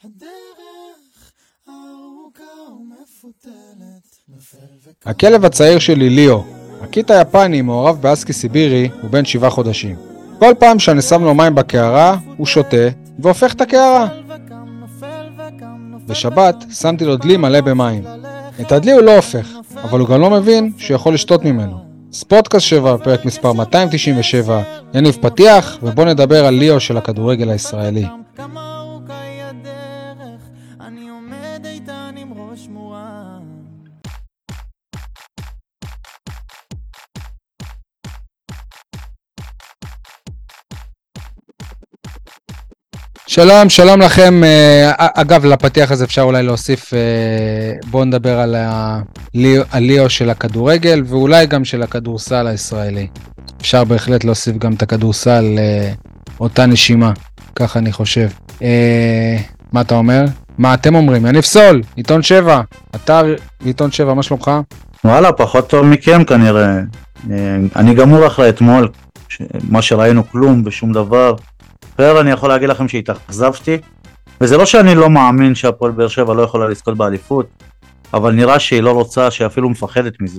הכלב הצעיר שלי ליאו, הקיט היפני מעורב באסקי סיבירי, הוא בן 7 חודשים. כל פעם שאני שם לו מים בקערה, הוא שותה והופך את הקערה. בשבת שמתי לו דלי מלא במים. את הדלי הוא לא הופך, אבל הוא גם לא מבין שיכול לשתות ממנו. ספורטקאסט 7, פרק מספר 297, יניב פתיח, ובוא נדבר על ליאו של הכדורגל הישראלי. שלום, שלום לכם. אגב, לפתיח הזה אפשר אולי להוסיף, בואו נדבר על ליאו של הכדורגל, ואולי גם של הכדורסל הישראלי. אפשר בהחלט להוסיף גם את הכדורסל אותה נשימה, ככה אני חושב. מה אתה אומר? מה אתם אומרים? יניב סול, עיתון 7, אתה עיתון 7, מה שלומך? וואלה, פחות טוב מכם כנראה. אני גמור אחלה אתמול, מה שראינו כלום ושום דבר. אני יכול להגיד לכם שהתאכזבתי, וזה לא שאני לא מאמין שהפועל באר שבע לא יכולה לזכות באליפות, אבל נראה שהיא לא רוצה, שאפילו מפחדת מזה.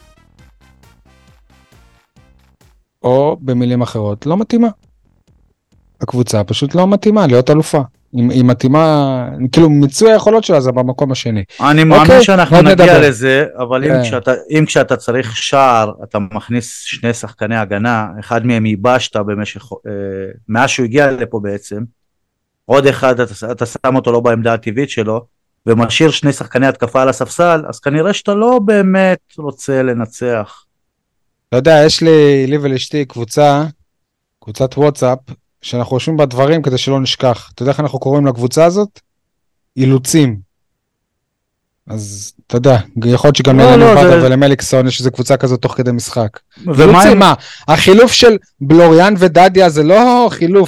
או במילים אחרות, לא מתאימה. הקבוצה פשוט לא מתאימה להיות אלופה. היא מתאימה, כאילו מיצוי היכולות שלה זה במקום השני. אני מאמין שאנחנו נגיע לזה, אבל אם כשאתה צריך שער, אתה מכניס שני שחקני הגנה, אחד מהם ייבשת במשך, מאז שהוא הגיע לפה בעצם, עוד אחד אתה שם אותו לא בעמדה הטבעית שלו, ומשאיר שני שחקני התקפה על הספסל, אז כנראה שאתה לא באמת רוצה לנצח. אתה יודע, יש לי ולאשתי קבוצת וואטסאפ, שאנחנו חושבים בדברים כדי שלא נשכח. אתה יודע איך אנחנו קוראים לקבוצה הזאת? אילוצים. אז אתה יודע, יכול להיות שגם לנבדה ולמליקסון יש איזו קבוצה כזאת תוך כדי משחק. אילוצים, מה? החילוף של בלוריאן ודדיה זה לא חילוף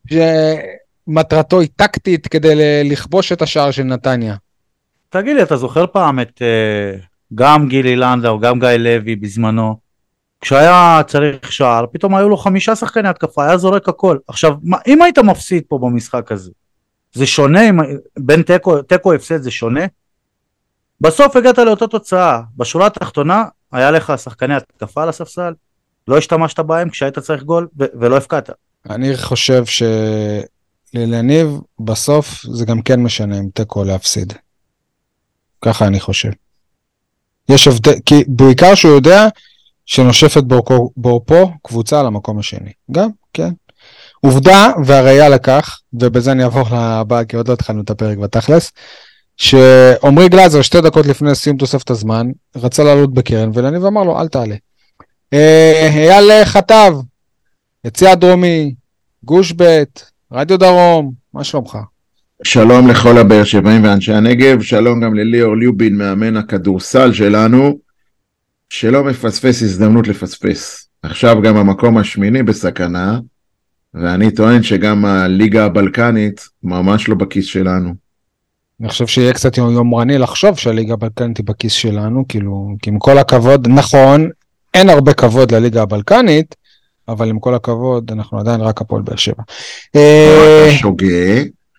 שמטרתו היא טקטית כדי לכבוש את השער של נתניה. תגיד לי, אתה זוכר פעם את גם גילי לנדה או גם גיא לוי בזמנו? כשהיה צריך שער, פתאום היו לו 5 שחקני התקפה, היה זורק הכל. עכשיו, אם היית מפסיד פה במשחק הזה, זה שונה, בין תיקו הפסד זה שונה? בסוף הגעת לאותה תוצאה, בשורה התחתונה, היה לך שחקני התקפה על הספסל, לא השתמשת בהם כשהיית צריך גול, ולא הפקעת. אני חושב שלניב, בסוף זה גם כן משנה אם תיקו להפסיד. ככה אני חושב. יש הבדל, כי בעיקר שהוא יודע, שנושפת בו קבוצה על המקום השני. גם, כן. עובדה, והראיה לקח, ובזה אני אעבור לבא, כי עוד לא התחלנו את הפרק בתכלס, שעומרי גלאזר, 2 דקות לפני סיום תוספת הזמן, רצה לעלות בקרן, ולניב אמר לו, אל תעלה. אייל חטב, יציאה דרומי, גוש בית, רדיו דרום, מה שלומך? שלום לכל הבאר שבעים ואנשי הנגב, שלום גם לליאור ליובין, מאמן הכדורסל שלנו, שלא מפספס הזדמנות לפספס. עכשיו גם המקום השמיני בסכנה, ואני טוען שגם הליגה הבלקנית ממש לא בכיס שלנו. אני חושב שיהיה קצת יומרני לחשוב שהליגה הבלקנית היא בכיס שלנו, כאילו, כי עם כל הכבוד, נכון, אין הרבה כבוד לליגה הבלקנית, אבל עם כל הכבוד, אנחנו עדיין רק הפועל באר שבע. אתה שוגה,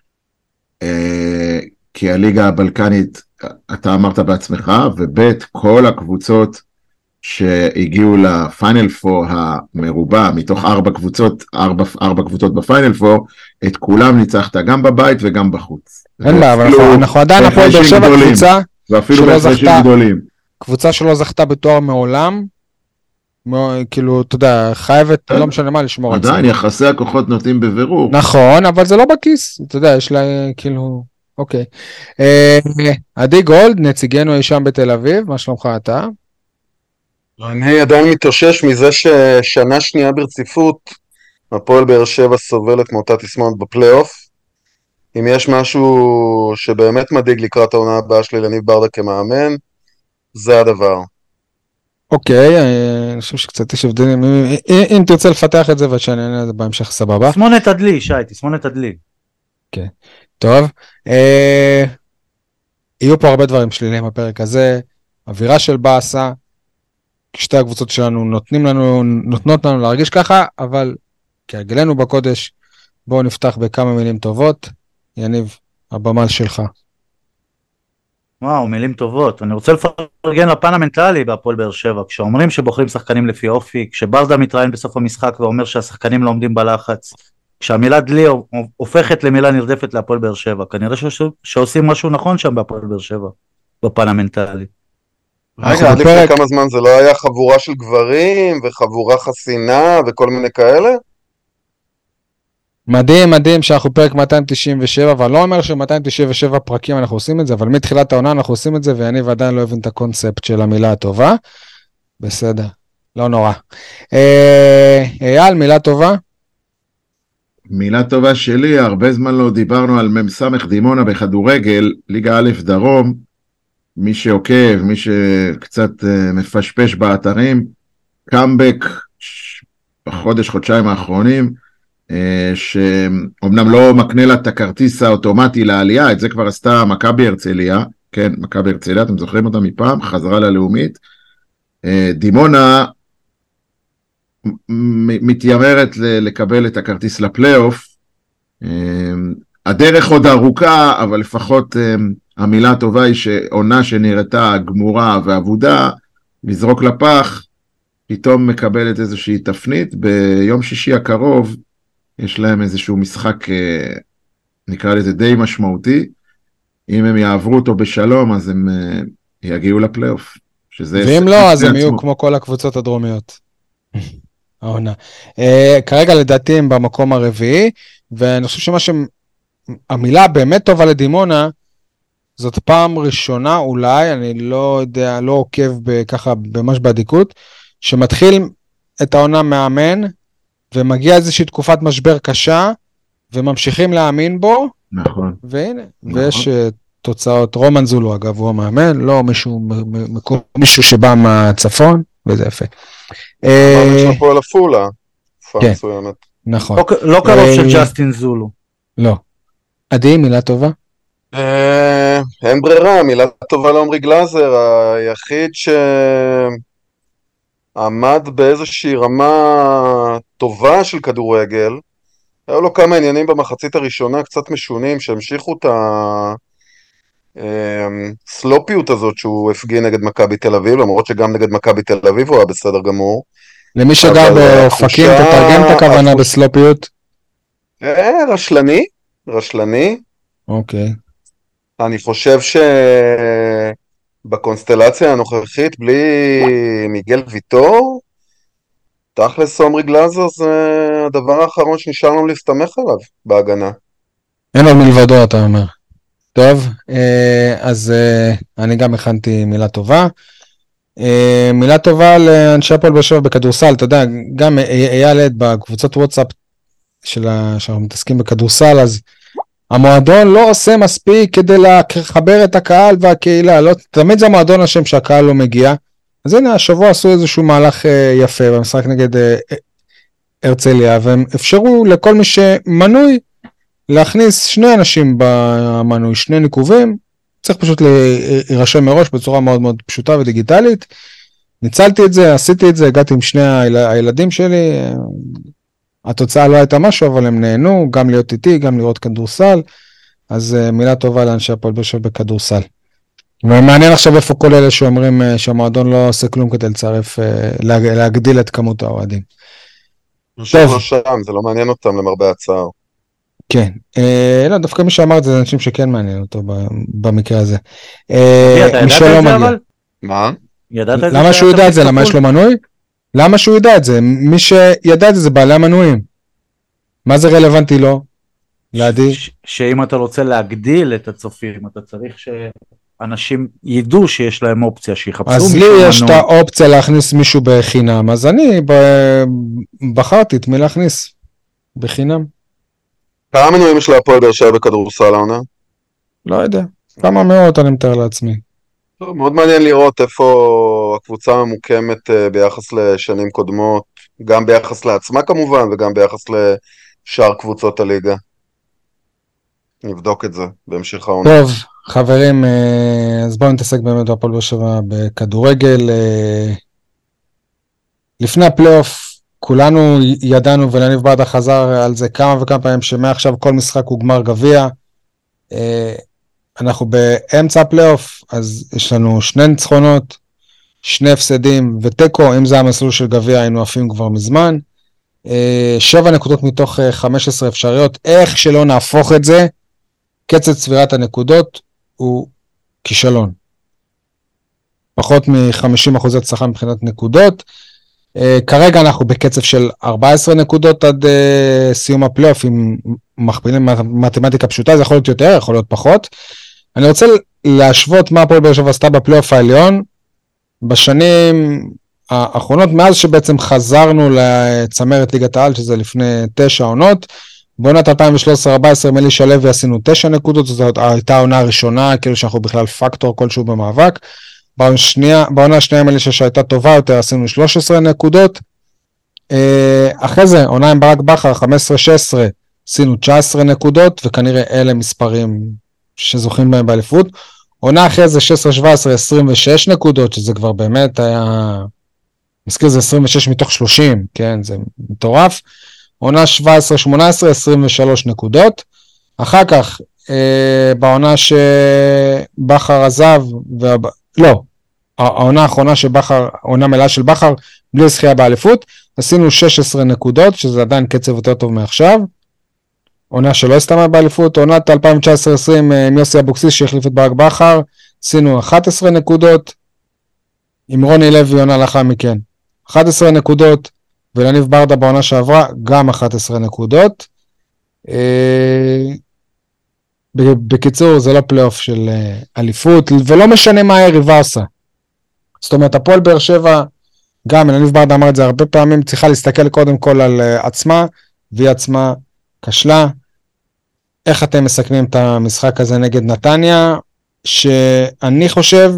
כי הליגה הבלקנית, אתה אמרת בעצמך, ובית כל הקבוצות, שהגיעו לפיינל פור המרובע, מתוך 4 קבוצות בפיינל פור, את כולם ניצחת גם בבית וגם בחוץ. אין לה, אבל אנחנו עדיין הפועל באר שבע קבוצה, ואפילו בהפרשים גדולים. קבוצה שלא זכתה בתואר מעולם, כאילו, אתה יודע, חייבת, לא משנה מה, לשמור על זה. עדיין, יחסי הכוחות נוטים בבירור. נכון, אבל זה לא בכיס, אתה יודע, יש לה, כאילו, אוקיי. עדי גולד, נציגנו אי שם בתל אביב, מה שלומך אתה? אני עדיין מתאושש מזה ששנה שנייה ברציפות הפועל באר שבע סובלת מאותה תסמונת בפלייאוף. אם יש משהו שבאמת מדאיג לקראת העונה הבאה שלי לניב ברדה כמאמן, זה הדבר. אוקיי, אני חושב שקצת יש הבדלים, אם תרצה לפתח את זה ושאני אענה את זה בהמשך סבבה. תסמונת הדלי, שי, תסמונת הדלי. כן, טוב. יהיו פה הרבה דברים שליליים בפרק הזה, אווירה של באסה, שתי הקבוצות שלנו נותנות לנו להרגיש ככה, אבל כהרגלנו בקודש, בואו נפתח בכמה מילים טובות. יניב, הבמה שלך. וואו, מילים טובות. אני רוצה לפרגן לפן המנטלי בהפועל באר שבע. כשאומרים שבוחרים שחקנים לפי אופי, כשברדה מתראיין בסוף המשחק ואומר שהשחקנים לא עומדים בלחץ, כשהמילה דלי הופכת למילה נרדפת להפועל באר שבע, כנראה שעושים משהו נכון שם בהפועל באר שבע, בפן המנטלי. רגע, עד לפני כמה זמן זה לא היה חבורה של גברים וחבורה חסינה וכל מיני כאלה? מדהים שאנחנו פרק 297, אבל לא אומר ש297 פרקים אנחנו עושים את זה, אבל מתחילת העונה אנחנו עושים את זה, ואני ועדיין לא הבין את הקונספט של המילה הטובה. בסדר, לא נורא. אייל, מילה טובה? מילה טובה שלי, הרבה זמן לא דיברנו על ממסמך דימונה בכדורגל, ליגה א' דרום, מי שעוקב, מי שקצת מפשפש באתרים, קאמבק בחודש-חודשיים האחרונים, שאומנם לא מקנה לה את הכרטיס האוטומטי לעלייה, את זה כבר עשתה מכבי הרצליה, כן, מכבי הרצליה, אתם זוכרים אותה מפעם, חזרה ללאומית, דימונה מתיימרת לקבל את הכרטיס לפלייאוף, הדרך עוד ארוכה, אבל לפחות המילה הטובה היא שעונה שנראתה גמורה ועבודה, לזרוק לפח, פתאום מקבלת איזושהי תפנית, ביום שישי הקרוב, יש להם איזשהו משחק, נקרא לזה די משמעותי, אם הם יעברו אותו בשלום, אז הם יגיעו לפלייאוף. ואם לא, אז הם יהיו כמו כל הקבוצות הדרומיות. העונה. כרגע לדעתי הם במקום הרביעי, ואני חושב המילה באמת טובה לדימונה, זאת פעם ראשונה אולי, אני לא יודע, לא עוקב ככה ממש בעדיקות, שמתחיל את העונה מאמן, ומגיע איזושהי תקופת משבר קשה, וממשיכים להאמין בו, נכון. והנה, נכון. ויש תוצאות, רומן זולו אגב, הוא המאמן, לא מישהו שבא מהצפון, וזה יפה. המאמן של הפועל עפולה, כן, נכון. לא קרוב של ג'סטין זולו. לא. עדי, מילה טובה? אין ברירה, מילה טובה לעומרי גלאזר, היחיד שעמד באיזושהי רמה טובה של כדורגל, היו לו כמה עניינים במחצית הראשונה קצת משונים שהמשיכו את הסלופיות הזאת שהוא הפגין נגד מכבי תל אביב, למרות שגם נגד מכבי תל אביב הוא היה בסדר גמור. למי שגר באופקים, תתרגם את הכוונה בסלופיות? רשלני. אוקיי. אני חושב שבקונסטלציה הנוכחית בלי מיגל ויטור, תכלס עומרי גלאזר זה הדבר האחרון שנשאר לנו להסתמך עליו בהגנה. אין עוד מלבדו אתה אומר. טוב, אז אני גם הכנתי מילה טובה. מילה טובה לאנשי הפועל באר שבע בכדורסל, אתה יודע, גם אייל עד בקבוצות וואטסאפ שאנחנו מתעסקים בכדורסל, אז המועדון לא עושה מספיק כדי לחבר את הקהל והקהילה, לא, תמיד זה המועדון השם שהקהל לא מגיע, אז הנה השבוע עשו איזשהו מהלך יפה במשחק נגד הרצליה, והם אפשרו לכל מי שמנוי להכניס שני אנשים במנוי, שני ניקובים, צריך פשוט להירשם מראש בצורה מאוד מאוד פשוטה ודיגיטלית, ניצלתי את זה, עשיתי את זה, הגעתי עם שני הילדים שלי, התוצאה לא הייתה משהו, אבל הם נהנו, גם להיות איתי, גם לראות כדורסל, אז מילה טובה לאנשי הפועל באר שבע בכדורסל. ומעניין עכשיו איפה כל אלה שאומרים שהמועדון לא עושה כלום כדי לצרף, להגדיל את כמות האוהדים. לא שם, זה לא מעניין אותם למרבה הצער. כן, לא, דווקא מי שאמר את זה, זה אנשים שכן מעניין אותו במקרה הזה. מי שלא מגיע. מה? למה שהוא ידע את זה? למה יש לו מנוי? למה שהוא ידע את זה? מי שידע את זה זה בעלי המנויים. מה זה רלוונטי לו? לעדי? שאם אתה רוצה להגדיל את הצופים, אתה צריך שאנשים ידעו שיש להם אופציה, שיחפשו מישהו מנוי. אז לי יש את האופציה להכניס מישהו בחינם, אז אני בחרתי את מי להכניס בחינם. כמה מנויים יש להפועל באר שבע בכדורסל העונה? לא יודע, כמה מאות אני מתאר לעצמי. מאוד מעניין לראות איפה הקבוצה ממוקמת ביחס לשנים קודמות, גם ביחס לעצמה כמובן, וגם ביחס לשאר קבוצות הליגה. נבדוק את זה בהמשך העונה. טוב, חברים, אז בואו נתעסק באמת בהפועל באר שבע בכדורגל. לפני הפלייאוף, כולנו ידענו ולניב ברדה חזר על זה כמה וכמה פעמים, שמעכשיו כל משחק הוא גמר גביע, אנחנו באמצע הפלייאוף, אז יש לנו 2 ניצחונות, 2 הפסדים וטקו, אם זה המסלול של גביע היינו עפים כבר מזמן, 7 נקודות מתוך 15 אפשריות, איך שלא נהפוך את זה, קצת צבירת הנקודות הוא כישלון. פחות מ-50% הצלחה מבחינת נקודות, כרגע אנחנו בקצב של 14 נקודות עד סיום הפלייאוף, אם מכפילים מתמטיקה פשוטה, זה יכול להיות יותר, יכול להיות פחות. אני רוצה להשוות מה הפועל באר שבע עשתה בפלייאוף העליון, בשנים האחרונות, מאז שבעצם חזרנו לצמרת ליגת העל, שזה לפני 9 עונות, בעונת 2013-2014 עם אלישע לוי עשינו 9 נקודות, זאת הייתה העונה הראשונה, כאילו שאנחנו בכלל פקטור כלשהו במאבק, בעונה השנייה עם אלישע שהייתה טובה יותר, עשינו 13 נקודות, אחרי זה, עונה עם ברק בכר, 15-16, עשינו 19 נקודות, וכנראה אלה מספרים שזוכים בהם באליפות, עונה אחרי זה 16-17, 26 נקודות, שזה כבר באמת היה, מזכיר זה 26 מתוך 30, כן, זה מטורף, עונה 17-18, 23 נקודות, אחר כך, בעונה שבכר עזב, לא, העונה האחרונה שבכר, עונה מלאה של בכר, בלי זכייה באליפות, עשינו 16 נקודות, שזה עדיין קצב יותר טוב מעכשיו, עונה שלא הסתיימה באליפות, עונת 2019-2020 עם יוסי אבוקסיס שהחליף את ברק בכר, עשינו 11 נקודות, עם רוני לוי עונה לאחר מכן, 11 נקודות, ולניב ברדה בעונה שעברה, גם 11 נקודות. בקיצור, זה לא פלייאוף של אליפות, ולא משנה מה היריבה עושה. זאת אומרת, הפועל באר שבע, גם לניב ברדה אמר את זה הרבה פעמים, צריכה להסתכל קודם כל על עצמה, והיא עצמה כשלה. איך אתם מסכמים את המשחק הזה נגד נתניה? שאני חושב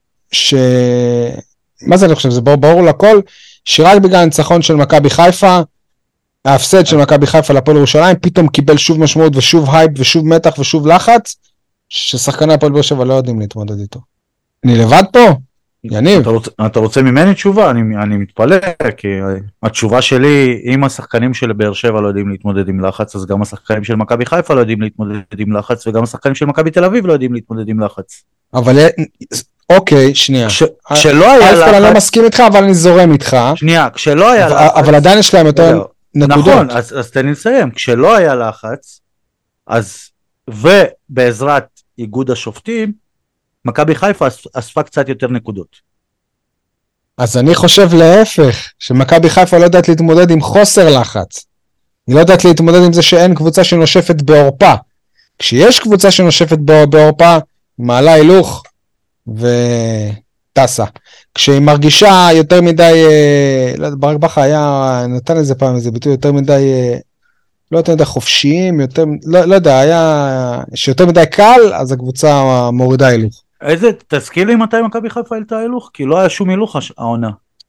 מה זה אני חושב? זה ברור לכל, שרק בגלל הניצחון של מכבי חיפה, ההפסד של מכבי חיפה לפועל ירושלים, פתאום קיבל שוב משמעות ושוב הייפ ושוב מתח ושוב לחץ, ששחקני הפועל באר שבע לא יודעים להתמודד איתו. אני לבד פה? יניב. אתה רוצה ממני תשובה? אני מתפלא, כי התשובה שלי, אם השחקנים של באר שבע לא יודעים להתמודד עם לחץ, אז גם השחקנים של מכבי חיפה לא יודעים להתמודד עם לחץ, וגם השחקנים של מכבי תל אביב לא יודעים להתמודד עם לחץ. אבל אוקיי, שנייה. כשלא היה לחץ... אני לא מסכים איתך, אבל אני זורם איתך. שנייה, כשלא היה לחץ... אבל עדיין יש להם יותר נקודות. נכון, אז תן לי לסיים. כשלא היה לחץ, אז... ובעזרת איגוד השופטים, מכבי חיפה אספה קצת יותר נקודות. אז אני חושב להפך, שמכבי חיפה לא יודעת להתמודד עם חוסר לחץ. היא לא יודעת להתמודד עם זה שאין קבוצה שנושפת בעורפה. כשיש קבוצה שנושפת בעורפה, מעלה הילוך וטסה. כשהיא מרגישה יותר מדי, לא יודע, ברק בכר היה, נתן איזה פעם איזה ביטוי, יותר מדי, לא יותר מדי חופשיים, יותר, לא יודע, היה, שיותר מדי קל, אז הקבוצה מורידה הילוך. תזכיר לי מתי מכבי חיפה העלתה הילוך? כי לא היה שום הילוך העונה.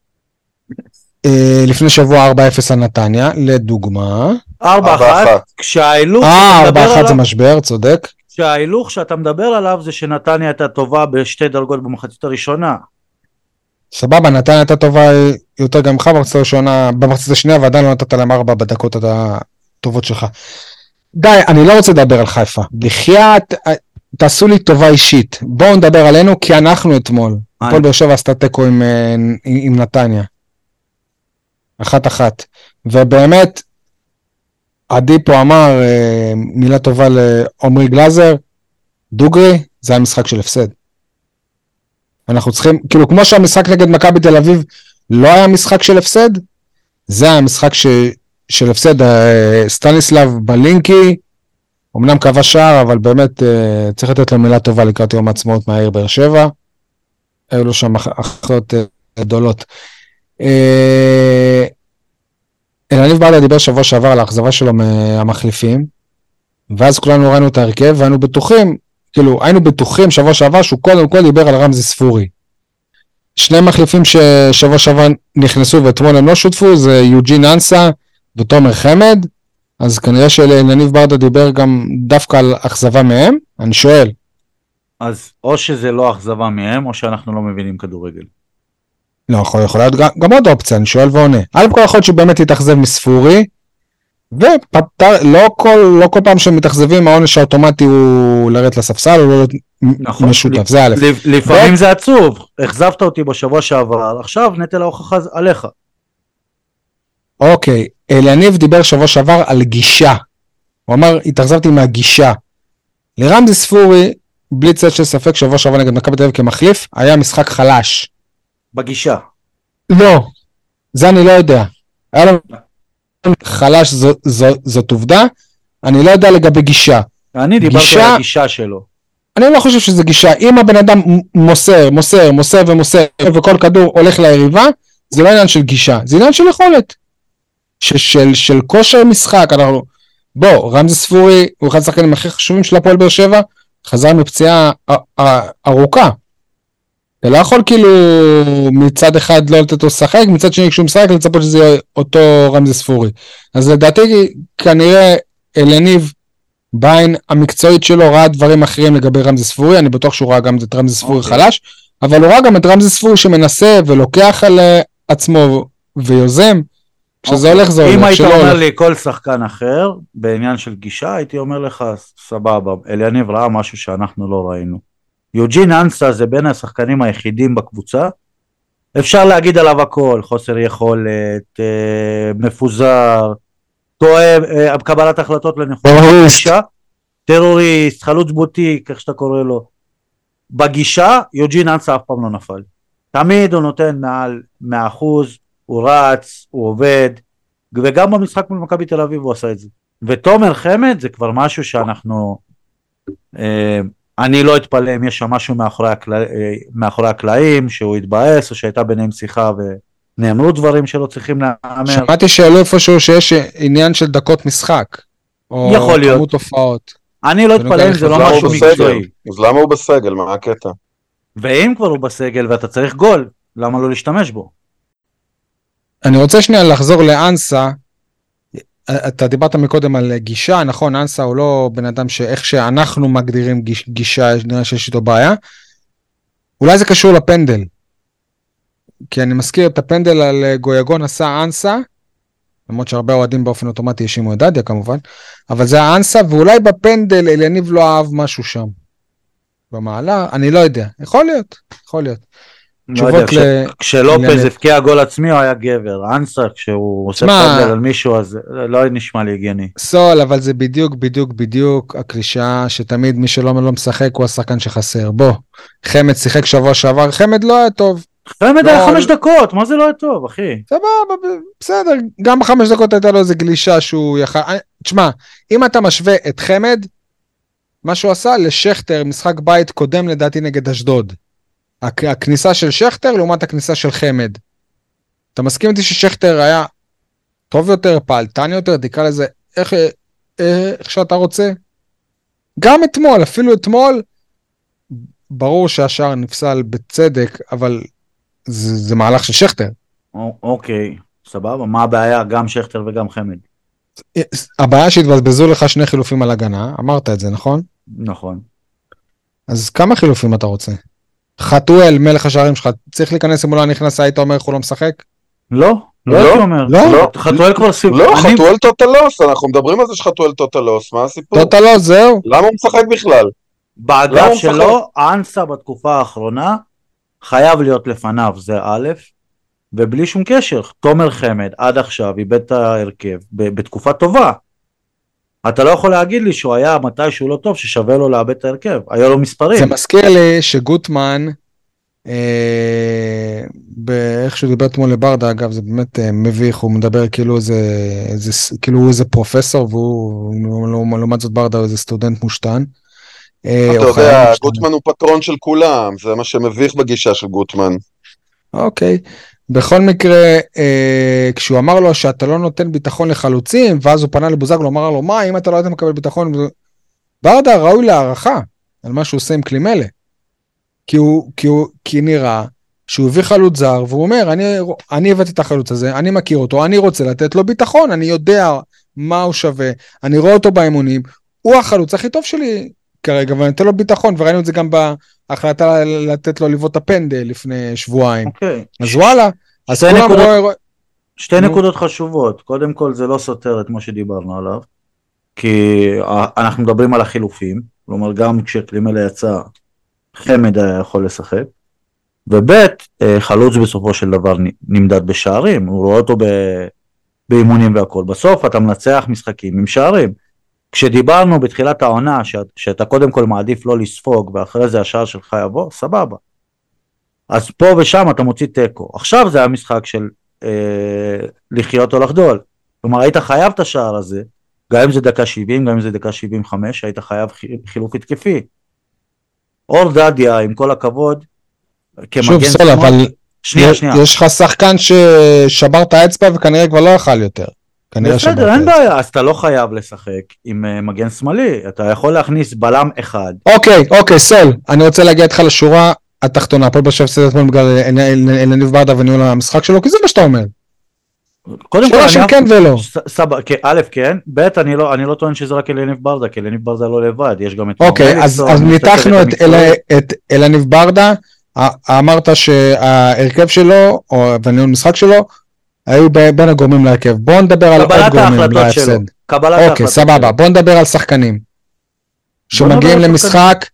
לפני שבוע 4-0 על נתניה, לדוגמה. 4-1, כשההילוך... 4-1 זה משבר, צודק. כשההילוך שאתה מדבר עליו זה שנתניה הייתה טובה בשתי דרגות במחצית הראשונה. סבבה, נתניה הייתה טובה יותר גם לך במחצית השנייה, ועדיין לא נתת להם 4 בדקות הטובות שלך. די, אני לא רוצה לדבר על חיפה. בחייאת, תעשו לי טובה אישית. בואו נדבר עלינו, כי אנחנו אתמול. הפועל באר שבע עשתה תיקו עם נתניה. 1-1. ובאמת, עדי פה אמר מילה טובה לעומרי גלאזר, דוגרי, זה היה משחק של הפסד. אנחנו צריכים, כאילו כמו שהמשחק נגד מכבי תל אביב לא היה משחק של הפסד, זה היה משחק של הפסד. סטניסלב בלינקי, אמנם קבע שער, אבל באמת צריך לתת לו מילה טובה לקראת יום העצמאות מהעיר באר שבע. היו לו שם אחרות גדולות. אלניב ברדה דיבר שבוע שעבר על האכזבה שלו מהמחליפים, ואז כולנו ראינו את ההרכב, והיינו בטוחים, כאילו היינו בטוחים שבוע שעבר שהוא קודם כל דיבר על רמזי ספורי. 2 מחליפים ששבוע שעבר נכנסו ואתמול הם לא שותפו, זה יוג'ין אנסה ותומר חמד, אז כנראה שאלניב ברדה דיבר גם דווקא על אכזבה מהם, אני שואל. אז או שזה לא אכזבה מהם, או שאנחנו לא מבינים כדורגל. לא, יכול להיות גם עוד אופציה, אני שואל ועונה. על כל יכול להיות שבאמת יתאכזב מספורי, לא כל פעם שמתאכזבים, העונש האוטומטי הוא לרדת לספסל, או לא להיות נכון. משותף, זה א'. לפעמים זה עצוב, אכזבת אותי בשבוע שעבר, עכשיו נטל ההוכחה עליך. אוקיי, אליניב דיבר שבוע שעבר על גישה. הוא אמר, התאכזבתי מהגישה. לרמזי ספורי, בלי צד של ספק, שבוע שעבר נגד מכבי תל אביב כמחליף, היה משחק חלש. בגישה. לא, זה אני לא יודע. היה לו חלש, זאת עובדה, אני לא יודע לגבי גישה. אני דיברתי על הגישה שלו. אני לא חושב שזה גישה. אם הבן אדם מוסר, וכל כדור הולך ליריבה, זה לא עניין של גישה, זה עניין של יכולת. של כושר משחק. רמזי ספורי הוא אחד השחקנים הכי חשובים של הפועל באר שבע, חזר מפציעה ארוכה. אתה לא יכול כאילו מצד אחד לא לתת לו לשחק, מצד שני כשהוא משחק לצפות שזה יהיה אותו רמזי ספורי. אז לדעתי כנראה אליניב בעין המקצועית שלו ראה דברים אחרים לגבי רמזי ספורי, אני בטוח שהוא ראה גם את רמזי ספורי חלש, אבל הוא ראה גם את רמזי ספורי שמנסה ולוקח על עצמו ויוזם, כשזה הולך זה הולך. אם היית אומר לי כל שחקן אחר בעניין של גישה, הייתי אומר לך סבבה, אליניב ראה משהו שאנחנו לא ראינו. יוג'ין אנסה זה בין השחקנים היחידים בקבוצה, אפשר להגיד עליו הכל, חוסר יכולת, מפוזר, טועה, קבלת החלטות לנכון, טרוריסט, חלוץ בוטיק, איך שאתה קורא לו. בגישה, יוג'ין אנסה אף פעם לא נפל. תמיד הוא נותן מעל 100%, הוא רץ, הוא עובד, וגם במשחק מול מכבי תל אביב הוא עשה את זה. ותומר חמד זה כבר משהו שאנחנו, אני לא אתפלא אם יש שם משהו מאחורי הקלעים, שהוא התבאס, או שהייתה ביניהם שיחה ונאמרו דברים שלא צריכים להאמר. שמעתי שאלו איפשהו שיש עניין של דקות משחק, או כמות תופעות. אני לא אתפלא אם זה לא משהו מקצועי. אז למה הוא בסגל? מה הקטע? ואם כבר הוא בסגל ואתה צריך גול, למה לא להשתמש בו? אני רוצה שנייה לחזור לאנסה, אתה דיברת מקודם על גישה, נכון, אנסה הוא לא בן אדם שאיך שאנחנו מגדירים גישה, נראה שיש איתו בעיה, אולי זה קשור לפנדל, כי אני מזכיר את הפנדל על גויגון עשה אנסה, למרות שהרבה אוהדים באופן אוטומטי ישימו את דדיה כמובן, אבל זה האנסה, ואולי בפנדל אליניב לא אהב משהו שם, במעלה, אני לא יודע, יכול להיות. כשלופז הפקיע גול עצמי הוא היה גבר, אנסה כשהוא עושה פנדל על מישהו אז לא נשמע לי הגיוני. סול, אבל זה בדיוק הקלישה שתמיד מי שלא משחק הוא השחקן שחסר. בוא, חמד שיחק שבוע שעבר, חמד לא היה טוב. חמד היה 5 דקות, מה זה לא היה טוב אחי? סבבה, בסדר, גם ב5 דקות הייתה לו איזה גלישה שהוא יכל, תשמע, אם אתה משווה את חמד, מה שהוא עשה לשכתר, משחק בית קודם לדעתי נגד אשדוד. הכניסה של שכתר לעומת הכניסה של חמד. אתה מסכים איתי ששכתר היה טוב יותר, פעלתן יותר, תקרא לזה איך שאתה רוצה? גם אתמול, אפילו אתמול, ברור שהשאר נפסל בצדק, אבל זה מהלך של שכתר. אוקיי, סבבה, מה הבעיה? גם שכתר וגם חמד. הבעיה שהתבזבזו לך 2 חילופים על הגנה, אמרת את זה, נכון? נכון. אז כמה חילופים אתה רוצה? חתואל, מלך השערים שלך, צריך להיכנס אם הוא לא נכנס, היית אומר איך הוא לא משחק? לא הייתי אומר. חתואל כבר סיפור. לא, חתואל טוטלוס, אנחנו מדברים על זה שחתואל טוטלוס, מה הסיפור? טוטלוס, זהו. למה הוא משחק בכלל? באגף שלו, אנסה בתקופה האחרונה, חייב להיות לפניו, זה א', ובלי שום קשר, תומר חמד עד עכשיו איבד את ההרכב, בתקופה טובה. אתה לא יכול להגיד לי שהוא היה מתי שהוא לא טוב, ששווה לו לאבד את ההרכב, היה לו מספרים. זה מזכיר לי שגוטמן, איך שהוא דיבר אתמול לברדה, אגב זה באמת מביך, הוא מדבר כאילו הוא איזה פרופסור, והוא לעומת זאת ברדה הוא איזה סטודנט מושתן. אתה יודע, גוטמן הוא פטרון של כולם, זה מה שמביך בגישה של גוטמן. אוקיי. בכל מקרה, כשהוא אמר לו שאתה לא נותן ביטחון לחלוצים, ואז הוא פנה לבוזגלו, אמר לו, מה, אם אתה לא מקבל ביטחון, ברדה ראוי להערכה על מה שהוא עושה עם קלימלה. כי נראה שהוא הביא חלוץ זר, והוא אומר, אני הבאתי את החלוץ הזה, אני מכיר אותו, אני רוצה לתת לו ביטחון, אני יודע מה הוא שווה, אני רואה אותו באימונים, הוא החלוץ הכי טוב שלי כרגע, ואני אתן לו ביטחון, וראינו את זה גם בהחלטה לתת לו לבעוט הפנדל לפני שבועיים. אז וואלה, אז כולם שתי נקודות חשובות, קודם כל זה לא סותר את מה שדיברנו עליו, כי אנחנו מדברים על החילופים, כלומר גם כשקלימלה יצא, חמד היה יכול לשחק, ובית, חלוץ בסופו של דבר נמדד בשערים, הוא רואה אותו באימונים והכל, בסוף אתה מנצח משחקים עם שערים, כשדיברנו בתחילת העונה, שאתה קודם כל מעדיף לא לספוג, ואחרי זה השער שלך יבוא, סבבה, אז פה ושם אתה מוציא טקו, עכשיו זה המשחק של לחיות או לחדול, כלומר היית חייב את השער הזה, גם אם זה דקה 70, גם אם זה דקה 75, היית חייב חילוף התקפי, אור דדיה עם כל הכבוד, שוב סול, אבל שנייה. יש לך שחקן ששבר את האצבע וכנראה כבר לא יכל יותר. בסדר, אין בעיה, אז אתה לא חייב לשחק עם מגן שמאלי, אתה יכול להכניס בלם אחד. אוקיי, סול, אני רוצה להגיע איתך לשורה התחתונה, פה בשביל הפסד אתמול בגלל אלניב ברדה וניהול המשחק שלו, כי זה מה שאתה אומר. קודם כל, של כן ולא. א' כן, ב' אני לא טוען שזה רק אלניב ברדה, כי אלניב ברדה לא לבד, יש גם את... אוקיי, אז ניתחנו את אלניב ברדה, אמרת שההרכב שלו, וניהול משחק שלו, היו בין הגורמים להרכב. בואו נדבר על עוד גורמים להפסד. אוקיי, סבבה, בואו נדבר על שחקנים. שמגיעים למשחק,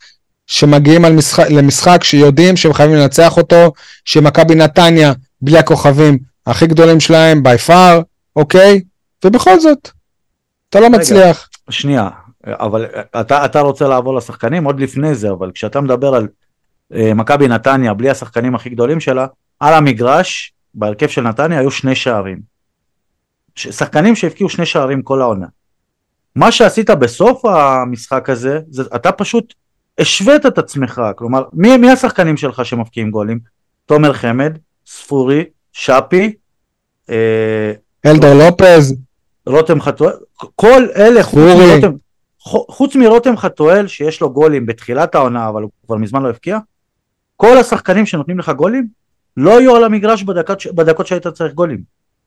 למשחק שיודעים שהם חייבים לנצח אותו, שמכבי נתניה, בלי הכוכבים הכי גדולים שלהם, by far, אוקיי? ובכל זאת, אתה לא מצליח. שנייה, אבל אתה רוצה לעבור לשחקנים עוד לפני זה, אבל כשאתה מדבר על מכבי נתניה, בלי השחקנים הכי גדולים שלה, על המגרש, בהרכב של נתניה, היו 2 שערים. שחקנים שהפקיעו 2 שערים כל העונה. מה שעשית בסוף המשחק הזה, אתה פשוט השווית את עצמך, כלומר, מי השחקנים שלך שמפקיעים גולים? תומר חמד, ספורי, שפי, אלדר לופז, רותם חתואל, כל אלה, חוץ מרותם חתואל, שיש לו גולים בתחילת העונה, אבל הוא כבר מזמן לא הפקיע, כל השחקנים שנותנים לך גולים, לא יהיו על המגרש בדקות שהיית צריך גולים.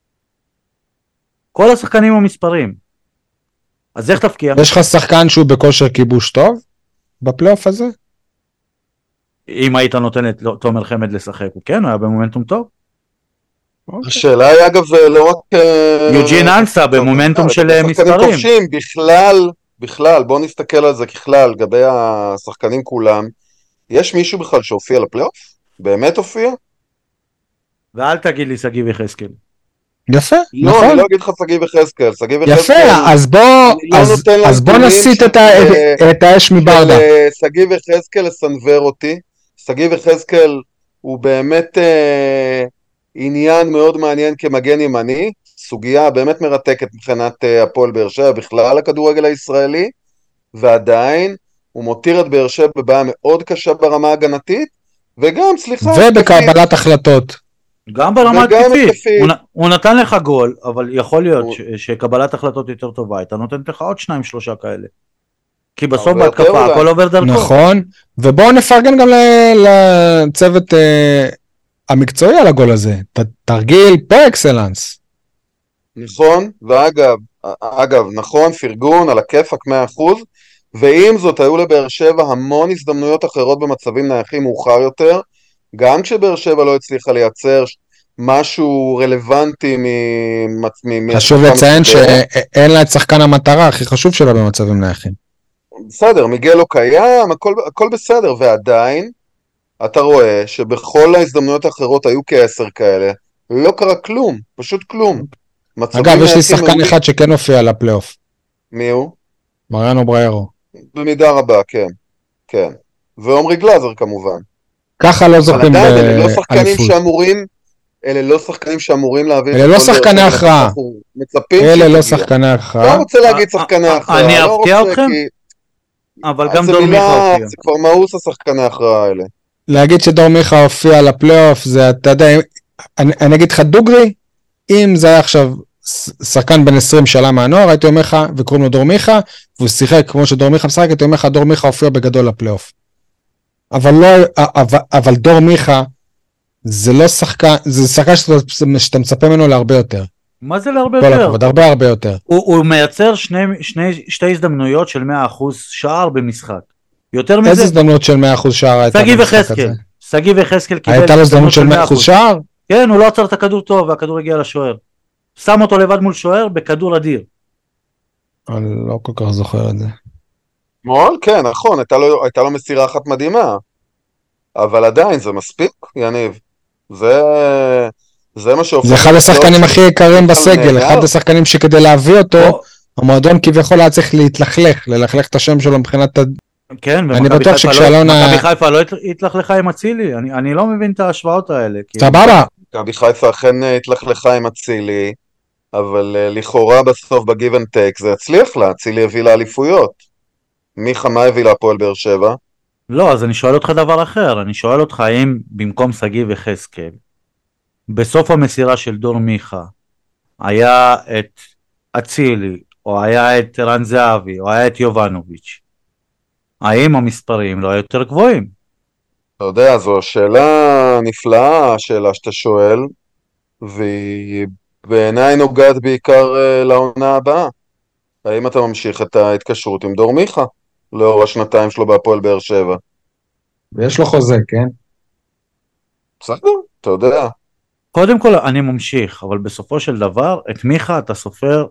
כל השחקנים המספרים. אז איך תפקיע? יש לך שחקן שהוא בכושר כיבוש טוב? בפלייאוף הזה? אם היית נותן את תומר חמד לשחק, הוא כן, הוא היה במומנטום טוב. השאלה היא אגב לא רק... יוג'ין אנסה במומנטום של מספרים. בכלל, בוא נסתכל על זה ככלל, לגבי השחקנים כולם, יש מישהו בכלל שהופיע לפלייאוף? באמת הופיע? ואל תגיד לי סגיב יחזקאל. יפה, לא, נכון. אני לא אגיד לך סגיב יחזקאל. יפה, אז בוא נסיט את האש מברדה. סגיב יחזקאל לסנבר אותי. סגיב יחזקאל הוא באמת עניין מאוד מעניין כמגן ימני, סוגיה באמת מרתקת מבחינת הפועל באר שבע, בכלל הכדורגל הישראלי, ועדיין הוא מותיר את באר שבע בבעיה מאוד קשה ברמה הגנתית, וגם, סליחה, ובקבלת החלטות. גם ברמה התקפית, הוא נתן לך גול, אבל יכול להיות שקבלת החלטות יותר טובה, הייתה נותנת לך עוד 2-3 כאלה. כי בסוף בהתקפה הכל עובר דרכו. נכון, ובואו נפרגן גם לצוות המקצועי על הגול הזה, תרגיל פר-אקסלנס. נכון, ואגב, נכון, פרגון על הכיפק 100%, ועם זאת היו לבאר שבע המון הזדמנויות אחרות במצבים נייחים מאוחר יותר, גם כשבאר שבע לא הצליחה לייצר משהו רלוונטי חשוב לציין שאין לה את שחקן המטרה הכי חשוב שלה במצבים נייחים. בסדר, מיגל לא קיים, הכל בסדר, ועדיין אתה רואה שבכל ההזדמנויות האחרות היו כ10 כאלה, לא קרה כלום, פשוט כלום. אגב, יש לי שחקן אחד שכן הופיע לפלייאוף. מי הוא? מריאנו בריירו. במידה רבה, כן. כן. ועומרי גלאזר כמובן. ככה לא זוכים באליפות. אלה לא שחקנים שאמורים להביא... אלה לא שחקני הכרעה. אלה לא שחקני הכרעה. לא רוצה להגיד שחקני הכרעה. אני אפתיע אתכם? אבל גם דור מיכה הופיע. זה כבר מאוס השחקני הכרעה האלה. להגיד שדור מיכה הופיע לפלייאוף, זה, אתה יודע, אני אגיד לך דוגרי, אם זה היה עכשיו שחקן בן 20 שלה מהנוער, הייתי אומר לך, וקוראים לו דור מיכה, והוא שיחק כמו שדור מיכה משחק, הייתי אומר לך, דור מיכה הופיע בגדול לפלייאוף. אבל דור מיכה, זה לא שחקן, זה שחקן שאתה מצפה ממנו להרבה יותר. מה זה להרבה יותר? הרבה יותר. הוא מייצר שתי הזדמנויות של 100% שער במשחק. יותר מזה... איזה הזדמנות של 100% שער הייתה במשחק הזה? סגיב יחזקאל קיבל... הייתה לו הזדמנות של 100% שער? כן, הוא לא עצר את הכדור טוב, והכדור הגיע לשוער. שם אותו לבד מול שוער בכדור אדיר. אני לא כל כך זוכר את זה. מול, כן, נכון, הייתה לו מסירה אחת מדהימה, אבל עדיין זה מספיק, יניב. זה מה שהופך... זה אחד השחקנים הכי יקרים בסגל, אחד השחקנים שכדי להביא אותו, המועדון כביכול היה צריך ללכלך את השם שלו מבחינת... כן, אני בטוח שכשאלונה... מכבי חיפה לא התלכלכה עם אצילי, אני לא מבין את ההשוואות האלה. סבבה. מכבי חיפה אכן התלכלכה עם אצילי, אבל לכאורה בסוף בגיב אנד טייק זה הצליח לה, אצילי הביא לה אליפויות. מיכה, מה הביא להפועל באר שבע? לא, אז אני שואל אותך דבר אחר, אני שואל אותך האם במקום שגיב וחזקאל, בסוף המסירה של דור מיכה, היה את אצילי, או היה את רן זהבי, או היה את יובנוביץ', האם המספרים לא יותר גבוהים? אתה יודע, זו שאלה נפלאה, השאלה שאתה שואל, והיא בעיניי נוגעת בעיקר לעונה הבאה. האם אתה ממשיך את ההתקשרות עם דור מיכה, לאור השנתיים שלו בהפועל באר שבע? ויש לו חוזה, כן? בסדר, אתה יודע. קודם כל אני ממשיך, אבל בסופו של דבר, את מיכה אתה סופר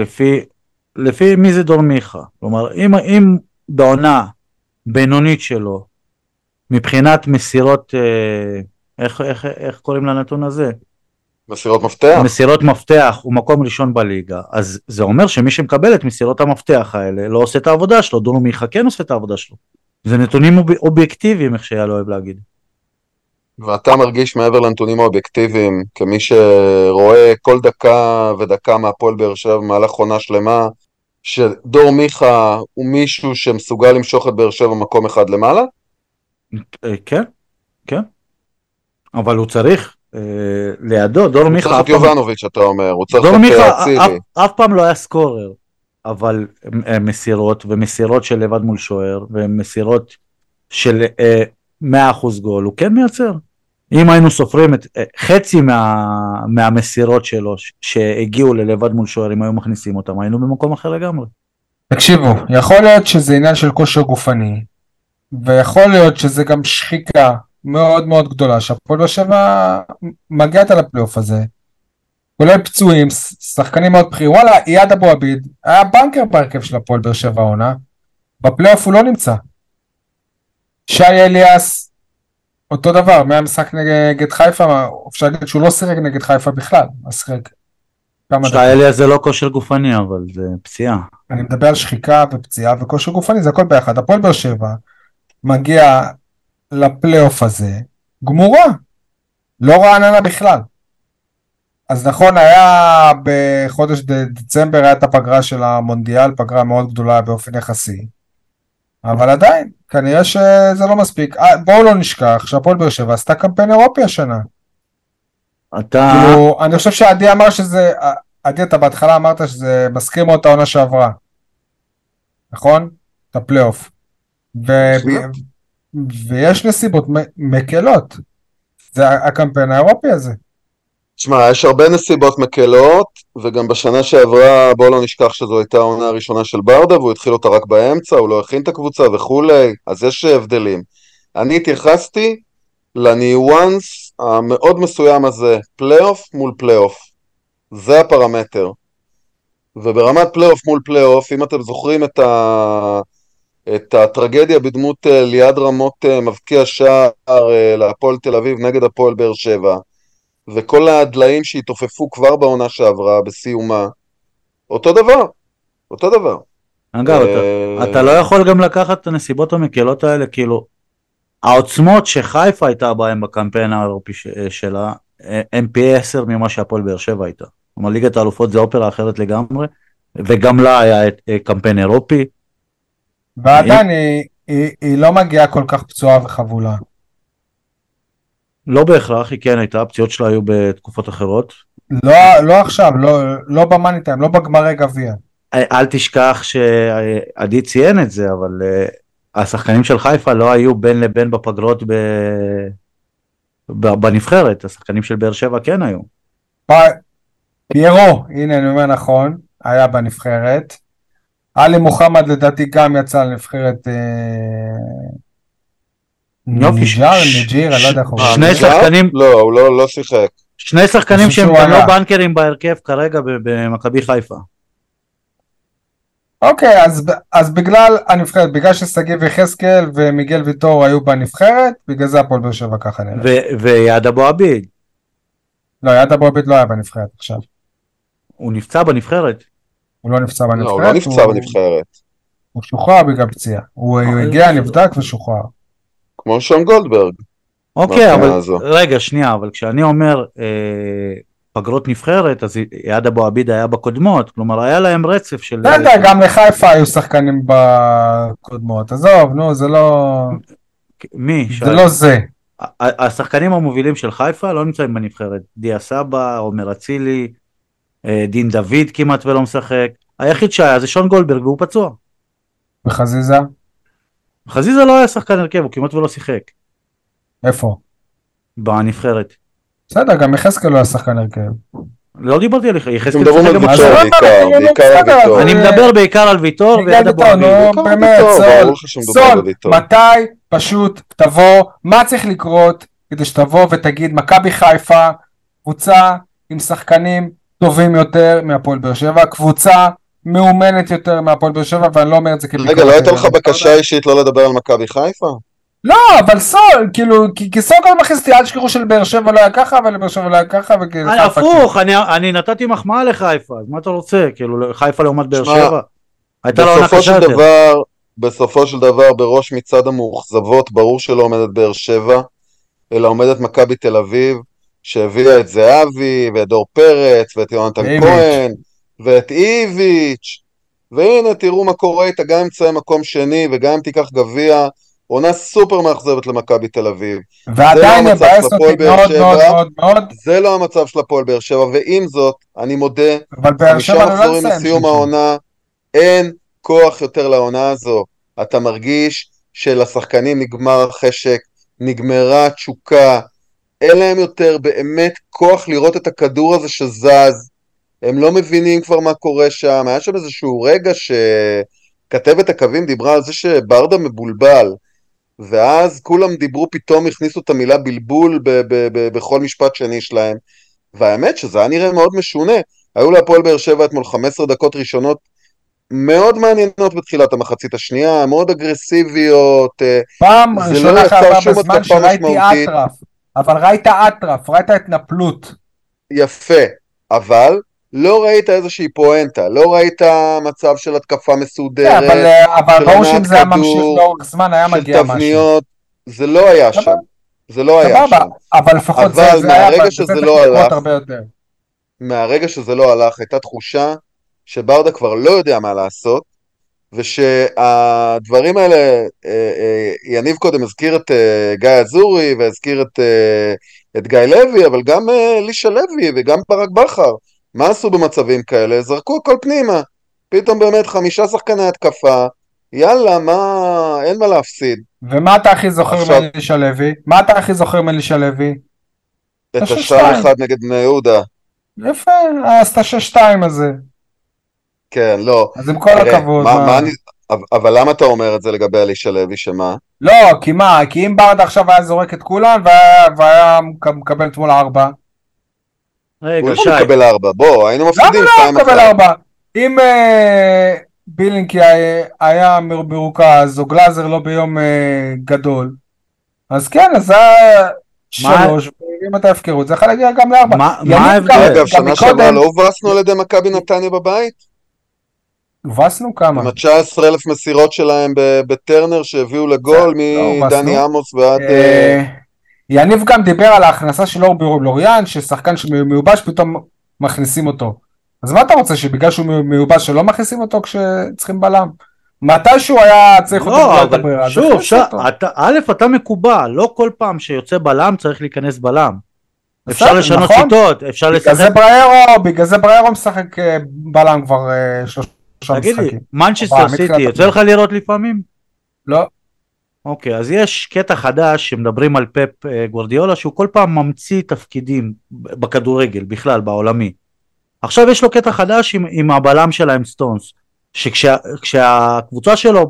לפי מי זה דור מיכה. כלומר, אם בעונה בינונית שלו, מבחינת מסירות, איך קוראים לנתון הזה? מסירות מפתח? מסירות מפתח הוא מקום ראשון בליגה, אז זה אומר שמי שמקבל את מסירות המפתח האלה לא עושה את העבודה שלו, דור מיכה כן עושה את העבודה שלו. זה נתונים אובייקטיביים, איך שהיה לא אוהב להגיד. ואתה מרגיש מעבר לנתונים האובייקטיביים, כמי שרואה כל דקה ודקה מהפועל באר שבע במהלך עונה שלמה, שדור מיכה הוא מישהו שמסוגל למשוך את באר שבע מקום אחד למעלה? כן, כן. אבל הוא צריך לידו, דור מיכה... הוא צריך את יובנוביץ', אתה אומר, הוא צריך דור את מיכה אצילי. אף פעם לא היה סקורר, אבל מסירות, ומסירות של לבד מול שוער, ומסירות של 100% גול, הוא כן מייצר. אם היינו סופרים את חצי מהמסירות שלו שהגיעו ללבד מול שוער, אם היו מכניסים אותם, היינו במקום אחר לגמרי. תקשיבו, יכול להיות שזה עניין של כושר גופני, ויכול להיות שזה גם שחיקה מאוד מאוד גדולה, שהפועל באר שבע מגיעת על הפלייאוף הזה, כולל פצועים, שחקנים מאוד בכירים. וואלה, אייד אבו עביד היה בנקר בהרכב של הפועל באר שבע העונה, בפלייאוף הוא לא נמצא. שי אליאס, אותו דבר, מהמשחק נגד חיפה, אפשר להגיד שהוא לא שיחק נגד חיפה בכלל, שיחק כמה דקות. שי אליאס זה לא כושר גופני, אבל זה פציעה. אני מדבר על שחיקה ופציעה וכושר גופני, זה הכל ביחד. הפועל באר שבע מגיע לפלייאוף הזה, גמורה, לא רעננה בכלל. אז נכון, היה בחודש דצמבר, היה את הפגרה של המונדיאל, פגרה מאוד גדולה באופן יחסי, אבל עדיין, כנראה שזה לא מספיק. בואו לא נשכח שהפועל באר שבע עשתה קמפיין אירופי השנה. כאילו, אני חושב שעדי אמר שזה, עדי, אתה בהתחלה אמרת שזה מזכיר מאוד את העונה שעברה, נכון? את הפלייאוף. ויש נסיבות מקלות, זה הקמפיין האירופי הזה. תשמע, יש הרבה נסיבות מקלות, וגם בשנה שעברה, בוא לא נשכח שזו הייתה העונה הראשונה של ברדה, והוא התחיל אותה רק באמצע, הוא לא הכין את הקבוצה וכולי, אז יש הבדלים. אני התייחסתי לניואנס המאוד מסוים הזה, פלייאוף מול פלייאוף. זה הפרמטר. וברמת פלייאוף מול פלייאוף, אם אתם זוכרים את הטרגדיה בדמות ליד רמות מבקיע שער להפועל תל אביב נגד הפועל באר שבע, וכל הדליים שהתעופפו כבר בעונה שעברה בסיומה, אותו דבר. אגב, אתה לא יכול גם לקחת את הנסיבות המקלות האלה, כאילו, העוצמות שחיפה הייתה בהם בקמפיין האירופי שלה, הם פי 10 ממה שהפועל באר שבע הייתה. כלומר, ליגת האלופות זה אופרה אחרת לגמרי, וגם לה היה קמפיין אירופי. ועדיין היא לא מגיעה כל כך פצועה וחבולה. לא בהכרח, היא כן הייתה, הפציעות שלה היו בתקופות אחרות. לא עכשיו, לא במאניטיים, לא בגמרי גביע. אל תשכח שעדי ציין את זה, אבל השחקנים של חיפה לא היו בין לבין בפגרות בנבחרת, השחקנים של באר שבע כן היו. פיירו, הנה אני אומר נכון, היה בנבחרת. עלי מוחמד לדעתי גם יצא לנבחרת נג'יר, אני לא יודע איך הוא... שני שחקנים... לא, הוא לא שיחק. שני שחקנים חושב שהם שהוא גם לא היה. בנקרים בהרכב כרגע במכבי חיפה. אוקיי, אז בגלל הנבחרת, בגלל ששגיב יחזקאל ומיגל ויטור היו בנבחרת, בגלל זה הפועל באר שבע ככה נראה. ויעד אבו עביד, לא, יד אבו עביד לא היה בנבחרת עכשיו. הוא נפצע בנבחרת. הוא לא נפצע בנבחרת. לא, הוא לא נפצע בנבחרת. הוא שוחרר בגלל פציעה. הוא הגיע, נבדק ושוחרר. כמו שון גולדברג. אוקיי, אבל מהבחינה הזו. רגע, שנייה, אבל כשאני אומר פגרות נבחרת, אז יעד אבו עביד היה בקודמות, כלומר היה להם רצף של... בסדר, גם לחיפה היו שחקנים בקודמות. עזוב, נו, זה לא... מי? זה לא זה. השחקנים המובילים של חיפה לא נמצאים בנבחרת. דיה סבא, עומר אצילי, דין דוד כמעט ולא משחק. היחיד שהיה זה שון גולדברג והוא פצוע. וחזיזה? חזיזה לא היה שחקן הרכב, הוא כמעט ולא שיחק איפה? בנבחרת. בסדר, גם יחזקאל לא היה שחקן הרכב. לא דיברתי על יחזקאל. אתם מדברים על אז ויטור לא, בעיקר על בסדר, ויטור. אני מדבר בעיקר על ויטור ויעד אבו עביד. נו, באמת, ברור לך שמדובר סול, בוויטור. מתי פשוט תבוא, מה צריך לקרות כדי שתבוא ותגיד מכבי חיפה, קבוצה עם שחקנים טובים יותר מהפועל באר שבע, קבוצה מאומנת יותר מהפועל באר שבע, ואני לא אומר את זה כביקורת. רגע, לא הייתה לך בקשה אישית לא לדבר על מכבי חיפה? לא, אבל סול, כאילו, כי סול כבר מכניס, אל תשכחו של באר שבע לא היה ככה, אבל לבאר שבע לא היה ככה, הפוך, אני נתתי מחמאה לחיפה, אז מה אתה רוצה? כאילו, חיפה לעומת באר שבע? הייתה לו עונה קשה יותר. בסופו של דבר, בראש מצד המאוכזבות, ברור שלא עומדת באר שבע, אלא עומדת מכבי תל אביב, שהביאה את זהבי, ואת דור פרץ, ואת יונתן כהן, ואת איביץ', והנה תראו מה קורה איתה, גם אם תצא מקום שני, וגם אם תיקח גביע, עונה סופר מאכזבת למכבי תל אביב. ועדיין יבאס אותי מאוד מאוד מאוד מאוד. זה לא המצב של הפועל באר שבע, ועם זאת, אני מודה, אבל באר שבע לא מחזורים לסיום העונה, אין כוח יותר לעונה הזו. אתה מרגיש שלשחקנים נגמר החשק, נגמרה התשוקה, אין להם יותר באמת כוח לראות את הכדור הזה שזז, הם לא מבינים כבר מה קורה שם. היה שם איזשהו רגע שכתבת הקווים דיברה על זה שברדה מבולבל, ואז כולם דיברו, פתאום הכניסו את המילה בלבול בכל משפט שני שלהם, והאמת שזה היה נראה מאוד משונה. היו להפועל באר שבע אתמול 15 דקות ראשונות מאוד מעניינות בתחילת המחצית השנייה, מאוד אגרסיביות, פעם ראשונה חרבה בזמן שראיתי משמעותית. אטרף, אבל ראית אטרף, ראית התנפלות. יפה, אבל לא ראית איזושהי פואנטה, לא ראית מצב של התקפה מסודרת, אבל ברור שאם זה היה ממשיך לאורך זמן היה מגיע משהו. תבניות, זה לא היה שם. זה לא היה שם. אבל לפחות זה היה, שזה צריך לקרות הרבה יותר. מהרגע שזה לא הלך, הייתה תחושה שברדה כבר לא יודע מה לעשות, ושהדברים האלה, יניב קודם הזכיר את גיא אזורי, והזכיר את גיא לוי, אבל גם לישה לוי וגם ברק בכר, מה עשו במצבים כאלה? זרקו הכל פנימה, פתאום באמת 5 שחקני התקפה, יאללה, אין מה להפסיד. ומה אתה הכי זוכר מלישה לוי? מה אתה הכי זוכר מלישה לוי? את השער אחד נגד בני יהודה. יפה, אז את ה-6-2 הזה. כן, לא. אז עם כל הכבוד. אבל למה אתה אומר את זה לגבי אלישע לוי, שמה? לא, כי מה? כי אם ברדה עכשיו היה זורק את כולם, והיה מקבל אתמול 4. הוא לא מקבל 4, בוא, היינו מפסידים. למה לא מקבל 4? אם בילינקי היה מרוכז, או גלאזר לא ביום גדול, אז כן, אז זה 3, ואם אתה הפקרות, זה יכול להגיע גם ל4. מה ההבדל? אגב, שנה שעברה לא הובסנו על ידי מכבי נתניה בבית? הובסנו כמה? עם 19,000 מסירות שלהם בטרנר שהביאו לגול מדני עמוס ועד... יניב גם דיבר על ההכנסה של אור לוריאן, ששחקן שמיובש פתאום מכניסים אותו. אז מה אתה רוצה, שבגלל שהוא מיובש שלא מכניסים אותו כשצריכים בלם? מתי שהוא היה צריך אותו בגלל את הברירה? שוב, א', אתה מקובל, לא כל פעם שיוצא בלם צריך להיכנס בלם. אפשר לשנות שיטות, אפשר לשחק... בגלל זה בריירו משחק בלם כבר 3 משחקים. תגיד לי, מנצ'סטר סיטי, יוצא לך לראות לפעמים? לא. אוקיי, אז יש קטע חדש שמדברים על פפ גוארדיולה, שהוא כל פעם ממציא תפקידים בכדורגל, בכלל, בעולמי. עכשיו יש לו קטע חדש עם הבלם שלהם סטונס, שכשהקבוצה שלו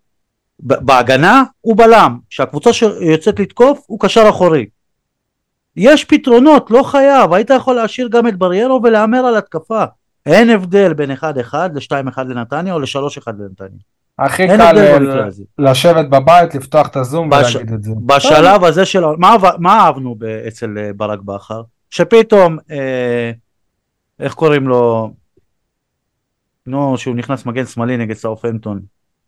בהגנה הוא בלם, כשהקבוצה שיוצאת לתקוף הוא קשר אחורי. יש פתרונות, לא חייב, היית יכול להשאיר גם את בריירו ולהמר על התקפה. אין הבדל בין 1-1 ל-2-1 לנתניה או ל-3-1 לנתניה. הכי אין קל הבדל במקרה הזה. לשבת בבית, לפתוח את הזום ולהגיד את זה. בשלב הזה של... מה אהבנו אצל ברק בכר? שפתאום, איך קוראים לו? נו, שהוא נכנס מגן שמאלי נגד סאות'המפטון.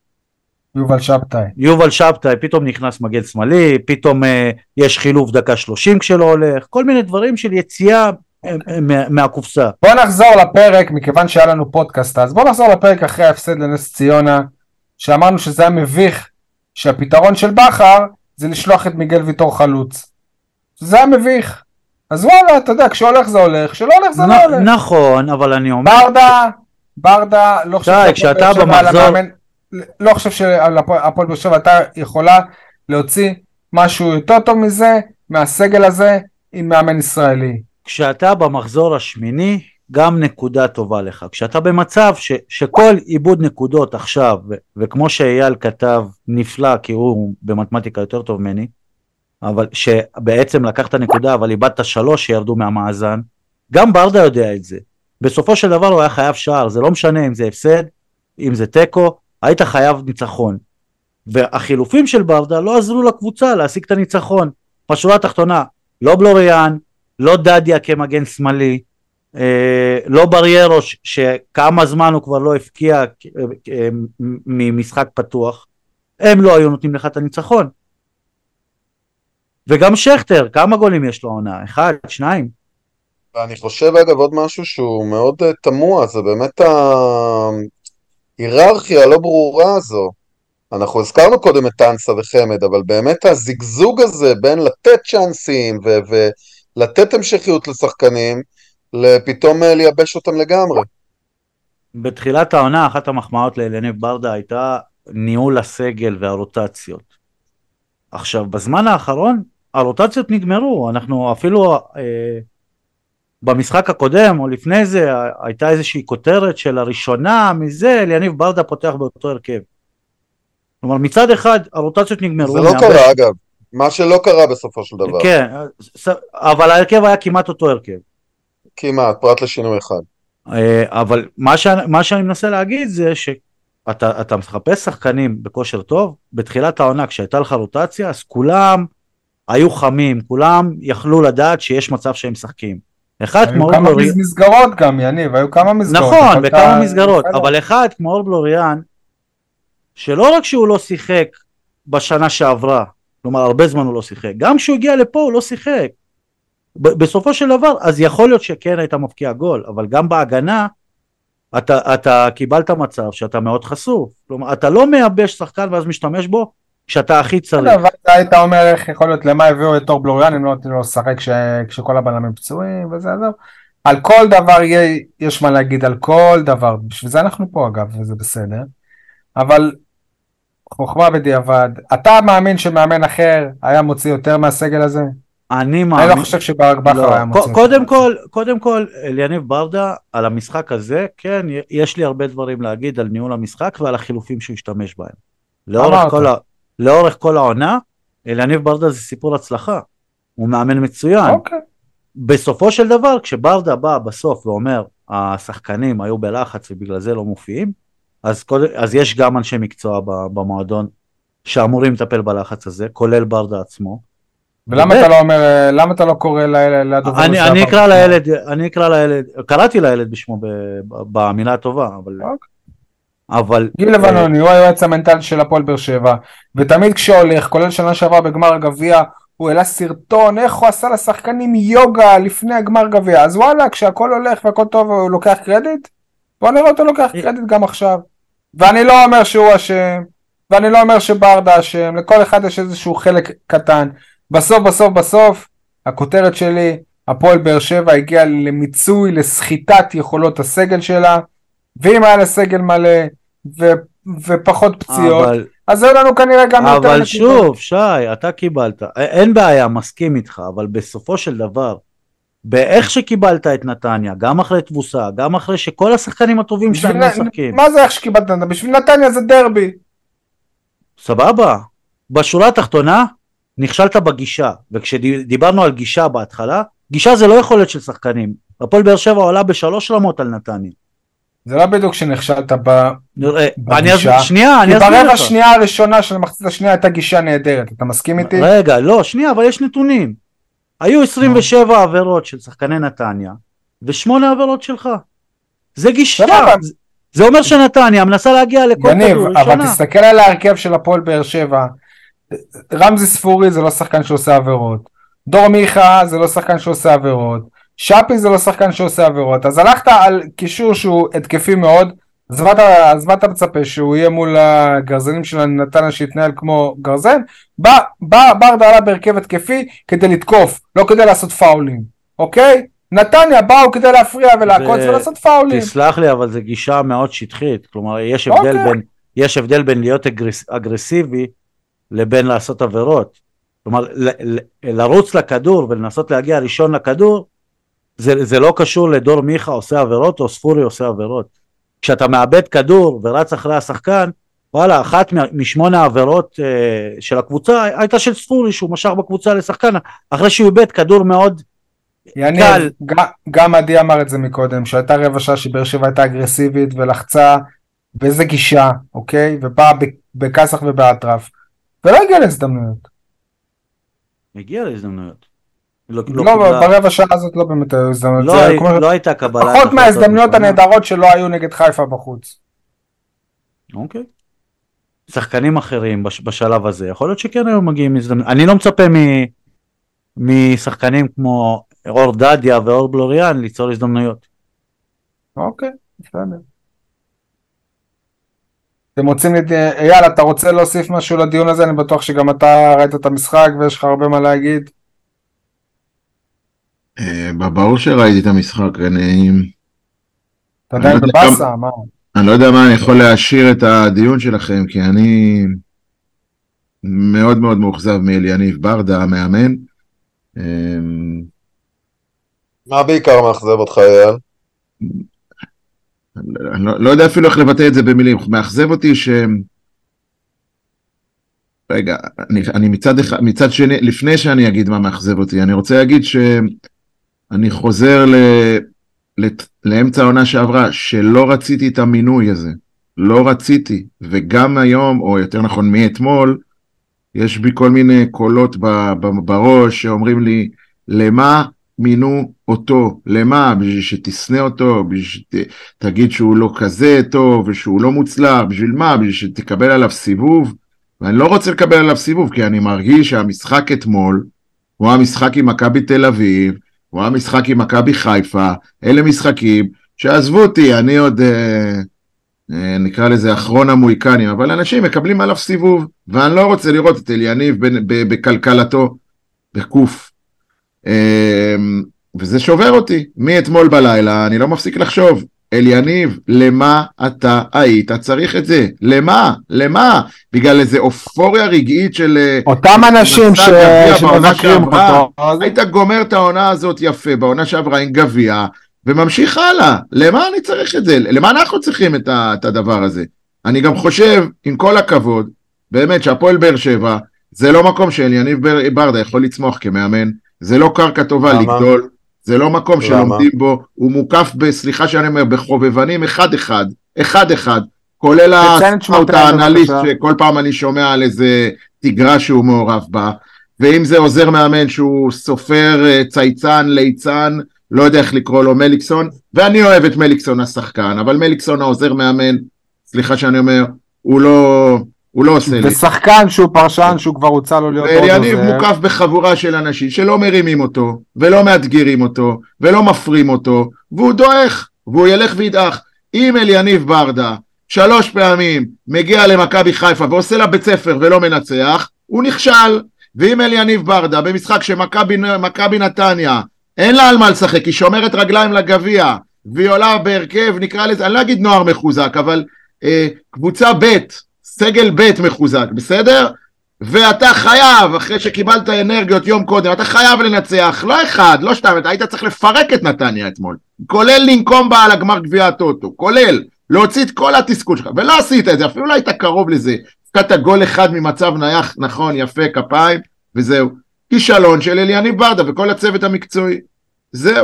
יובל שבתאי, פתאום נכנס מגן שמאלי, פתאום יש חילוף דקה 30 כשלא הולך, כל מיני דברים של יציאה מהקופסה. בוא נחזור לפרק, מכיוון שהיה לנו פודקאסט, אז בוא נחזור לפרק אחרי ההפסד לנס ציונה, שאמרנו שזה היה מביך, שהפתרון של בכר זה לשלוח את מיגל ויטור חלוץ. זה היה מביך. אז וואלה, אתה יודע, כשהולך זה הולך, כשלא הולך זה לא הולך. נכון, אבל אני אומר... ברדה, לא חושב כשאתה במחזור... לא חושב שהפועל באר שבע אתה יכולה להוציא משהו יותר טוב מזה, מהסגל הזה, עם מאמן ישראלי. כשאתה במחזור השמיני, גם נקודה טובה לך. כשאתה במצב שכל איבוד נקודות עכשיו, וכמו שאייל כתב נפלא, כי הוא במתמטיקה יותר טוב ממני, אבל שבעצם לקחת נקודה, אבל איבדת 3 שירדו מהמאזן, גם ברדה יודע את זה. בסופו של דבר הוא היה חייב שער, זה לא משנה אם זה הפסד, אם זה טקו, היית חייב ניצחון. והחילופים של ברדה לא עזרו לקבוצה להשיג את הניצחון. בשורה התחתונה, לא בלוריאן, לא דדיה כמגן שמאלי, לא בריירו שכמה זמן הוא כבר לא הפקיע ממשחק פתוח, הם לא היו נותנים לך את הניצחון. וגם שכטר, כמה גולים יש לו עונה? 1, 2? אני חושב אגב עוד משהו שהוא מאוד תמוה, זה באמת ההיררכיה הלא ברורה הזו. אנחנו הזכרנו קודם את טנסה וחמד, אבל באמת הזיגזוג הזה בין לתת צ'אנסים ולתת המשכיות לשחקנים, לפתאום לייבש אותם לגמרי. בתחילת העונה, אחת המחמאות לאליניב ברדה הייתה ניהול הסגל והרוטציות. עכשיו, בזמן האחרון, הרוטציות נגמרו, אנחנו אפילו במשחק הקודם או לפני זה, הייתה איזושהי כותרת של הראשונה מזה, אליניב ברדה פותח באותו הרכב. כלומר, מצד אחד, הרוטציות נגמרו. זה לא קרה אגב, מה שלא קרה בסופו של דבר. כן, אבל ההרכב היה כמעט אותו הרכב. כמעט, פרט לשינוי אחד. אבל מה שאני מנסה להגיד זה שאתה מחפש שחקנים בכושר טוב, בתחילת העונה כשהייתה לך רוטציה, אז כולם היו חמים, כולם יכלו לדעת שיש מצב שהם משחקים. היו כמה מסגרות גם, יניב, היו כמה מסגרות. נכון, בכמה מסגרות, אבל אחד כמו אור בלוריאן, שלא רק שהוא לא שיחק בשנה שעברה, כלומר הרבה זמן הוא לא שיחק, גם כשהוא הגיע לפה הוא לא שיחק, בסופו של דבר, אז יכול להיות שכן היית מפקיע גול, אבל גם בהגנה, אתה קיבלת מצב שאתה מאוד חשוף, כלומר, אתה לא מייבש שחקן ואז משתמש בו, כשאתה הכי צריך. אבל אתה היית אומר איך יכול להיות למה הביאו את אור בלוריאן, אם לא נותנים לו לשחק כשכל הבלמים פצועים, וזה עזוב. על כל דבר יש מה להגיד, על כל דבר, בשביל זה אנחנו פה אגב, וזה בסדר, אבל חוכמה בדיעבד, אתה מאמין שמאמן אחר היה מוציא יותר מהסגל הזה? אני מאמין. אני לא חושב שברק בכר היה מוציא. קודם כל, אליניב ברדה, על המשחק הזה, כן, יש לי הרבה דברים להגיד על ניהול המשחק ועל החילופים שהוא השתמש בהם. לאורך כל העונה, אליניב ברדה זה סיפור הצלחה. הוא מאמן מצוין. בסופו של דבר, כשברדה בא בסוף ואומר, השחקנים היו בלחץ ובגלל זה לא מופיעים, אז יש גם אנשי מקצוע במועדון שאמורים לטפל בלחץ הזה, כולל ברדה עצמו. ולמה אתה לא אומר, למה אתה לא קורא לדובר? אני אקרא לילד, קראתי לילד בשמו במילה הטובה, אבל... גיל לבנוני, הוא היועץ המנטלי של הפועל באר שבע, ותמיד כשהולך, כולל שנה שעברה בגמר הגביע, הוא העלה סרטון, איך הוא עשה לשחקנים יוגה לפני הגמר גביע, אז וואלה, כשהכל הולך והכל טוב, הוא לוקח קרדיט, בוא נראה אותו לוקח קרדיט גם עכשיו. ואני לא אומר שהוא אשם, ואני לא אומר שברדה אשם, לכל אחד יש איזשהו חלק קטן. בסוף, הכותרת שלי, הפועל באר שבע הגיעה למיצוי, לסחיטת יכולות הסגל שלה, ואם היה לסגל מלא, ופחות פציעות, אז זה לנו כנראה גם יותר נקודות. אבל שוב, שי, אתה קיבלת, אין בעיה, מסכים איתך, אבל בסופו של דבר, באיך שקיבלת את נתניה, גם אחרי תבוסה, גם אחרי שכל השחקנים הטובים שלנו משחקים. מה זה איך שקיבלת נתניה? בשביל נתניה זה דרבי. סבבה. בשורה התחתונה, נכשלת בגישה, וכשדיברנו על גישה בהתחלה, גישה זה לא יכולת של שחקנים, הפועל באר שבע עולה ב3 רמות על נתניה. זה לא בדיוק שנכשלת בגישה, שנייה, אני אסביר לך. ברבע השנייה הראשונה של המחצית השנייה הייתה גישה נהדרת, אתה מסכים איתי? רגע, לא, שנייה, אבל יש נתונים. היו 27 עבירות של שחקני נתניה, ו8 עבירות שלך. זה גישה. זה אומר שנתניה מנסה להגיע לכל כדור ראשונה. אבל תסתכל על ההרכב של הפועל באר שבע, רמזי ספורי זה לא שחקן שעושה עבירות, דור מיכה זה לא שחקן שעושה עבירות, שפי זה לא שחקן שעושה עבירות, אז הלכת על קישור שהוא התקפי מאוד, אז מה אתה מצפה שהוא יהיה מול הגרזנים של נתניה שיתנהל כמו גרזן? ברדה עלה בהרכב התקפי כדי לתקוף, לא כדי לעשות פאולים, אוקיי? נתניה באו כדי להפריע ולעקוץ ולעשות פאולים. תסלח לי, אבל זו גישה מאוד שטחית, כלומר יש הבדל בין להיות אגרסיבי לבין לעשות עבירות. כלומר, לרוץ לכדור ולנסות להגיע ראשון לכדור, זה לא קשור לדור מיכה עושה עבירות או ספורי עושה עבירות. כשאתה מאבד כדור ורץ אחרי השחקן, וואלה, אחת מ8 העבירות של הקבוצה הייתה של ספורי, שהוא משך בקבוצה לשחקן, אחרי שהוא איבד כדור מאוד קל. גם עדי אמר את זה מקודם, שהייתה רבע שעה שבאר שבע הייתה אגרסיבית ולחצה, באיזה גישה, אוקיי? ובאה בקסח ובאטרף, ולא הגיע להזדמנויות. הגיע להזדמנויות. לא, ברבע שעה הזאת לא באמת היו הזדמנויות. לא הייתה קבלה. פחות מההזדמנויות הנהדרות שלא היו נגד חיפה בחוץ. אוקיי. שחקנים אחרים בשלב הזה, יכול להיות שכן היו מגיעים הזדמנויות. אני לא מצפה משחקנים כמו אור דדיה ואור בלוריאן ליצור הזדמנויות. אוקיי, בסדר. אתם רוצים, אייל, אתה רוצה להוסיף משהו לדיון הזה? אני בטוח שגם אתה ראית את המשחק ויש לך הרבה מה להגיד. ברור שראיתי את המשחק, אתה עדיין בבאסה, מה? אני לא יודע מה אני יכול להשאיר את הדיון שלכם, כי אני מאוד מאוד מאוכזב מאליניב ברדה, המאמן. מה בעיקר מאכזב אותך, אייל? אני לא יודע אפילו איך לבטא את זה במילים. מאכזב אותי רגע, אני מצד שני, לפני שאני אגיד מה מאכזב אותי, אני רוצה להגיד שאני חוזר לאמצע העונה שעברה, שלא רציתי את המינוי הזה. לא רציתי, וגם היום, או יותר נכון מאתמול, יש בי כל מיני קולות בראש שאומרים לי, למה מינו אותו? למה? בשביל שתסנה אותו? בשביל שתגיד שהוא לא כזה טוב ושהוא לא מוצלח? בשביל מה? בשביל שתקבל עליו סיבוב? ואני לא רוצה לקבל עליו סיבוב, כי אני מרגיש שהמשחק אתמול, הוא המשחק עם מכבי תל אביב, הוא המשחק עם מכבי חיפה, אלה משחקים שעזבו אותי, אני עוד נקרא לזה אחרון המויקנים, אבל אנשים מקבלים עליו סיבוב, ואני לא רוצה לראות את אליניב בכלכלתו, בקוף. וזה שובר אותי, מאתמול בלילה, אני לא מפסיק לחשוב, אליניב, למה אתה היית צריך את זה? למה? למה? בגלל איזה אופוריה רגעית של אותם אנשים שמבקרים אותו. היית גומר את העונה הזאת יפה, בעונה שעברה עם גביע, וממשיך הלאה. למה אני צריך את זה? למה אנחנו צריכים את הדבר הזה? אני גם חושב, עם כל הכבוד, באמת שהפועל באר שבע, זה לא מקום שאליניב ברדה יכול לצמוח כמאמן, זה לא קרקע טובה לגדול, זה לא מקום שלומדים בו, הוא מוקף בסליחה שאני אומר, בחובבנים אחד, כולל האנליסט שכל פעם אני שומע על איזה תגרה שהוא מעורב בה, ואם זה עוזר מאמן שהוא סופר צייצן, ליצן, לא יודע איך לקרוא לו, מליקסון, ואני אוהב את מליקסון השחקן, אבל מליקסון העוזר מאמן, סליחה שאני אומר, הוא לא עושה לי. ושחקן שהוא פרשן שהוא כבר הוצא לו להיות עוד עוזר. ואליניב מוקף בחבורה של אנשים שלא מרימים אותו, ולא מאתגרים אותו, ולא מפרים אותו, והוא דועך, והוא ילך וידעך. אם אליניב ברדה 3 פעמים מגיע למכבי חיפה ועושה לה בית ספר ולא מנצח, הוא נכשל. ואם אליניב ברדה במשחק שמכבי נתניה אין לה על מה לשחק, היא שומרת רגליים לגביע, והיא עולה בהרכב, נקרא לזה, אני לא אגיד נוער מחוזק, אבל קבוצה ב' סגל ב' מחוזק, בסדר? ואתה חייב, אחרי שקיבלת אנרגיות יום קודם, אתה חייב לנצח, לא 1, לא 2, אתה היית צריך לפרק את נתניה אתמול, כולל לנקום בה על הגמר גביע הטוטו, כולל להוציא את כל התסכול שלך, ולא עשית את זה, אפילו לא היית קרוב לזה, הפקעת גול אחד ממצב נייח, נכון, יפה, כפיים, וזהו. כישלון של אליניב ברדה וכל הצוות המקצועי. זהו.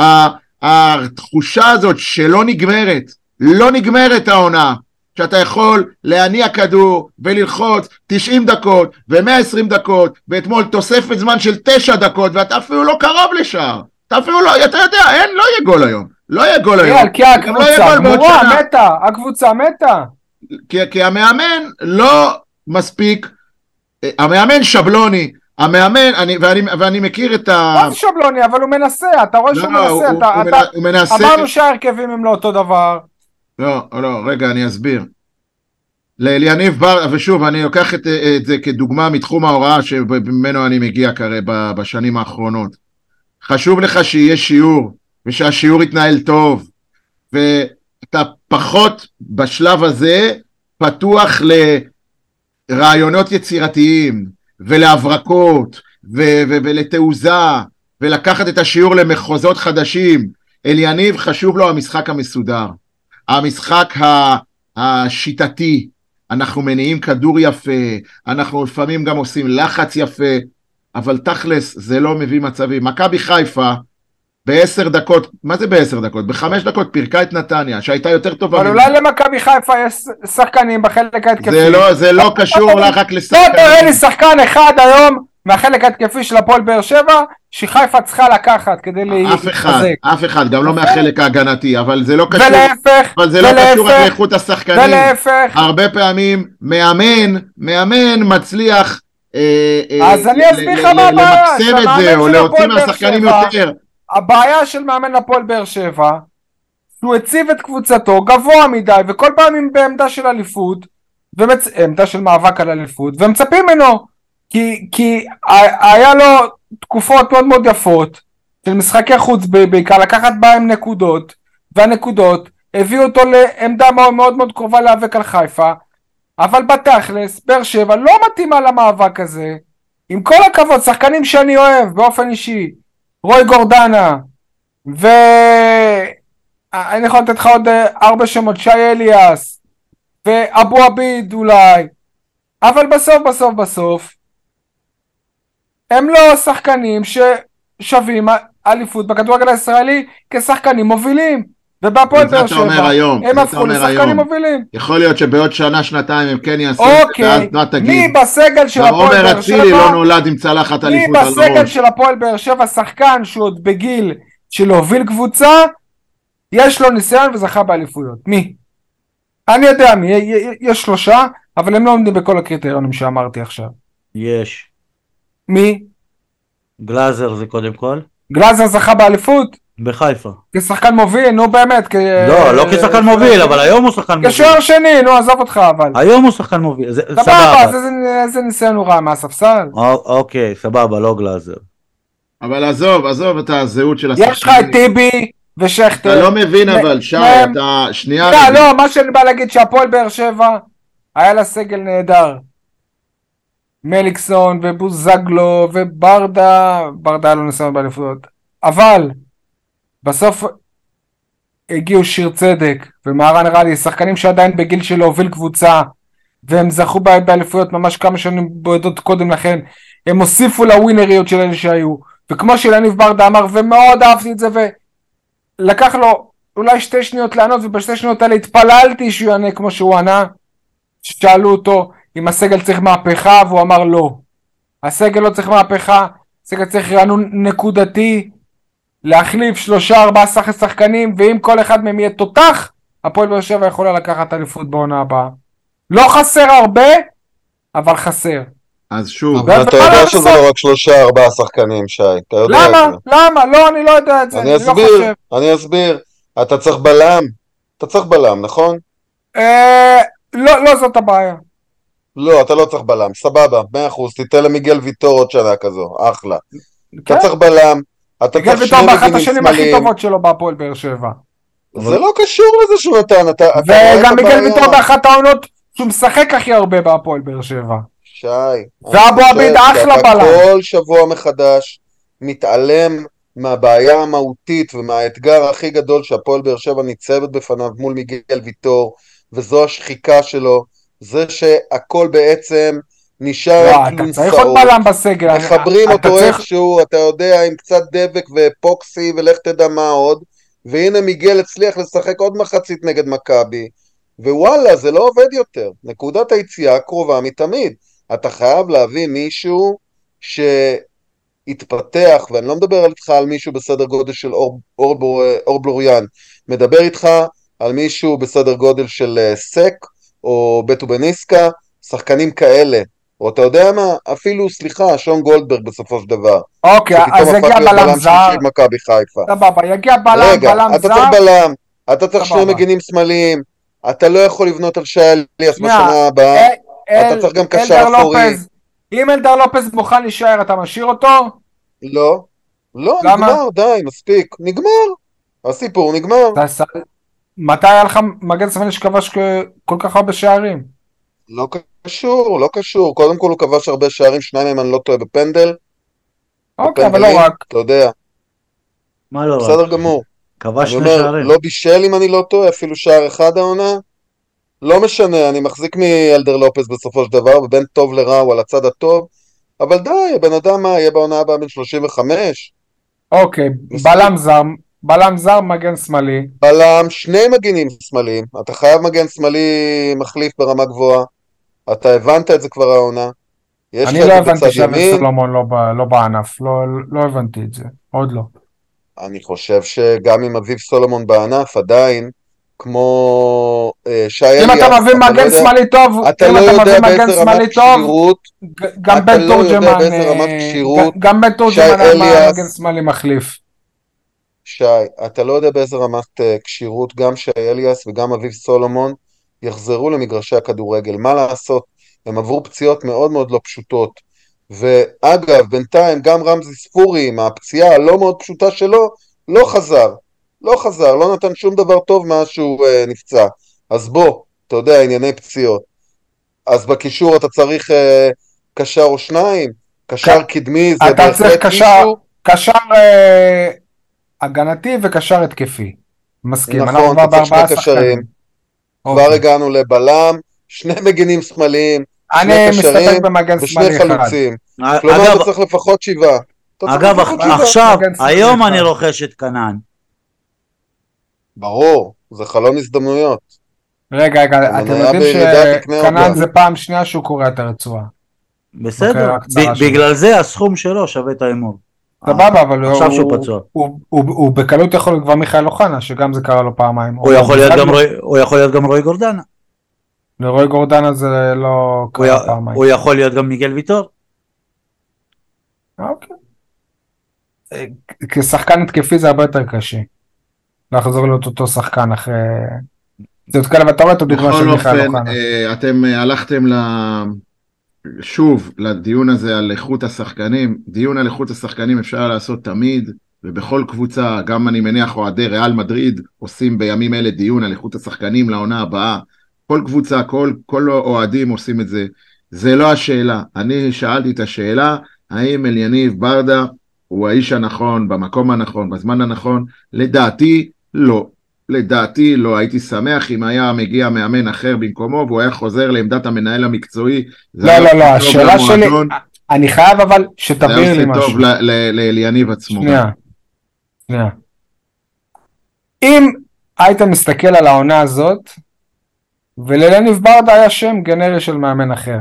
התחושה הזאת שלא נגמרת, לא נגמרת העונה, שאתה יכול להניע כדור וללחוץ 90 דקות ו120 דקות, ואתמול תוספת זמן של 9 דקות, ואתה אפילו לא קרוב לשער. אתה אפילו לא, אתה יודע, לא יהיה גול היום. לא יהיה גול היום. כי הקבוצה גמורה, מתה, הקבוצה מתה. כי המאמן לא מספיק, המאמן שבלוני, המאמן, ואני מכיר את מה זה שבלוני? אבל הוא מנסה, אתה רואה שהוא מנסה, הוא מנסה. אמרנו שההרכבים הם לא אותו דבר. לא, רגע, אני אסביר. לאליניב ברדה, ושוב, אני לוקח את זה כדוגמה מתחום ההוראה שממנו אני מגיע כרגע בשנים האחרונות. חשוב לך שיהיה שיעור, ושהשיעור יתנהל טוב, ואתה פחות בשלב הזה פתוח לרעיונות יצירתיים, ולהברקות, ולתעוזה, ולקחת את השיעור למחוזות חדשים. אליניב חשוב לו המשחק המסודר, המשחק השיטתי, אנחנו מניעים כדור יפה, אנחנו לפעמים גם עושים לחץ יפה, אבל תכלס זה לא מביא מצבים. מכבי חיפה ב10 דקות, מה זה ב10 דקות? ב5 דקות פירקה את נתניה, שהייתה יותר טובה. אבל אולי למכבי חיפה יש שחקנים בחלק ההתקפי. זה לא קשור רק לשחקנים. לא תראה לי שחקן אחד היום מהחלק ההתקפי של הפועל באר שבע, שחיפה צריכה לקחת כדי להתחזק. אף אחד, גם לא מהחלק ההגנתי, אבל זה לא קשור. ולהפך, אבל זה לא קשור רק לאיכות השחקנים. ולהפך. הרבה פעמים מאמן מצליח אז אני אסביר לך מה הבעיה, למקסם את זה, או להוציא מהשחקנים יותר. הבעיה של מאמן הפועל באר שבע, שהוא הציב את קבוצתו גבוה מדי, וכל פעם עם בעמדה של אליפות, עמדה של מאבק על אליפות, ומצפים ממנו, כי היה לו תקופות מאוד מאוד יפות, של משחקי חוץ בעיקר, לקחת בהם נקודות, והנקודות הביאו אותו לעמדה מאוד מאוד מאוד קרובה להיאבק על חיפה, אבל בתכלס, באר שבע לא מתאימה למאבק הזה, עם כל הכבוד, שחקנים שאני אוהב באופן אישי, רוי גורדנה, ואני יכול לתת לך עוד 4 שמות, שי אליאס, ואבו עביד אולי, אבל בסוף, הם לא שחקנים ששווים אליפות בכדורגל הישראלי כשחקנים מובילים. ובהפועל באר שבע הם הפכו לשחקנים מובילים. יכול להיות שבעוד שנה שנתיים הם כן יעשו, ואז מה תגיד? מי בסגל של הפועל באר שבע, לא נולד עם צלחת אליפות על ראש. מי בסגל של הפועל באר שבע שחקן שהוא עוד בגיל של להוביל קבוצה, יש לו ניסיון וזכה באליפויות? מי? אני יודע מי, יש 3, אבל הם לא עומדים בכל הקריטריונים שאמרתי עכשיו. יש. מי? גלאזר זה קודם כל. גלאזר זכה באליפות? בחיפה. כשחקן מוביל, נו באמת. לא כשחקן מוביל, אבל היום הוא שחקן מוביל. כשוער שני, נו עזוב אותך אבל. היום הוא שחקן מוביל, סבבה. איזה ניסיון הוא רע מהספסל? אוקיי, סבבה, לא גלאזר. אבל עזוב את הזהות של השחקן. יש לך את טיבי ושכטר. אתה לא מבין אבל, שי, אתה שנייה. לא, מה שאני בא להגיד שהפועל באר שבע, היה לה סגל נהדר. מליקסון ובוזגלו וברדה היה לו ניסיון באליפויות. אבל בסוף הגיעו שיר צדק ומהרן רלי, שחקנים שעדיין בגיל של להוביל קבוצה, והם זכו באליפויות ממש כמה שנים בודדות קודם לכן, הם הוסיפו לווינריות של אלה שהיו, וכמו שאליניב ברדה אמר, ומאוד אהבתי את זה, ולקח לו אולי 2 שניות לענות, וב2 שניות האלה התפללתי שהוא יענה כמו שהוא ענה, ששאלו אותו אם הסגל צריך מהפכה, והוא אמר לא, הסגל לא צריך מהפכה, הסגל צריך רענון נקודתי, להחליף 3-4 שחקנים, ואם כל אחד מהם יהיה תותח, הפועל באר שבע יכולה לקחת אליפות בעונה הבאה. לא חסר הרבה, אבל חסר. אז שוב. אבל אתה יודע שזה לא רק 3-4 שחקנים, שי. אתה יודע את זה. למה? לא, אני לא יודע את זה. אני אסביר. אתה צריך בלם. אתה צריך בלם, נכון? לא, זאת הבעיה. לא, אתה לא צריך בלם. סבבה, 100%. תיתן למיגל ויטור עוד שנה כזו. אחלה. אתה צריך בלם. מיגל ויטור באחת השנים הכי טובות שלו בהפועל באר שבע. זה לא קשור לזה שהוא נתן. וגם מיגל ויטור באחת העונות שהוא משחק הכי הרבה בהפועל באר שבע. שי. ואבו עביד אחלה בלם. כל שבוע מחדש מתעלם מהבעיה המהותית ומהאתגר הכי גדול שהפועל באר שבע ניצבת בפניו מול מיגל ויטור, וזו השחיקה שלו, זה שהכל בעצם נשאר לא, על אתה צריך עוד כלונסאות, בלם בסגל. מחברים אתה אותו צריך- איכשהו, אתה יודע, עם קצת דבק ואפוקסי ולך תדע מה עוד, והנה מיגל הצליח לשחק עוד מחצית נגד מכבי, ווואלה, זה לא עובד יותר. נקודת היציאה קרובה מתמיד. אתה חייב להביא מישהו שהתפתח, ואני לא מדבר איתך על מישהו בסדר גודל של אור בלוריאן, מדבר איתך על מישהו בסדר גודל של סק, או בטו בניסקה, שחקנים כאלה. או אתה יודע מה? אפילו, סליחה, שון גולדברג בסופו של דבר. אוקיי, אז שפתאום יגיע הפך להיות בלם בלם זר, שלישי במכבי חיפה. סבבה, יגיע בלם רגע, אתה זר, צריך בלם, אתה צריך שני סבבה. מגינים שמאליים, אתה לא יכול לבנות על שי אליאס שנייה, בשנה הבאה, אל- אתה צריך גם קשר אלדר אחורי. לופז, אם אלדר לופז מוכן להישאר, אתה משאיר אותו? לא, לא, למה? נגמר, די, מספיק, נגמר. הסיפור נגמר. מתי היה לך מגן שמאלי שכבש כל כך הרבה שערים? לא קשור, לא קשור. קודם כל הוא כבש הרבה שערים, שניים מהם אני לא טועה בפנדל. אוקיי, אבל לא בפנדלים, רק. אתה יודע, מה לא בסדר רק? גמור. כבש אני שני אומר, שערים. לא בישל אם אני לא טועה, אפילו שער אחד העונה. לא משנה, אני מחזיק מאלדר לופס בסופו של דבר, ובין טוב לרע הוא על הצד הטוב, אבל די, הבן אדם מה, יהיה בעונה הבאה בן 35? אוקיי, מספיק. בלם זר, מגן שמאלי. בלם, שני מגינים שמאליים, אתה חייב מגן שמאלי מחליף ברמה גבוהה, אתה הבנת את זה כבר העונה, יש אני לך לא את זה בצד הבנתי שאביב ימין, סולומון לא בענף, לא הבנתי את זה, עוד לא. אני חושב שגם עם אביב סולומון בענף, עדיין, כמו שי אליאס, אם אתה מביא מגן שמאלי טוב, אתה אם לא אתה יודע מביא מגן באיזה רמת שמאלי טוב, כשירות, גם אתה בן לא יודע תורג'מן, באיזה רמת כשירות, גם בן שי תורג'מן היה אליאס, מגן שמאלי מחליף. שי, אתה לא יודע באיזה רמת כשירות גם שי אליאס וגם אביב סולומון יחזרו למגרשי הכדורגל. מה לעשות? הם עברו פציעות מאוד מאוד לא פשוטות. ואגב, בינתיים גם רמזי ספורי עם הפציעה הלא מאוד פשוטה שלו, לא חזר. לא חזר, לא נתן שום דבר טוב מאז שהוא נפצע. אז בוא, אתה יודע, ענייני פציעות. אז בקישור אתה צריך קשר או שניים, קשר קדמי זה אתה צריך בהחלט אישו. קשר הגנתי וקשר התקפי. מסכים, אנחנו נכון, כבר אתה צריך שני בארבעה קשרים. שחקנים. כבר אוקיי. הגענו לבלם, שני מגינים שמאליים, אני שני מסתפק קשרים במגן ושני שמאלי אחד. חלוצים. כלומר אגב, אתה צריך לפחות 7. אגב, עכשיו, מגן שמאלי היום אחד. אני רוכש את כנען. ברור, זה חלון הזדמנויות. רגע, אתם המניה יודעים בירידה תקנה שקנן אותה. זה פעם שנייה שהוא קורע את הרצועה. בסדר, בקריירה הקצרה שלו. בגלל זה הסכום שלו שווה את ההימור. סבבה, אבל עכשיו שהוא פצוע. הוא בקלות יכול להיות כבר מיכאל אוחנה, שגם זה קרה לו פעמיים. הוא יכול להיות גם רוי גורדנה. לרוי גורדנה זה לא קרה פעמיים. הוא יכול להיות גם מיגל ויטור. אוקיי. כשחקן התקפי זה הרבה יותר קשה. לחזור להיות אותו שחקן אחרי... זה עוד כאלה, ואתה רואה את הדוגמה של בכל מיכאל אופן, אוחנה. אתם הלכתם שוב לדיון הזה על איכות השחקנים. דיון על איכות השחקנים אפשר לעשות תמיד, ובכל קבוצה, גם אני מניח אוהדי ריאל מדריד, עושים בימים אלה דיון על איכות השחקנים לעונה הבאה. כל קבוצה, כל אוהדים עושים את זה. זה לא השאלה. אני שאלתי את השאלה, האם אליניב ברדה הוא האיש הנכון, במקום הנכון, בזמן הנכון? לדעתי לא. לדעתי לא, הייתי שמח אם היה מגיע מאמן אחר במקומו, והוא היה חוזר לעמדת המנהל המקצועי. לא, השאלה שלי, אני חייב אבל שתבהיר לי משהו. זה טוב לאליניב עצמו. שנייה. אם היית מסתכל על העונה הזאת, ולאליניב ברדה היה שם גנרי של מאמן אחר,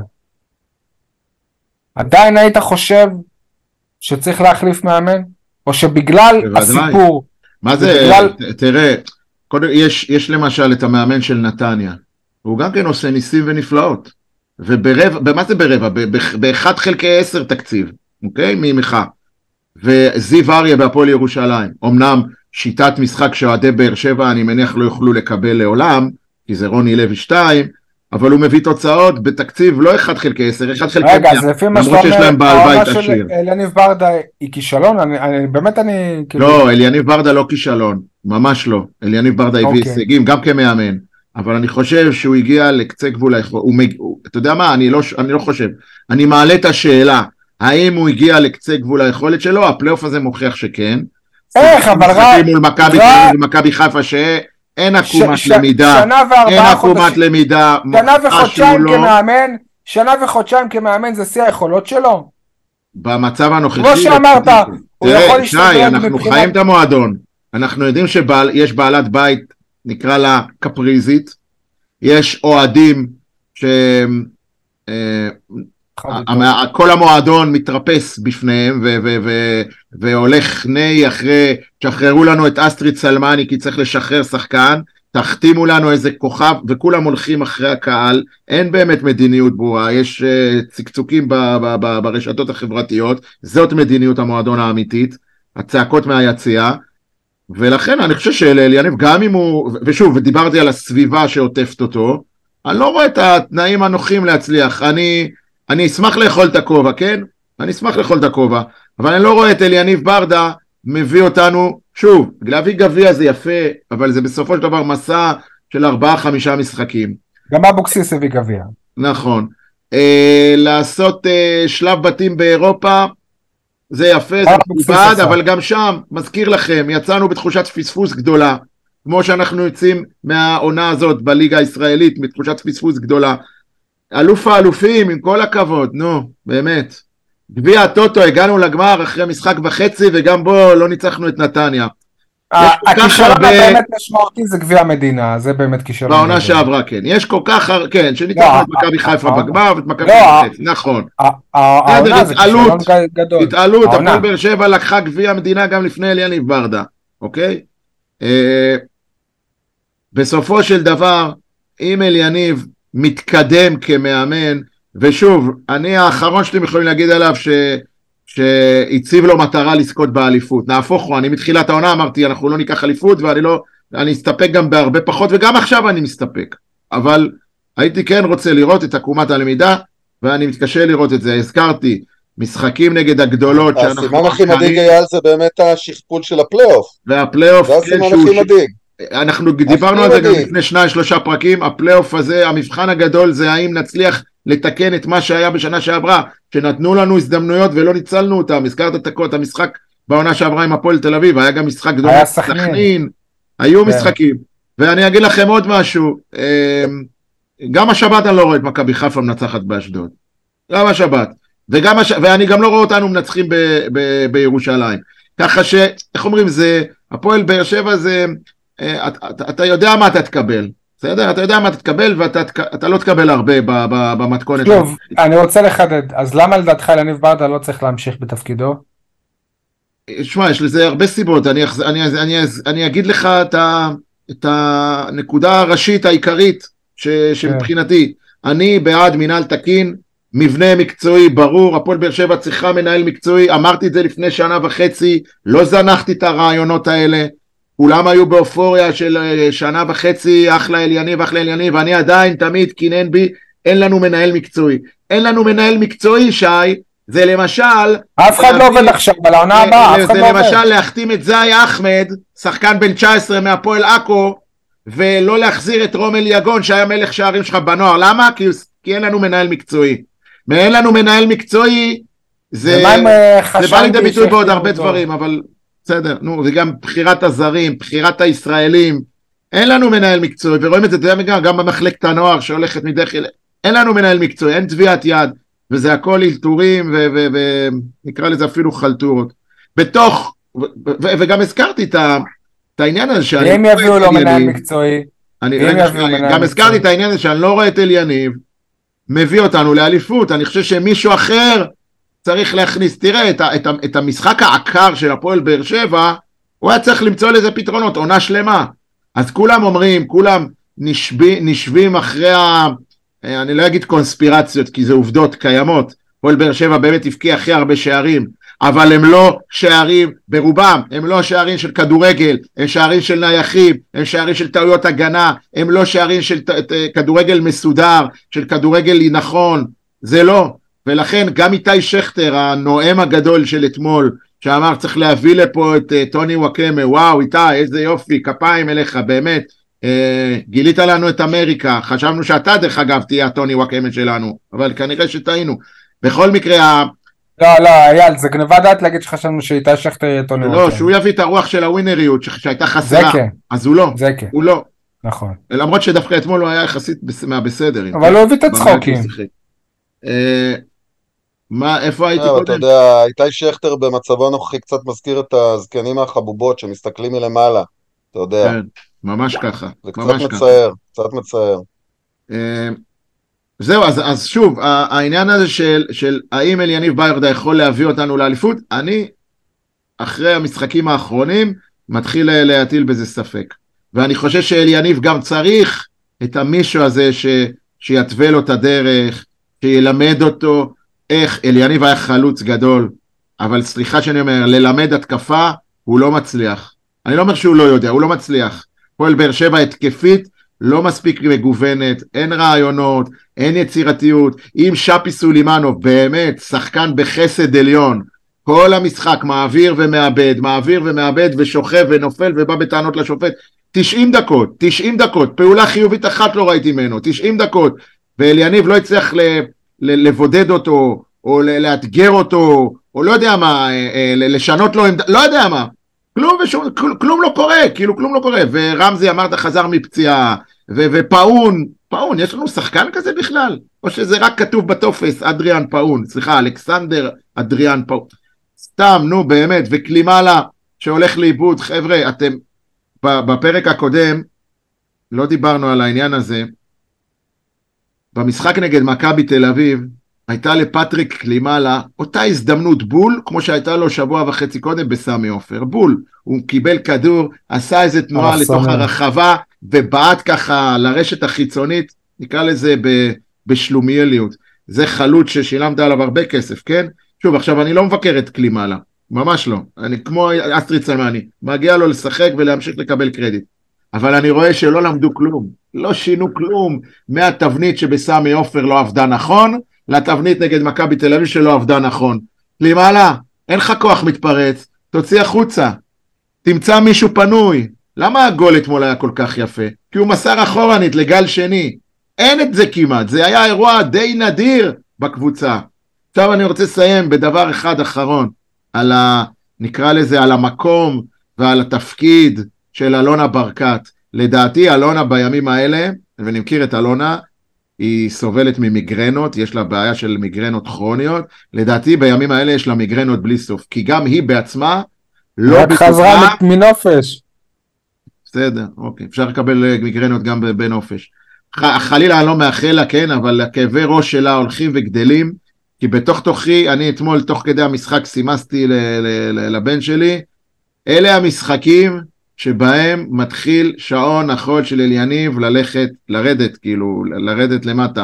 עדיין היית חושב שצריך להחליף מאמן? או שבגלל הסיפור... מה זה? תראה, יש למשל את המאמן של נתניה, הוא גם כן עושה ניסים ונפלאות, ומה זה ברבע? ב1 חלקי 10 תקציב, אוקיי? מימיכה. וזיו אריה בהפועל ירושלים, אמנם שיטת משחק שאוהדי באר שבע אני מניח לא יוכלו לקבל לעולם, כי זה רוני לוי 2, אבל הוא מביא תוצאות בתקציב לא 1 חלקי 10, 1 חלקי 100, רגע, אז לפי מה שאתה אומר, העונה של אליניב ברדה היא כישלון? באמת אני... לא, אליניב ברדה לא כישלון, ממש לא. אליניב ברדה הביא הישגים, גם כמאמן, אבל אני חושב שהוא הגיע לקצה גבול היכולת. אתה יודע מה, אני לא חושב. אני מעלה את השאלה, האם הוא הגיע לקצה גבול היכולת שלו? הפלייאוף הזה מוכיח שכן. איך, אבל רק... מול מכבי חיפה אין עקומת למידה, אין עקומת למידה, שנה וחודשיים כמאמן, שנה וחודשיים כמאמן זה שיא היכולות שלו? במצב הנוכחי... כמו שאמרת, הוא יכול תראה, להשתדרג שי, אנחנו חיים את המועדון. אנחנו יודעים שיש בעלת בית, נקרא לה קפריזית, יש אוהדים כל המועדון מתרפס בפניהם והולך ני אחרי, שחררו לנו את אסטריד סלמני כי צריך לשחרר שחקן, תחתימו לנו איזה כוכב, וכולם הולכים אחרי הקהל, אין באמת מדיניות ברורה, יש צקצוקים ברשתות החברתיות, זאת מדיניות המועדון האמיתית, הצעקות מהיציאה, ולכן אני חושב שאליניב, גם אם הוא, ושוב, ודיברתי על הסביבה שעוטפת אותו, אני לא רואה את התנאים הנוחים להצליח, אני אשמח לאכול את הכובע, כן? אני אשמח לאכול את הכובע, אבל אני לא רואה את אליניב ברדה מביא אותנו, שוב, להביא גביע זה יפה, אבל זה בסופו של דבר מסע של 4-5 משחקים. גם אבוקסיס הביא גביע. נכון. לעשות שלב בתים באירופה, זה יפה, זה מכובד, אבל גם שם, מזכיר לכם, יצאנו בתחושת פספוס גדולה, כמו שאנחנו יוצאים מהעונה הזאת בליגה הישראלית, מתחושת פספוס גדולה. אלוף האלופים, עם כל הכבוד, נו, באמת. גביע הטוטו, הגענו לגמר אחרי משחק וחצי, וגם בו לא ניצחנו את נתניה. הכישלון באמת משמעותי זה גביע המדינה, זה באמת כישלון. בעונה שעברה, כן. יש כל כך, כן, שניצחנו את מכבי חיפה בגמר, ואת מכבי חיפה, נכון. העונה זה כישלון גדול. התעלות, הפועל באר שבע לקחה גביע המדינה גם לפני אליניב ברדה, אוקיי? בסופו של דבר, אם אליניב מתקדם כמאמן, ושוב, אני האחרון שאתם יכולים להגיד עליו שהציב לו מטרה לזכות באליפות. נהפוך הוא, אני מתחילת העונה אמרתי, אנחנו לא ניקח אליפות, ואני אסתפק גם בהרבה פחות, וגם עכשיו אני מסתפק. אבל הייתי כן רוצה לראות את עקומת הלמידה, ואני מתקשה לראות את זה. הזכרתי, משחקים נגד הגדולות, הסימן הכי מדאיג היה זה באמת השכפול של הפלייאוף. והפלייאוף, זה הסימן הכי מדאיג. אנחנו דיברנו על זה גם לפני 2-3 פרקים, הפלייאוף הזה, המבחן הגדול זה האם נצליח לתקן את מה שהיה בשנה שעברה, שנתנו לנו הזדמנויות ולא ניצלנו אותם. הזכרת את המשחק בעונה שעברה עם הפועל תל אביב, היה גם משחק גדול, סכנין, היו משחקים, ואני אגיד לכם עוד משהו, גם השבת אני לא רואה את מכבי חיפה מנצחת באשדוד, גם השבת, ואני גם לא רואה אותנו מנצחים בירושלים, ככה איך אומרים, זה, הפועל באר שבע זה, אתה יודע מה אתה תקבל, בסדר? אתה יודע מה אתה תקבל, ואתה לא תקבל הרבה במתכונת. טוב, אני רוצה לחדד, אז למה לדעתך אליניב ברדה לא צריך להמשיך בתפקידו? שמע, יש לזה הרבה סיבות, אני אגיד לך את הנקודה הראשית העיקרית שמבחינתי, אני בעד מנהל תקין, מבנה מקצועי ברור, הפועל באר שבע צריכה מנהל מקצועי, אמרתי את זה לפני 1.5 שנה, לא זנחתי את הרעיונות האלה, כולם היו באופוריה של 1.5 שנה, אחלה אליניב, ואני עדיין תמיד כינן בי, אין לנו מנהל מקצועי. אין לנו מנהל מקצועי, שי, זה למשל... אף אחד לא עובד עכשיו, על העונה הבאה, אף אחד לא עובד. זה למשל להחתים את זאי אחמד, שחקן בן 19 מהפועל עכו, ולא להחזיר את רומל יגון, שהיה מלך שערים שלך בנוער. למה? כי אין לנו מנהל מקצועי. ואין לנו מנהל מקצועי, זה בא לידי ביטוי בעוד הרבה דברים, אבל... בסדר, נו, וגם בחירת הזרים, בחירת הישראלים, אין לנו מנהל מקצועי, ורואים את זה גם במחלקת הנוער שהולכת מדרך, אין לנו מנהל מקצועי, אין טביעת יד, וזה הכל אלתורים, ונקרא לזה אפילו חלטורות. בתוך, וגם הזכרתי את העניין הזה, אם יביאו לו מנהל מקצועי, גם הזכרתי את העניין הזה, שאני לא רואה את אליניב, מביא אותנו לאליפות, אני חושב שמישהו אחר, צריך להכניס, תראה, את המשחק העקר של הפועל באר שבע, הוא היה צריך למצוא לזה פתרונות, עונה שלמה. אז כולם אומרים, כולם נשבים אחרי אני לא אגיד קונספירציות, כי זה עובדות קיימות, הפועל באר שבע באמת הפקיע הכי הרבה שערים, אבל הם לא שערים, ברובם, הם לא שערים של כדורגל, הם שערים של נייחים, הם שערים של טעויות הגנה, הם לא שערים של כדורגל מסודר, של כדורגל נכון, זה לא. ולכן גם איתי שכטר, הנואם הגדול של אתמול, שאמר צריך להביא לפה את טוני וואקמה, וואו איתי, איזה יופי, כפיים אליך, באמת, גילית לנו את אמריקה, חשבנו שאתה דרך אגב תהיה הטוני וואקמה שלנו, אבל כנראה שטעינו. בכל מקרה... לא, אייל, זה גנבה דעת להגיד שחשבנו שאיתי שכטר יהיה טוני וואקמה. לא, שהוא יביא את הרוח של הווינריות שהייתה חסרה, אז הוא לא, הוא לא. נכון. למרות שדווקא אתמול הוא היה יחסית מהבסדר. אבל הוא הביא את הצחוקים. איפה הייתי אתה קודם? יודע, איתי שכטר במצבו הנוכחי קצת מזכיר את הזקנים מהחבובות שמסתכלים מלמעלה, אתה יודע, כן, ממש ככה, זה קצת ממש ככה. מצער, קצת מצער. זהו, אז שוב, העניין הזה של האם אליניב ברדה יכול להביא אותנו לאליפות, אני, אחרי המשחקים האחרונים, מתחיל להטיל בזה ספק. ואני חושב שאליניב גם צריך את המישהו הזה שיתווה לו את הדרך, שילמד אותו איך, אליניב היה חלוץ גדול, אבל סליחה שאני אומר, ללמד התקפה, הוא לא מצליח. אני לא אומר שהוא לא יודע, הוא לא מצליח. פועל באר שבע התקפית, לא מספיק מגוונת, אין רעיונות, אין יצירתיות. אם שפי סולימנוב באמת שחקן בחסד עליון, כל המשחק מעביר ומאבד ושוכב ונופל ובא בטענות לשופט, 90 דקות, פעולה חיובית אחת לא ראיתי ממנו, 90 דקות, ואליניב לא הצליח לבודד אותו, או לאתגר אותו, או לא יודע מה, לשנות לו עמדה, לא יודע מה, כלום לא קורה, כאילו כלום לא קורה, ורמזי אמרת חזר מפציעה, ופאון, יש לנו שחקן כזה בכלל? או שזה רק כתוב בטופס, אדריאן פאון, סליחה, אלכסנדר אדריאן פאון, סתם, נו באמת, וקלימלה שהולך לאיבוד, חבר'ה, אתם, בפרק הקודם, לא דיברנו על העניין הזה, במשחק נגד מכבי תל אביב, הייתה לפטריק קלימלה אותה הזדמנות בול, כמו שהייתה לו שבוע וחצי קודם בסמי עופר, בול, הוא קיבל כדור, עשה איזה תנועה לתוך הרחבה, ובעט ככה לרשת החיצונית, נקרא לזה בשלומיאליות, זה חלוץ ששילמת עליו הרבה כסף, כן? שוב, עכשיו אני לא מבקר את קלימלה, ממש לא, אני כמו אסטרי צלמני, מגיע לו לשחק ולהמשיך לקבל קרדיט, אבל אני רואה שלא למדו כלום, לא שינו כלום, מהתבנית שבסמי עופר לא עבדה נכון, לתבנית נגד מכבי תל אביב שלא עבדה נכון. קלימלה, אין לך כוח מתפרץ, תוציא החוצה, תמצא מישהו פנוי. למה הגול אתמול היה כל כך יפה? כי הוא מסר אחורנית לגל שני. אין את זה כמעט, זה היה אירוע די נדיר בקבוצה. עכשיו אני רוצה לסיים בדבר אחד אחרון, נקרא לזה על המקום ועל התפקיד של אלונה ברקת. לדעתי אלונה בימים האלה, ואני מכיר את אלונה, היא סובלת ממיגרנות, יש לה בעיה של מיגרנות כרוניות, לדעתי בימים האלה יש לה מיגרנות בלי סוף, כי גם היא בעצמה לא בטוחה. חזרה מנופש. בסדר, אוקיי, אפשר לקבל מיגרנות גם בנופש. חלילה אני לא מאחל לה, כן, אבל הכאבי ראש שלה הולכים וגדלים, כי בתוך תוכי, אני אתמול תוך כדי המשחק סימסתי לבן שלי, אלה המשחקים שבהם מתחיל שעון החול של אליניב לרדת למטה.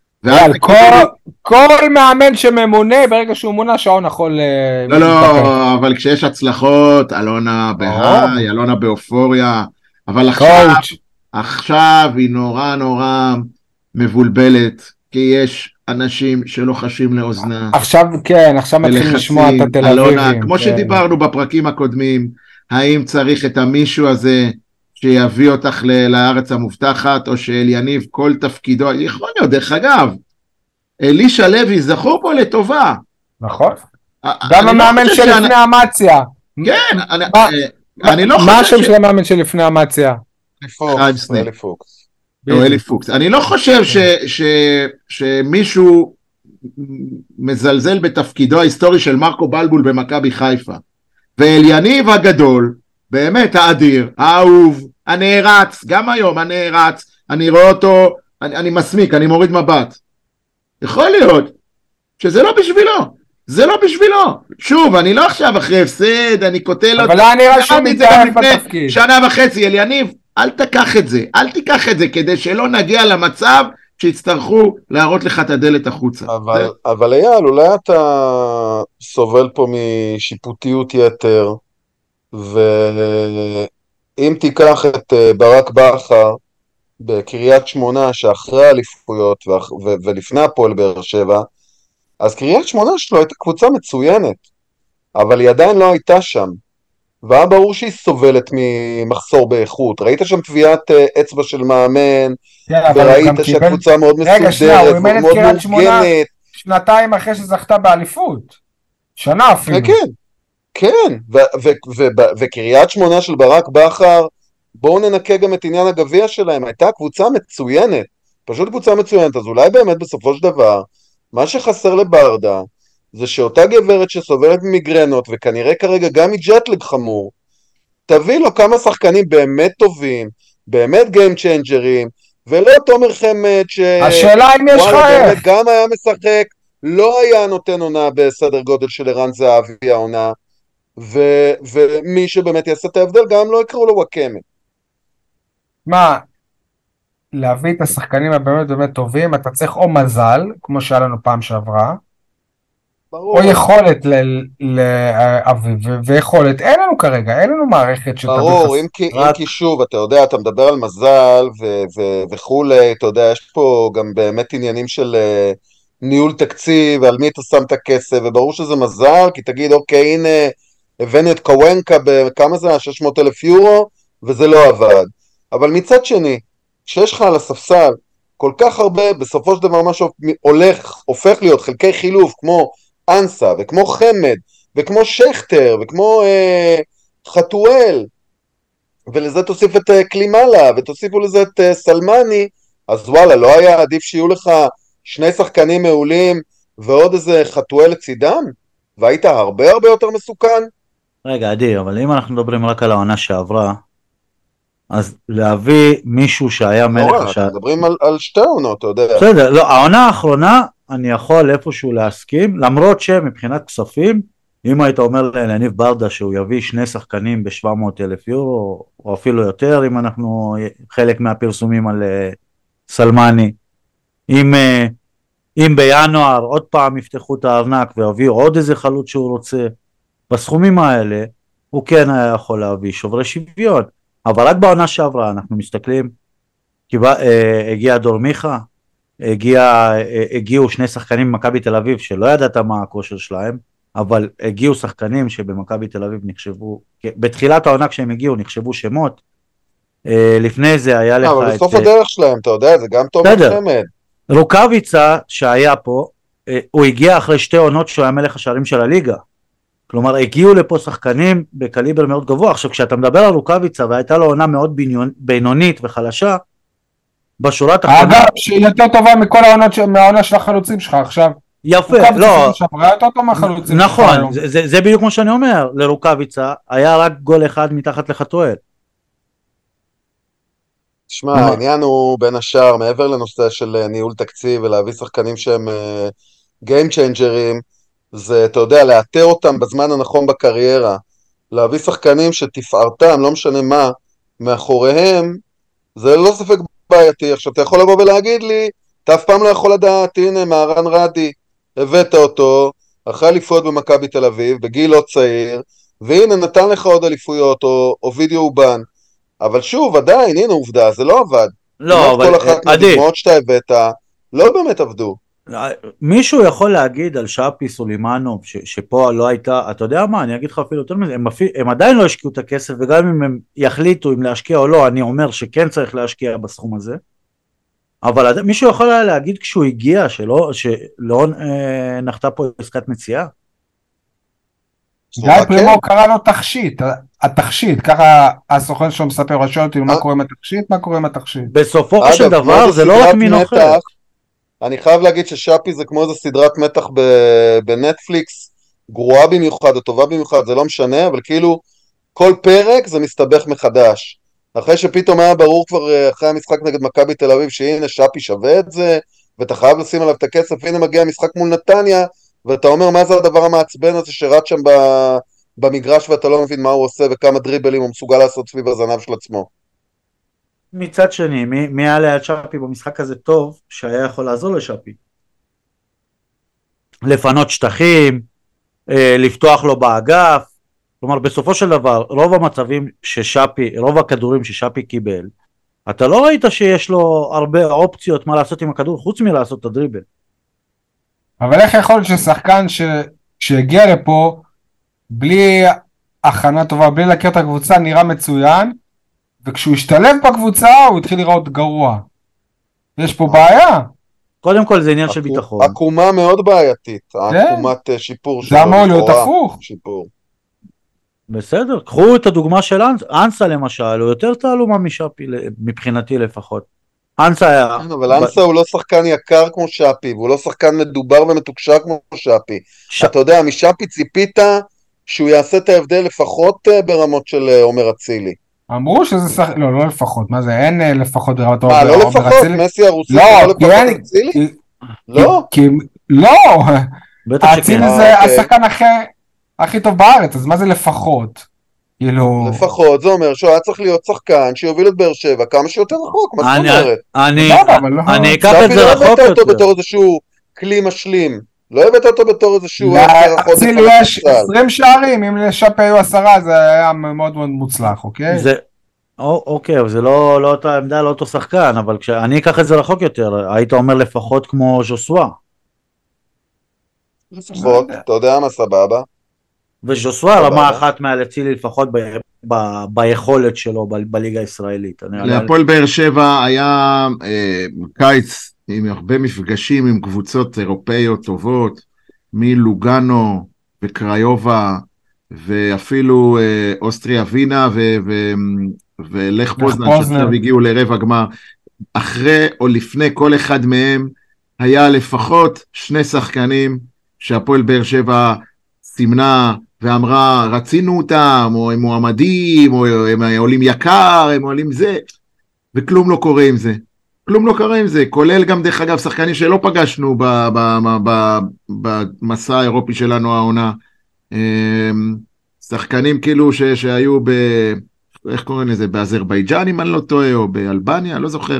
כל מאמן שממונה, ברגע שהוא מונה שעון החול... לא, אבל כשיש הצלחות, אלונה בהיי, אלונה באופוריה, אבל עכשיו היא נורא מבולבלת, כי יש אנשים שלא חשים לאוזנה. עכשיו מתחילים לשמוע את התל אביבים. כמו שדיברנו בפרקים הקודמים, האם צריך את המישהו הזה שיביא אותך לארץ המובטחת, או שאליניב כל תפקידו, יכול להיות, דרך אגב, אלישע לוי זכור פה לטובה. נכון. גם המאמן של לפני המציה. כן, אני לא חושב... מה השם של המאמן של לפני המציה? אלי פוקס. אני לא חושב שמישהו מזלזל בתפקידו ההיסטורי של מרקו בלבול במכבי חיפה. ואליניב הגדול, באמת האדיר, האהוב, הנערץ, גם היום הנערץ, אני רואה אותו, אני מסמיק, אני מוריד מבט. יכול להיות שזה לא בשבילו, שוב, אני לא עכשיו אחרי הפסד, אני קוטל אותו, אבל לא נראה שהוא מתאהב בתפקיד. שנה וחצי, אליניב, אל תיקח את זה, כדי שלא נגיע למצב שיצטרכו להראות לך את הדלת החוצה. אבל אייל, אולי אתה סובל פה משיפוטיות יתר, ואם תיקח את ברק בכר בקריית שמונה שאחרי האליפויות ולפני הפועל באר שבע, אז קריית שמונה שלו הייתה קבוצה מצוינת, אבל היא עדיין לא הייתה שם, והיה ברור שהיא סובלת ממחסור באיכות. ראית שם טביעת אצבע של מאמן, וראית שהקבוצה מאוד מסודרת, מאוד מאורגנת. שנתיים אחרי שזכתה באליפות. שנה אפילו. כן, וקריית שמונה של ברק בכר, בואו ננקה גם את עניין הגביע שלהם, הייתה קבוצה מצוינת, פשוט קבוצה מצוינת, אז אולי באמת בסופו של דבר, מה שחסר לברדה זה שאותה גברת שסובלת ממיגרנות וכנראה כרגע גם מג'טלג חמור, תביא לו כמה שחקנים באמת טובים, באמת גיים צ'יינג'רים, ולא תומר חמד השאלה אם יש לך באמת איך. גם היה משחק, לא היה נותן עונה בסדר גודל של ערן זהבי העונה, ומי שבאמת יעשה את ההבדל גם לא יקראו לו וואקמה. מה, להביא את השחקנים הבאמת באמת טובים, אתה צריך או מזל, כמו שהיה לנו פעם שעברה, ברור. או יכולת לאביב, ויכולת, אין לנו כרגע, אין לנו מערכת שתביא ברור, אם כי שוב, אתה יודע, אתה מדבר על מזל וכולי, אתה יודע, יש פה גם באמת עניינים של ניהול תקציב, ועל מי אתה שם את הכסף, וברור שזה מזל, כי תגיד, אוקיי, הנה, הבאנו את קוונקה בכמה זה, 600,000 יורו, וזה לא עבד. אבל מצד שני, כשיש לך על הספסל כל כך הרבה, בסופו של דבר משהו הופך להיות חלקי חילוף, כמו אנסה, וכמו חמד, וכמו שכטר, וכמו חתואל, ולזה תוסיף את קלימלה, ותוסיפו לזה את סלמני, אז וואלה, לא היה עדיף שיהיו לך שני שחקנים מעולים, ועוד איזה חתואל לצידם? והיית הרבה הרבה יותר מסוכן? רגע, עדי, אבל אם אנחנו מדברים רק על העונה שעברה, אז להביא מישהו שהיה מלך... לא, אנחנו מדברים על שתי עונות, אתה יודע. בסדר, לא, העונה האחרונה אני יכול איפשהו להסכים, למרות שמבחינת כספים, אם היית אומר לניב ברדה שהוא יביא שני שחקנים ב-700,000 יורו, או אפילו יותר, אם אנחנו חלק מהפרסומים על סלמני, אם בינואר עוד פעם יפתחו את הארנק ויביאו עוד איזה חלוץ שהוא רוצה, בסכומים האלה הוא כן היה יכול להביא שוברי שוויון, אבל רק בעונה שעברה אנחנו מסתכלים, הגיע דור מיכה, הגיעו שני שחקנים במכבי תל אביב שלא ידעת מה הכושר שלהם, אבל הגיעו שחקנים שבמכבי תל אביב נחשבו, בתחילת העונה כשהם הגיעו נחשבו שמות, לפני זה היה לך אבל בסוף הדרך שלהם, אתה יודע, זה גם טוב לחמד. רוקאביצה שהיה פה, הוא הגיע אחרי שתי עונות שהוא היה מלך השערים של הליגה, כלומר הגיעו לפה שחקנים בקליבר מאוד גבוה. עכשיו כשאתה מדבר על רוקאביצה והייתה לו עונה מאוד בינונית וחלשה, בשורה התחתונה... אגב, שהיא יותר טובה מכל העונה של החלוצים שלך עכשיו. יפה, לא. יותר טוב מהחלוצים שלך. נכון, זה בדיוק כמו שאני אומר, לרוקאביצה היה רק גול אחד מתחת לחתואל. תשמע, העניין הוא בין השאר, מעבר לנושא של ניהול תקציב ולהביא שחקנים שהם גיים צ'יינג'רים, זה, אתה יודע, לאתר אותם בזמן הנכון בקריירה, להביא שחקנים שתפארתם, לא משנה מה, מאחוריהם, זה לא ספק בעייתי. עכשיו, אתה יכול לבוא ולהגיד לי, אתה אף פעם לא יכול לדעת, הנה, מהרן רדי, הבאת אותו, אחרי אליפויות במכבי תל אביב, בגיל לא צעיר, והנה, נתן לך עוד אליפויות, או וידאו אובן, אבל שוב, עדיין, הנה עובדה, זה לא עבד. לא, אבל כל אחת מהדוגמאות שאתה הבאת, לא באמת עבדו. מישהו יכול להגיד על שפי סולימנוב שפה לא הייתה, אתה יודע מה, אני אגיד לך אפילו יותר מזה, הם עדיין לא השקיעו את הכסף, וגם אם הם יחליטו אם להשקיע או לא, אני אומר שכן צריך להשקיע בסכום הזה, אבל מישהו יכול להגיד כשהוא הגיע שלא נחתה פה עסקת מציאה? גיא פרימו קרא לו תכשיט, התכשיט, ככה הסוכן שלו מספר, רשאל אותי מה קורה עם התכשיט, מה קורה עם התכשיט. בסופו של דבר זה לא רק מין אוכל. אני חייב להגיד ששאפי זה כמו איזה סדרת מתח בנטפליקס, גרועה במיוחד או טובה במיוחד, זה לא משנה, אבל כאילו כל פרק זה מסתבך מחדש. אחרי שפתאום היה ברור כבר אחרי המשחק נגד מכבי תל אביב, שהנה שאפי שווה את זה, ואתה חייב לשים עליו את הכסף, הנה מגיע משחק מול נתניה, ואתה אומר מה זה הדבר המעצבן הזה שרץ שם במגרש, ואתה לא מבין מה הוא עושה וכמה דריבלים הוא מסוגל לעשות סביב הזנב של עצמו. מצד שני, מי היה ליד שפי במשחק הזה טוב, שהיה יכול לעזור לשפי? לפנות שטחים, לפתוח לו באגף, כלומר בסופו של דבר, רוב המצבים ששפי, רוב הכדורים ששפי קיבל, אתה לא ראית שיש לו הרבה אופציות מה לעשות עם הכדור, חוץ מלעשות את הדריבל. אבל איך יכול להיות ששחקן שהגיע לפה, בלי הכנה טובה, בלי להכיר את הקבוצה, נראה מצוין, וכשהוא השתלב בקבוצה, הוא התחיל לראות גרוע. יש פה בעיה. קודם כל זה עניין של ביטחון. עקומה מאוד בעייתית, עקומת שיפור. זה אמור להיות הפוך. שיפור. בסדר, קחו את הדוגמה של אנסה למשל, הוא יותר תעלומה משפי, מבחינתי לפחות. אנסה היה... אבל אנסה הוא לא שחקן יקר כמו שפי, והוא לא שחקן מדובר ומתוקשר כמו שפי. אתה יודע, משפי ציפית שהוא יעשה את ההבדל לפחות ברמות של עומר אצילי. אמרו שזה שחקן, לא לפחות, מה זה, אין לפחות ברמת עומר אצילי. לא לפחות, מסי הרוסי, לא לפחות אצילי? לא. לא, אצילי זה השחקן הכי טוב בארץ, אז מה זה לפחות? לפחות, זה אומר שהוא היה צריך להיות שחקן שיוביל את באר שבע כמה שיותר רחוק, מה זאת אומרת? אני אקח את זה רחוק יותר. לא הבאת אותו בתור איזשהו כלי משלים, לא הבאת אותו בתור איזשהו... אצילי יש 20 שערים, אם לשפי היו 10 זה היה מאוד מאוד מוצלח, אוקיי? אוקיי, אבל זה לא אותה עמדה, לא אותו שחקן, אבל כשאני אקח את זה רחוק יותר, היית אומר לפחות כמו ז'וסווה. לפחות, אתה יודע מה סבבה? וז'וסווה רמה אחת מעל אצילי לפחות ביכולת שלו בליגה הישראלית. להפועל באר שבע היה קיץ עם הרבה מפגשים עם קבוצות אירופאיות טובות, מלוגנו וקריובה, ואפילו אוסטריה וינה ולך פוזנן, שעכשיו הגיעו לרבע גמר. אחרי או לפני כל אחד מהם היה לפחות 2 שחקנים שהפועל באר שבע סימנה ואמרה רצינו אותם, או הם מועמדים, או הם עולים יקר, הם עולים זה, וכלום לא קורה עם זה. כלום לא קורה עם זה, כולל גם דרך אגב שחקנים שלא פגשנו במסע האירופי שלנו העונה. שחקנים כאילו שהיו איך קוראים לזה, באזרבייג'ן אם אני לא טועה, או באלבניה, לא זוכר.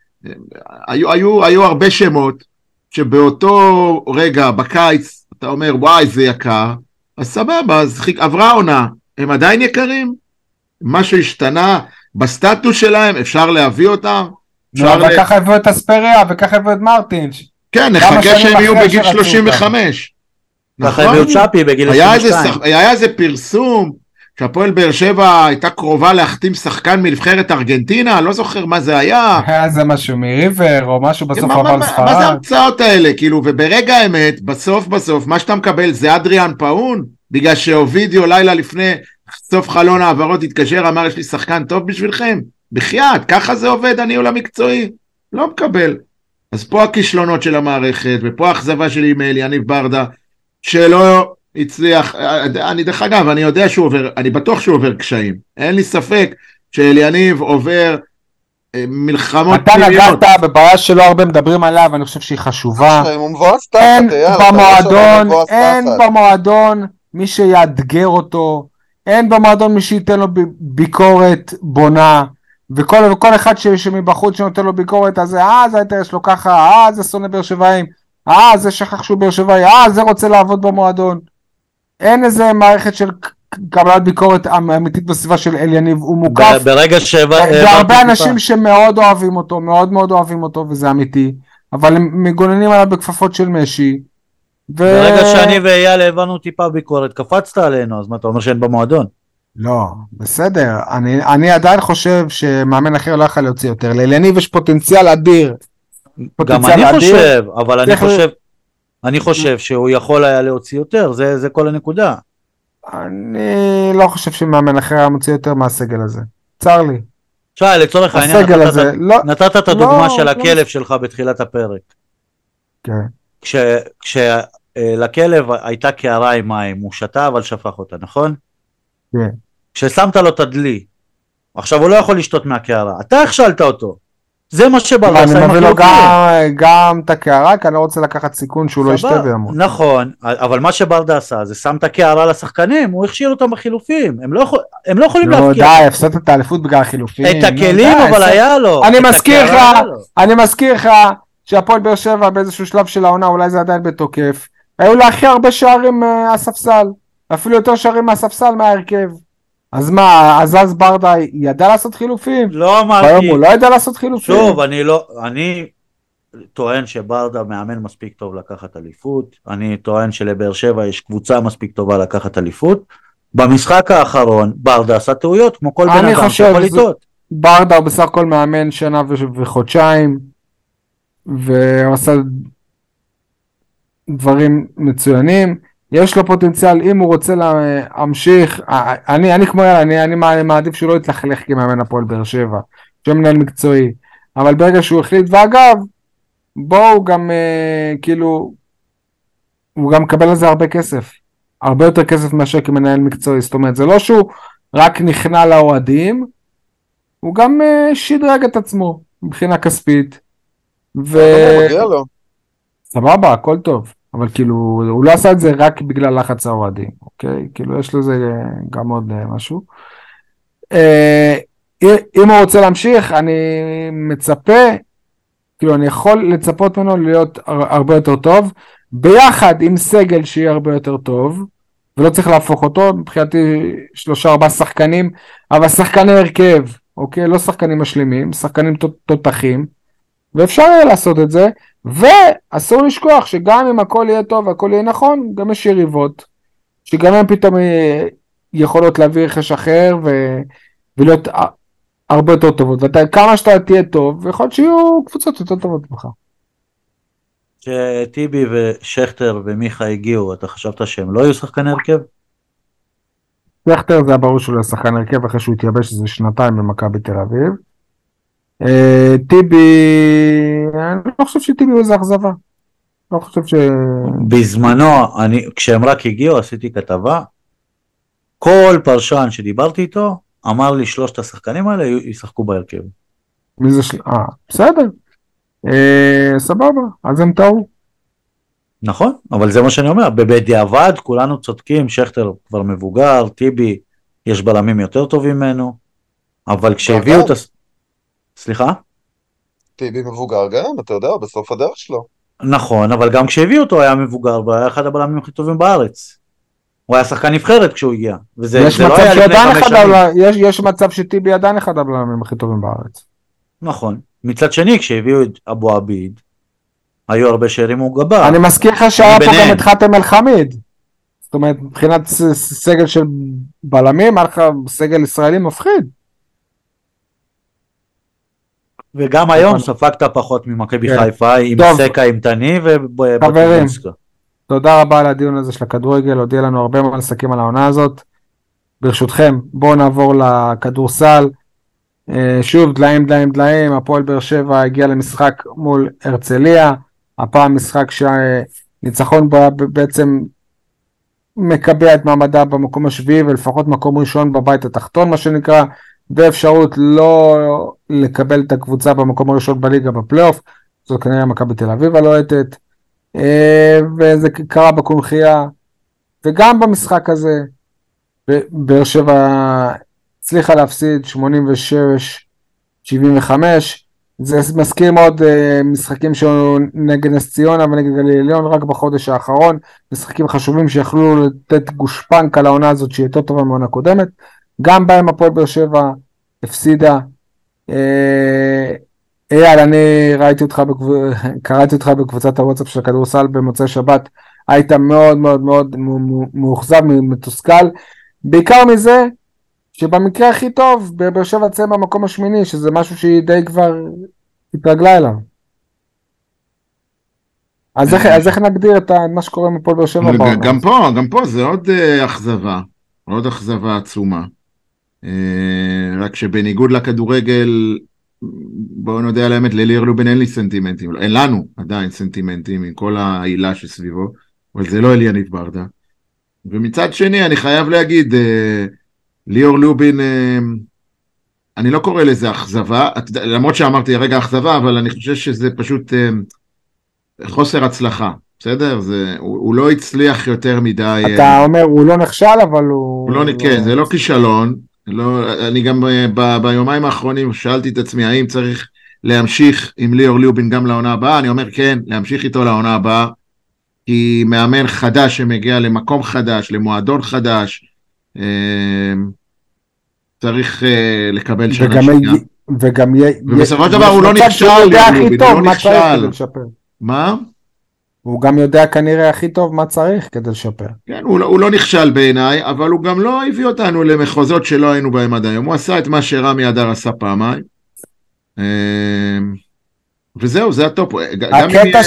היו הרבה שמות שבאותו רגע בקיץ אתה אומר וואי זה יקר, אז סבבה, אז עברה עונה, הם עדיין יקרים, משהו השתנה בסטטוס שלהם, אפשר להביא אותם. וככה הביאו את אספריה, וככה הביאו את מרטינש. כן, נחכה שהם יהיו בגיל 35. ככה הביאו את שפי בגיל 22. היה איזה פרסום, שהפועל באר שבע הייתה קרובה להחתים שחקן מנבחרת ארגנטינה, לא זוכר מה זה היה. היה זה משהו מריבר, או משהו בסוף עבר לספרד. מה זה המצאות האלה, כאילו, וברגע האמת, בסוף, מה שאתה מקבל זה אדריאן פאון, בגלל שאובידיו לילה לפני סוף חלון העברות התקשר, אמר יש לי שחקן טוב בשבילכם, בחייאת, ככה זה עובד הניהול המקצועי, לא מקבל. אז פה הכישלונות של המערכת, ופה האכזבה שלי עם יניב ברדה, שלא הצליח, אני דרך אגב, אני יודע שהוא עובר, אני בטוח שהוא עובר קשיים, אין לי ספק שאליניב עובר מלחמות פנימיות. אתה נגעת בבעיה שלא הרבה מדברים עליו, אני חושב שהיא חשובה. אין במועדון מי שיאתגר אותו, אין במועדון מי שייתן לו ביקורת בונה, וכל אחד שמבחוץ שנותן לו ביקורת, אז זה היתר יש לו ככה, זה שונא באר שבעים, זה שכח שהוא באר שבעי, זה רוצה לעבוד במועדון. אין איזה מערכת של קבלת ביקורת אמיתית בסביבה של אליניב, הוא מוקף. ברגע והרבה אנשים שמאוד אוהבים אותו, מאוד מאוד אוהבים אותו, וזה אמיתי, אבל הם מגוננים עליו בכפפות של משי. ברגע שאני ואייל הבנו טיפה ביקורת, קפצת עלינו, אז מה אתה אומר שאין במועדון? לא, בסדר, אני עדיין חושב שמאמן אחר לא יכול להוציא יותר, לאליניב יש פוטנציאל אדיר. גם אני חושב, אבל אני חושב שהוא יכול היה להוציא יותר, זה כל הנקודה. אני לא חושב שמאמן אחר היה מוציא יותר מהסגל הזה, צר לי. לצורך העניין נתת את הדוגמה של הכלב שלך בתחילת הפרק. כן. כשלכלב הייתה קערה עם מים, הוא שתה אבל שפך אותה, נכון? כן. כששמת לו את הדלי, עכשיו הוא לא יכול לשתות מהקערה, אתה הכשלת אותו. זה מה שברדה עשה עם החילופים. אני מביא לו גם את הקערה, כי אני לא רוצה לקחת סיכון שהוא לא ישתה וימות. נכון, אבל מה שברדה עשה, זה שם את הקערה לשחקנים, הוא הכשיר אותם בחילופים, הם לא יכולים להפקיע. די, הפסדת את האליפות בגלל החילופים. את הכלים, אבל היה לו. אני מזכיר לך, שהפועל באר שבע באיזשהו שלב של העונה, אולי זה עדיין בתוקף, היו לה הכי הרבה שערים מהספסל, אפילו יותר שערים מהספסל מההרכב. אז מה, אז ברדה ידע לעשות חילופים? לא אמרתי. היום הוא לא ידע לעשות חילופים? שוב, אני טוען שברדה מאמן מספיק טוב לקחת אליפות, אני טוען שלבאר שבע יש קבוצה מספיק טובה לקחת אליפות, במשחק האחרון ברדה עשה טעויות, כמו כל בן אדם שיכול לטעות. ברדה הוא בסך הכל מאמן שנה וחודשיים, והוא עשה דברים מצוינים, יש לו פוטנציאל, אם הוא רוצה להמשיך, אני כמו יאללה, אני מעדיף שלא יתלכלך כמאמן הפועל באר שבע, שהוא מנהל מקצועי, אבל ברגע שהוא החליט, ואגב, בואו גם כאילו, הוא גם מקבל על זה הרבה כסף, הרבה יותר כסף מאשר כמנהל מקצועי, זאת אומרת, זה לא שהוא רק נכנע לאוהדים, הוא גם שדרג את עצמו מבחינה כספית. מגיע לו. סבבה, הכל טוב, אבל כאילו, הוא לא עשה את זה רק בגלל לחץ האוהדים, אוקיי? כאילו, יש לזה גם עוד משהו. אם הוא רוצה להמשיך, אני מצפה, כאילו, אני יכול לצפות ממנו להיות הרבה יותר טוב, ביחד עם סגל שיהיה הרבה יותר טוב, ולא צריך להפוך אותו, מבחינתי 3-4 שחקנים, אבל שחקני הרכב, אוקיי? לא שחקנים משלימים, שחקנים תותחים, ואפשר יהיה לעשות את זה, ואסור לשכוח שגם אם הכל יהיה טוב והכל יהיה נכון, גם יש יריבות, שגם הם פתאום יכולות להביא רכש אחר, ולהיות הרבה יותר טובות, וכמה שאתה תהיה טוב, ויכול להיות שיהיו קבוצות יותר טובות ממך. כשטיבי ושכטר ומיכה הגיעו, אתה חשבת שהם לא היו שחקני הרכב? שכטר זה הברור שהוא לא שחקן הרכב, אחרי שהוא התייבש איזה 2 במכבי בתל אביב. טיבי, אני לא חושב שטיבי הוא איזה אכזבה. לא חושב ש... בזמנו, כשהם רק הגיעו, עשיתי כתבה, כל פרשן שדיברתי איתו, אמר לי 3 השחקנים האלה ישחקו בהרכב. מי זה בסדר. סבבה, אז הם טעו. נכון, אבל זה מה שאני אומר, בדיעבד כולנו צודקים, שכטר כבר מבוגר, טיבי, יש בלמים יותר טובים ממנו, אבל כשהביאו את... סליחה? טיבי מבוגר גם, אתה יודע, בסוף הדרך שלו. נכון, אבל גם כשהביאו אותו היה מבוגר, והיה אחד הבלמים הכי טובים בארץ. הוא היה שחקן נבחרת כשהוא הגיע. יש מצב שטיבי עדיין אחד הבלמים הכי טובים בארץ. נכון. מצד שני, כשהביאו את אבו עביד, היו הרבה שהרימו גבה. אני מזכיר לך שהיה פה גם את חאתם אל חמיד. זאת אומרת, מבחינת סגל של בלמים, היה לך סגל ישראלי מפחיד. וגם היום ספגת פחות ממכבי חיפה, עם סקה, עם תני חברים, תודה רבה על הדיון הזה של הכדורגל, הודיע לנו הרבה מאוד לסכים על העונה הזאת. ברשותכם, בואו נעבור לכדורסל. שוב, דליים, הפועל באר שבע הגיע למשחק מול הרצליה, הפעם משחק שהניצחון בעצם מקבע את מעמדה במקום השביעי, ולפחות מקום ראשון בבית התחתון, מה שנקרא, באפשרות לא לקבל את הקבוצה במקום הראשון בליגה בפלייאוף, זאת כנראה מכבי תל אביב הלוהטת, וזה קרה בקונחייה, וגם במשחק הזה, באר שבע הצליחה להפסיד 86-75, זה מזכיר מאוד משחקים שהיו נגד נס ציונה ונגד גליל עליון רק בחודש האחרון, משחקים חשובים שיכלו לתת גושפנקה לעונה הזאת שהיא יותר טובה מהעונה הקודמת, גם בהם הפועל באר שבע הפסידה. אייל, אני קראתי אותך בקבוצת הוואטסאפ של הכדורסל במוצאי שבת, היית מאוד מאוד מאוד מאוכזב, מתוסכל, בעיקר מזה שבמקרה הכי טוב באר שבע צא במקום השמיני, שזה משהו שהיא די כבר התרגלה אליו. אז איך נגדיר את מה שקורה מפועל באר שבע? גם פה זה עוד אכזבה עצומה. רק שבניגוד לכדורגל, בואו נודע על האמת, לליר לובין אין לי סנטימנטים, אין לנו עדיין סנטימנטים עם כל העילה שסביבו, אבל זה לא אליאנית ברדה. ומצד שני אני חייב להגיד, ליאור לובין, אני לא קורא לזה אכזבה, למרות שאמרתי רגע אכזבה, אבל אני חושב שזה פשוט חוסר הצלחה, בסדר? הוא לא הצליח יותר מדי. אתה אומר, הוא לא נכשל, אבל כן, זה לא כישלון. אני גם ביומיים האחרונים שאלתי את עצמי, האם צריך להמשיך עם ליאור לובין גם לעונה הבאה? אני אומר כן, להמשיך איתו לעונה הבאה, כי מאמן חדש שמגיע למקום חדש, למועדון חדש, צריך לקבל שנה שנייה. ובסופו של דבר הוא לא נכשל, מה? הוא גם יודע כנראה הכי טוב מה צריך כדי לשפר. כן, הוא לא נכשל בעיניי, אבל הוא גם לא הביא אותנו למחוזות שלא היינו בהם עד היום. הוא עשה את מה שרמי אדר עשה פעמיים. וזהו, זה הטופ. הקטע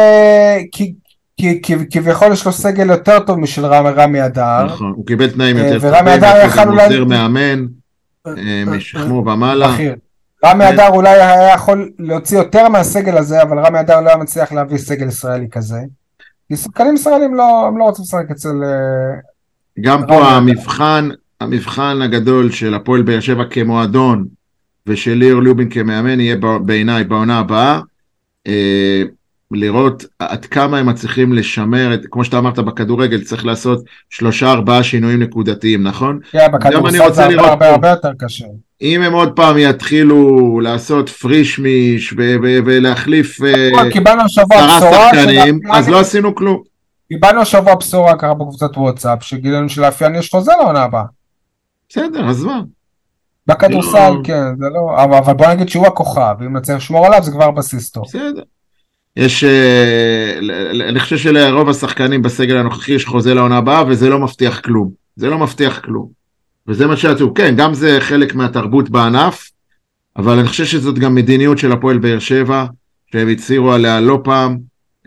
כביכול יש לו סגל יותר טוב משל רמי אדר. נכון, הוא קיבל תנאים יותר טובים, ורמי אדר יכל אולי... עוזר מאמן, משכמו ומעלה. רמי אדר אולי היה יכול להוציא יותר מהסגל הזה, אבל רמי אדר לא היה מצליח להביא סגל ישראלי כזה. כי שחקנים ישראלים הם לא רוצים לשחק אצל... גם פה המבחן הגדול של הפועל באר שבע כמועדון, ושל ליאור ליובין כמאמן, יהיה בעיניי בעונה הבאה, לראות עד כמה הם מצליחים לשמר, כמו שאתה אמרת בכדורגל, צריך לעשות 3-4 שינויים נקודתיים, נכון? כן, בכדורסל זה הרבה יותר קשה. אם הם עוד פעם יתחילו לעשות פריש-מיש ולהחליף שחקנים, אז לא עשינו כלום. קיבלנו השבוע בשורה ככה בקבוצת וואטסאפ, שגילינו שלאפיין יש חוזה לעונה הבאה. בסדר, אז מה? בכדורסל, כן, זה לא... אבל בוא נגיד שהוא הכוכב, אם נצטרך לשמור עליו זה כבר בסיס טוב. בסדר. אני חושב שלרוב השחקנים בסגל הנוכחי יש חוזה לעונה הבאה, וזה לא מבטיח כלום. זה לא מבטיח כלום. וזה מה שעצוב. כן, גם זה חלק מהתרבות בענף, אבל אני חושב שזאת גם מדיניות של הפועל באר שבע, שהם הצהירו עליה לא פעם,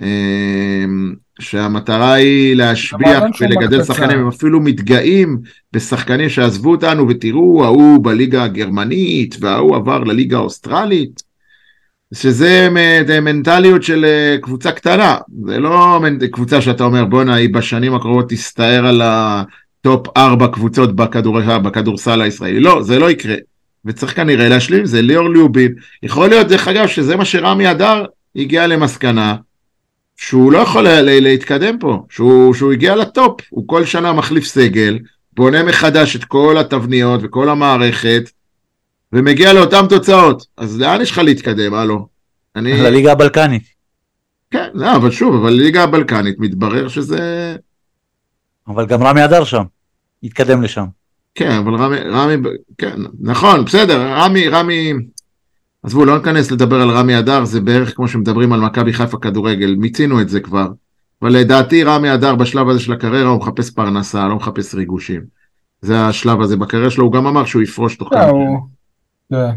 שהמטרה היא להשביח ולגדל שחקנים, הם אפילו מתגאים בשחקנים שעזבו אותנו, ותראו, ההוא בליגה הגרמנית, וההוא עבר לליגה האוסטרלית, שזה מנטליות של קבוצה קטנה, זה לא קבוצה שאתה אומר, בונה, היא בשנים הקרובות תסתער על הטופ 4 קבוצות בכדורסל הישראלי, לא, זה לא יקרה, וצריך כנראה להשלים, זה ליאור ליובין, יכול להיות דרך אגב שזה מה שרמי אדר הגיע למסקנה, שהוא לא יכול להתקדם פה, שהוא הגיע לטופ, הוא כל שנה מחליף סגל, בונה מחדש את כל התבניות וכל המערכת, ומגיע לאותן תוצאות, אז לאן יש לך להתקדם, הלו? לליגה הבלקנית. כן, לא, אבל שוב, אבל לליגה הבלקנית מתברר שזה... אבל גם רמי אדר שם, יתקדם לשם. כן, אבל רמי, כן, נכון, בסדר, רמי... אז בואו, לא נכנס לדבר על רמי אדר, זה בערך כמו שמדברים על מכבי חיפה כדורגל, מיצינו את זה כבר, אבל לדעתי רמי אדר בשלב הזה של הקריירה, הוא מחפש פרנסה, לא מחפש ריגושים. זה השלב הזה בקריירה שלו, הוא גם אמר שהוא יפרוש תוך כמה שנים.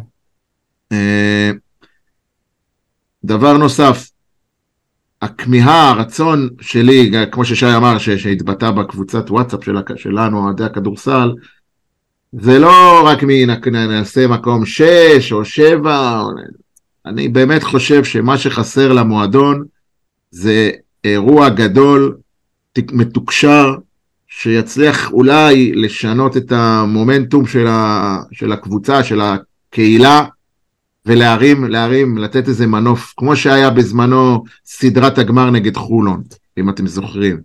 דבר נוסף, הכמיהה, הרצון שלי, כמו ששי אמר, שהתבטא בקבוצת וואטסאפ שלנו, עדי הכדורסל, זה לא רק נעשה מקום 6 או 7, אני באמת חושב שמה שחסר למועדון, זה אירוע גדול, מתוקשר, שיצליח אולי לשנות את המומנטום של הקבוצה, של הקהילה, ולהרים, לתת איזה מנוף, כמו שהיה בזמנו סדרת הגמר נגד חולון, אם אתם זוכרים.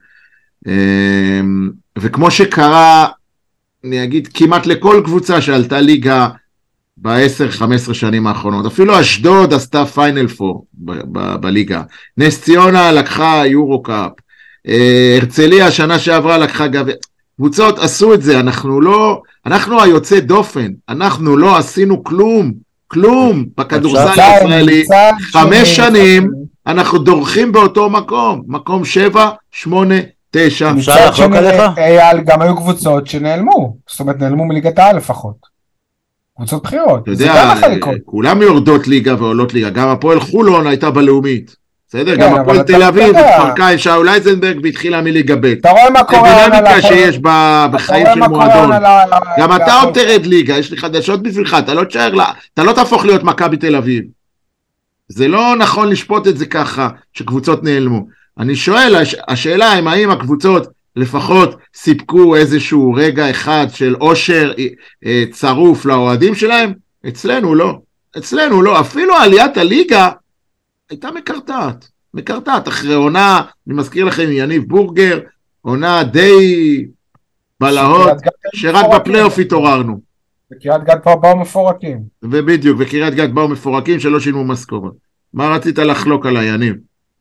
וכמו שקרה, אני אגיד, כמעט לכל קבוצה שעלתה ליגה ב10-15 שנים האחרונות, אפילו אשדוד עשתה פיינל 4 בליגה, נס ציונה לקחה יורו קאפ, הרצליה השנה שעברה לקחה גביע, קבוצות עשו את זה, אנחנו היוצא דופן, אנחנו לא עשינו כלום בכדורסל הישראלי, 5 שנים אנחנו דורכים באותו מקום 7, 8, 9. מצד שני, אייל, גם היו קבוצות שנעלמו, זאת אומרת נעלמו מליגת העל לפחות, קבוצות בחירות, אתה יודע, כולם יורדות ליגה ועולות ליגה, גם הפועל חולון הייתה בלאומית, בסדר? גם הפועל תל אביב, פרקה, שאול אייזנברג והתחילה מליגה ב'. אתה רואה מה קורה? דינמיקה שיש בחיים של מועדון. גם אתה עוד תרד ליגה, יש לי חדשות בשבילך, אתה לא תהפוך להיות מכבי תל אביב. זה לא נכון לשפוט את זה ככה, שקבוצות נעלמו. אני שואל, השאלה האם הקבוצות לפחות סיפקו איזשהו רגע אחד של אושר צרוף לאוהדים שלהם? אצלנו לא. אפילו עליית הליגה, הייתה מקרטעת, אחרי עונה, אני מזכיר לכם, יניב בורגר, עונה די בלהות, שרק בפלייאוף התעוררנו. וקריית גת באו מפורקים. ובדיוק, וקריית גת באו מפורקים שלא שילמו משכורת. מה רצית לחלוק על יניב?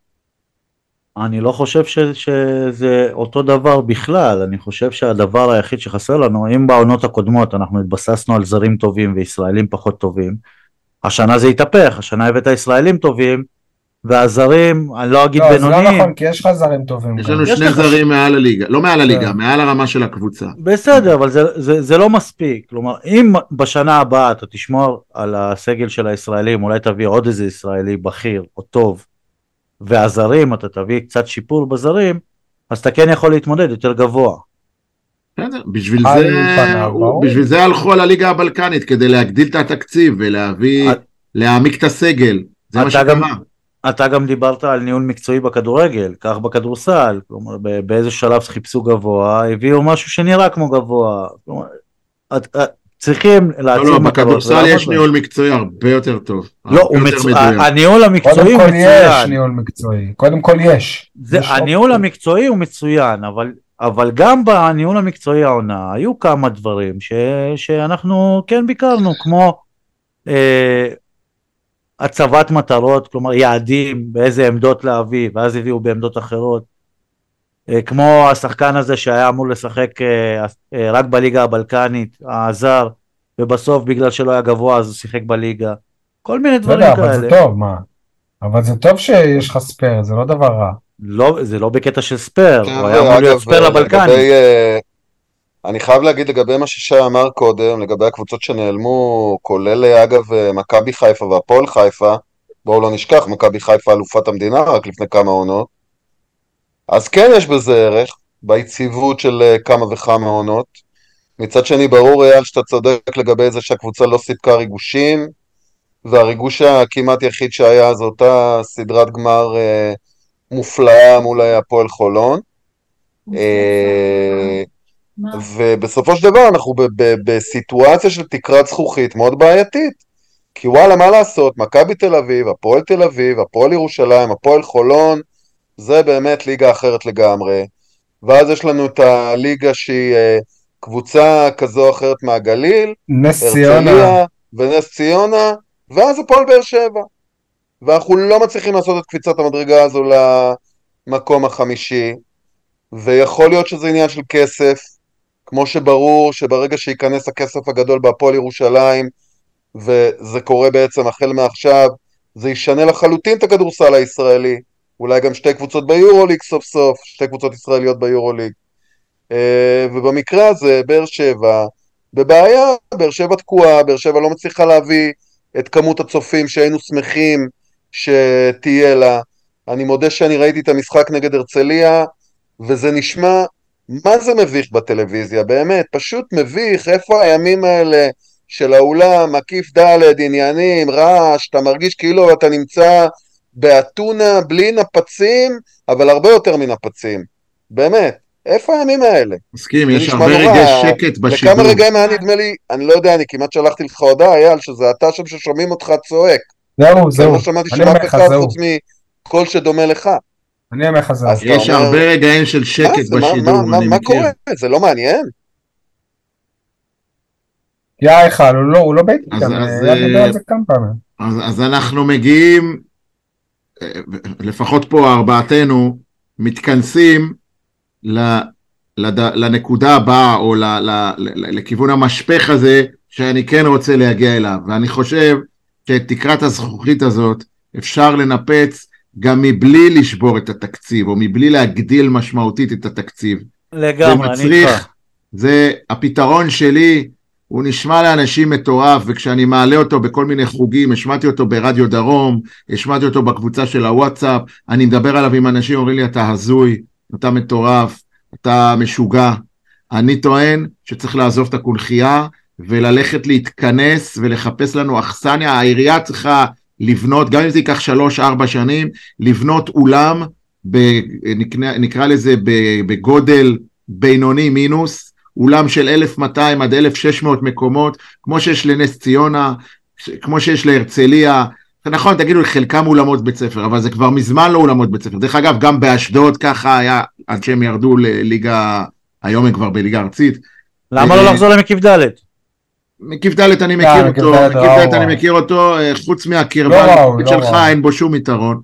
אני לא חושב שזה אותו דבר בכלל, אני חושב שהדבר היחיד שחסר לנו, אם בעונות הקודמות אנחנו התבססנו על זרים טובים וישראלים פחות טובים, השנה זה יתהפך, השנה הבאת ישראלים טובים, והזרים, אני לא אגיד בינוניים. זה לא נכון, כי יש לך זרים טובים. יש לנו 2 זרים מעל הליגה, לא מעל הליגה, מעל הרמה של הקבוצה. בסדר, אבל זה לא מספיק, כלומר, אם בשנה הבאה אתה תשמור על הסגל של הישראלים, אולי תביא עוד איזה ישראלי בכיר או טוב, והזרים, אתה תביא קצת שיפור בזרים, אז אתה כן יכול להתמודד יותר גבוה. בסדר, על פניו, ברור. בשביל זה הלכו על הליגה הבלקנית, כדי להגדיל את התקציב להעמיק את הסגל, זה מה שקרה. אתה גם דיברת על ניהול מקצועי בכדורגל, כך בכדורסל, כלומר באיזה שלב חיפשו גבוה, הביאו משהו שנראה כמו גבוה, כלומר, צריכים להציב לא, בכדורסל יש ניהול מקצועי הרבה יותר טוב. לא, הניהול המקצועי הוא מצוין. יש ניהול מקצועי, קודם כל יש. הניהול המקצועי הוא מצוין, אבל גם בניהול המקצועי העונה, היו כמה דברים שאנחנו כן ביקרנו, כמו הצבת מטרות, כלומר יעדים, באיזה עמדות להביא, ואז הביאו בעמדות אחרות, כמו השחקן הזה שהיה אמור לשחק רק בליגה הבלקנית, הזר, ובסוף בגלל שלא היה גבוה אז הוא שיחק בליגה, כל מיני דברים כאלה. אבל זה טוב, מה? אבל זה טוב שיש לך ספר, זה לא דבר רע. לא, זה לא בקטע של ספר, הוא היה אמור להיות ספר לבלקנית. אני חייב להגיד לגבי מה ששי אמר קודם, לגבי הקבוצות שנעלמו, כולל אגב מכבי חיפה והפועל חיפה, בואו לא נשכח, מכבי חיפה אלופת המדינה רק לפני כמה עונות, אז כן יש בזה ערך, ביציבות של כמה וכמה עונות. מצד שני ברור אייל שאתה צודק לגבי זה שהקבוצה לא סיפקה ריגושים, והריגוש הכמעט יחיד שהיה זו אותה סדרת גמר מופלאה מול הפועל חולון. ובסופו של דבר אנחנו בסיטואציה של תקרת זכוכית מאוד בעייתית, כי וואלה מה לעשות, מכבי תל אביב, הפועל תל אביב, הפועל ירושלים, הפועל חולון, זה באמת ליגה אחרת לגמרי, ואז יש לנו את הליגה שהיא קבוצה כזו או אחרת מהגליל, נס ציונה ונס ציונה, ואז הפועל באר שבע, ואנחנו לא מצליחים לעשות את קפיצת המדרגה הזו למקום החמישי, ויכול להיות שזה עניין של כסף, כמו שברור שברגע שייכנס הכסף הגדול בהפועל ירושלים, וזה קורה בעצם החל מעכשיו, זה ישנה לחלוטין את הכדורסל הישראלי, אולי גם שתי קבוצות ביורוליג סוף סוף, שתי קבוצות ישראליות ביורוליג, ובמקרה הזה באר שבע בבעיה, באר שבע תקועה, באר שבע לא מצליחה להביא את כמות הצופים שהיינו שמחים שתהיה לה. אני מודה שאני ראיתי את המשחק נגד הרצליה, וזה נשמע, מה זה מביך בטלוויזיה, באמת, פשוט מביך, איפה הימים האלה של האולם, מקיף ד' עניינים, רעש, אתה מרגיש כאילו אתה נמצא באתונה, בלי נפצים, אבל הרבה יותר מנפצים, באמת, איפה הימים האלה? מסכים, יש הרבה רגעי שקט בשידור. לכמה רגעים היה נדמה לי, אני לא יודע, אני כמעט שלחתי לך הודעה, אייל, שזה אתה שם ששומעים אותך צועק. זהו, לא שמעתי שרק אחד חוץ מקול שדומה לך. אני אומר לך זהו. יש הרבה רגעים של שקט בשידור, אני מה מכיר. קורה? זה לא מעניין? יאיכל, הוא לא בית איתם, היה מדבר על זה כמה פעמים. אז אנחנו מגיעים, לפחות פה ארבעתנו, מתכנסים לנקודה הבאה, או לכיוון המשפך הזה, שאני כן רוצה להגיע אליו, ואני חושב שאת תקרת הזכוכית הזאת, אפשר לנפץ גם מבלי לשבור את התקציב, או מבלי להגדיל משמעותית את התקציב. לגמרי, אני איתך. זה הפתרון שלי, הוא נשמע לאנשים מטורף, וכשאני מעלה אותו בכל מיני חוגים, השמעתי אותו ברדיו דרום, השמעתי אותו בקבוצה של הוואטסאפ, אני מדבר עליו עם אנשים, אומרים לי, אתה הזוי, אתה מטורף, אתה משוגע. אני טוען שצריך לעזוב את הקונחייה, וללכת להתכנס, ולחפש לנו אכסניה. העירייה צריכה לבנות, גם אם זה ייקח 3-4 שנים, לבנות אולם, נקרא לזה בגודל בינוני מינוס, אולם של 1200 עד 1600 מקומות, כמו שיש לנס ציונה, כמו שיש להרצליה, נכון, תגידו, חלקם אולמות בית ספר, אבל זה כבר מזמן לא אולמות בית ספר. דרך אגב, גם באשדוד ככה היה, עד שהם ירדו לליגה, היום הם כבר בליגה ארצית. למה לא לחזור למקיף ד'? מקיף ד' אני מכיר אותו, מקיף ד' אני מכיר אותו, חוץ מהקרבה שלך אין בו שום יתרון.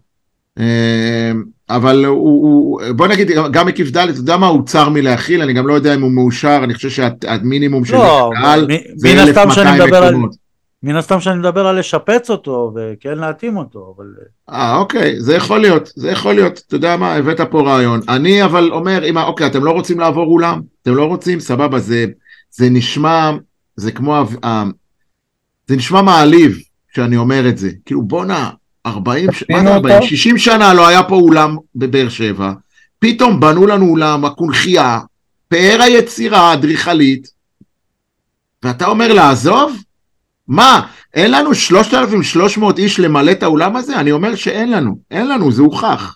אבל בוא נגיד, גם מקיף ד', אתה יודע מה, הוא צר מלהכיל, אני גם לא יודע אם הוא מאושר, אני חושב שהמינימום של הקהל זה 1200 מקומות. מן הסתם שאני מדבר על לשפץ אותו, וכן להתאים אותו, אבל... אוקיי, זה יכול להיות, אתה יודע מה, הבאת פה רעיון. אני אבל אומר, אוקיי, אתם לא רוצים לעבור אולם? אתם לא רוצים? סבבה, זה נשמע, זה כמו, זה נשמע מעליב, שאני אומר את זה. כאילו, בונה, 60 שנה לא היה פה אולם בבאר שבע, פתאום בנו לנו אולם, הקונחייה, פאר היצירה האדריכלית, ואתה אומר לעזוב? מה, אין לנו 3,300 איש למלא את האולם הזה? אני אומר שאין לנו, אין לנו, זה הוכח.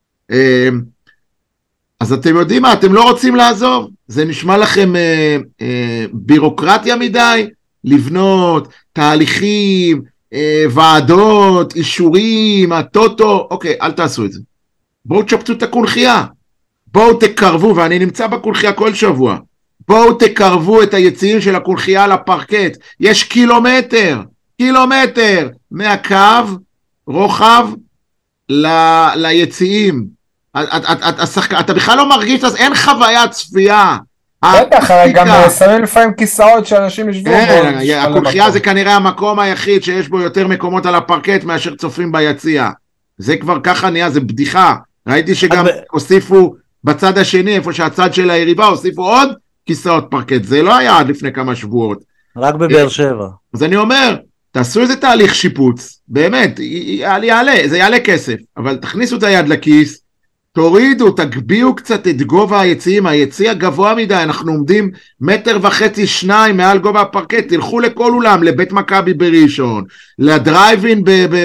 אז אתם יודעים מה, אתם לא רוצים לעזוב? זה נשמע לכם בירוקרטיה מדי? לבנות תהליכים, ועדות, אישורים, הטוטו, אוקיי, אל תעשו את זה. בואו תשפצו את הקונחייה, בואו תקרבו, ואני נמצא בקונחייה כל שבוע, בואו תקרבו את היציעים של הקונחייה לפרקט, יש קילומטר מהקו רוחב ליציעים, אתה בכלל לא מרגיש, אז אין חוויה צפייה. בטח, גם שמים לפעמים כיסאות שאנשים ישבו בו. הקונחייה זה כנראה המקום היחיד שיש בו יותר מקומות על הפרקט מאשר צופים ביציע. זה כבר ככה נהיה, זה בדיחה. ראיתי שגם הוסיפו בצד השני, איפה שהצד של היריבה, הוסיפו עוד כיסאות פרקט. זה לא היה עד לפני כמה שבועות. רק בבאר שבע. אז אני אומר, תעשו איזה תהליך שיפוץ, באמת, זה יעלה כסף, אבל תכניסו את היד לכיס, תורידו, תגביאו קצת את גובה היציעים, היציע גבוה מדי, אנחנו עומדים 1.5 מטר, 2 מעל גובה הפרקט, תלכו לכל אולם, לבית מכבי בראשון, לדרייבין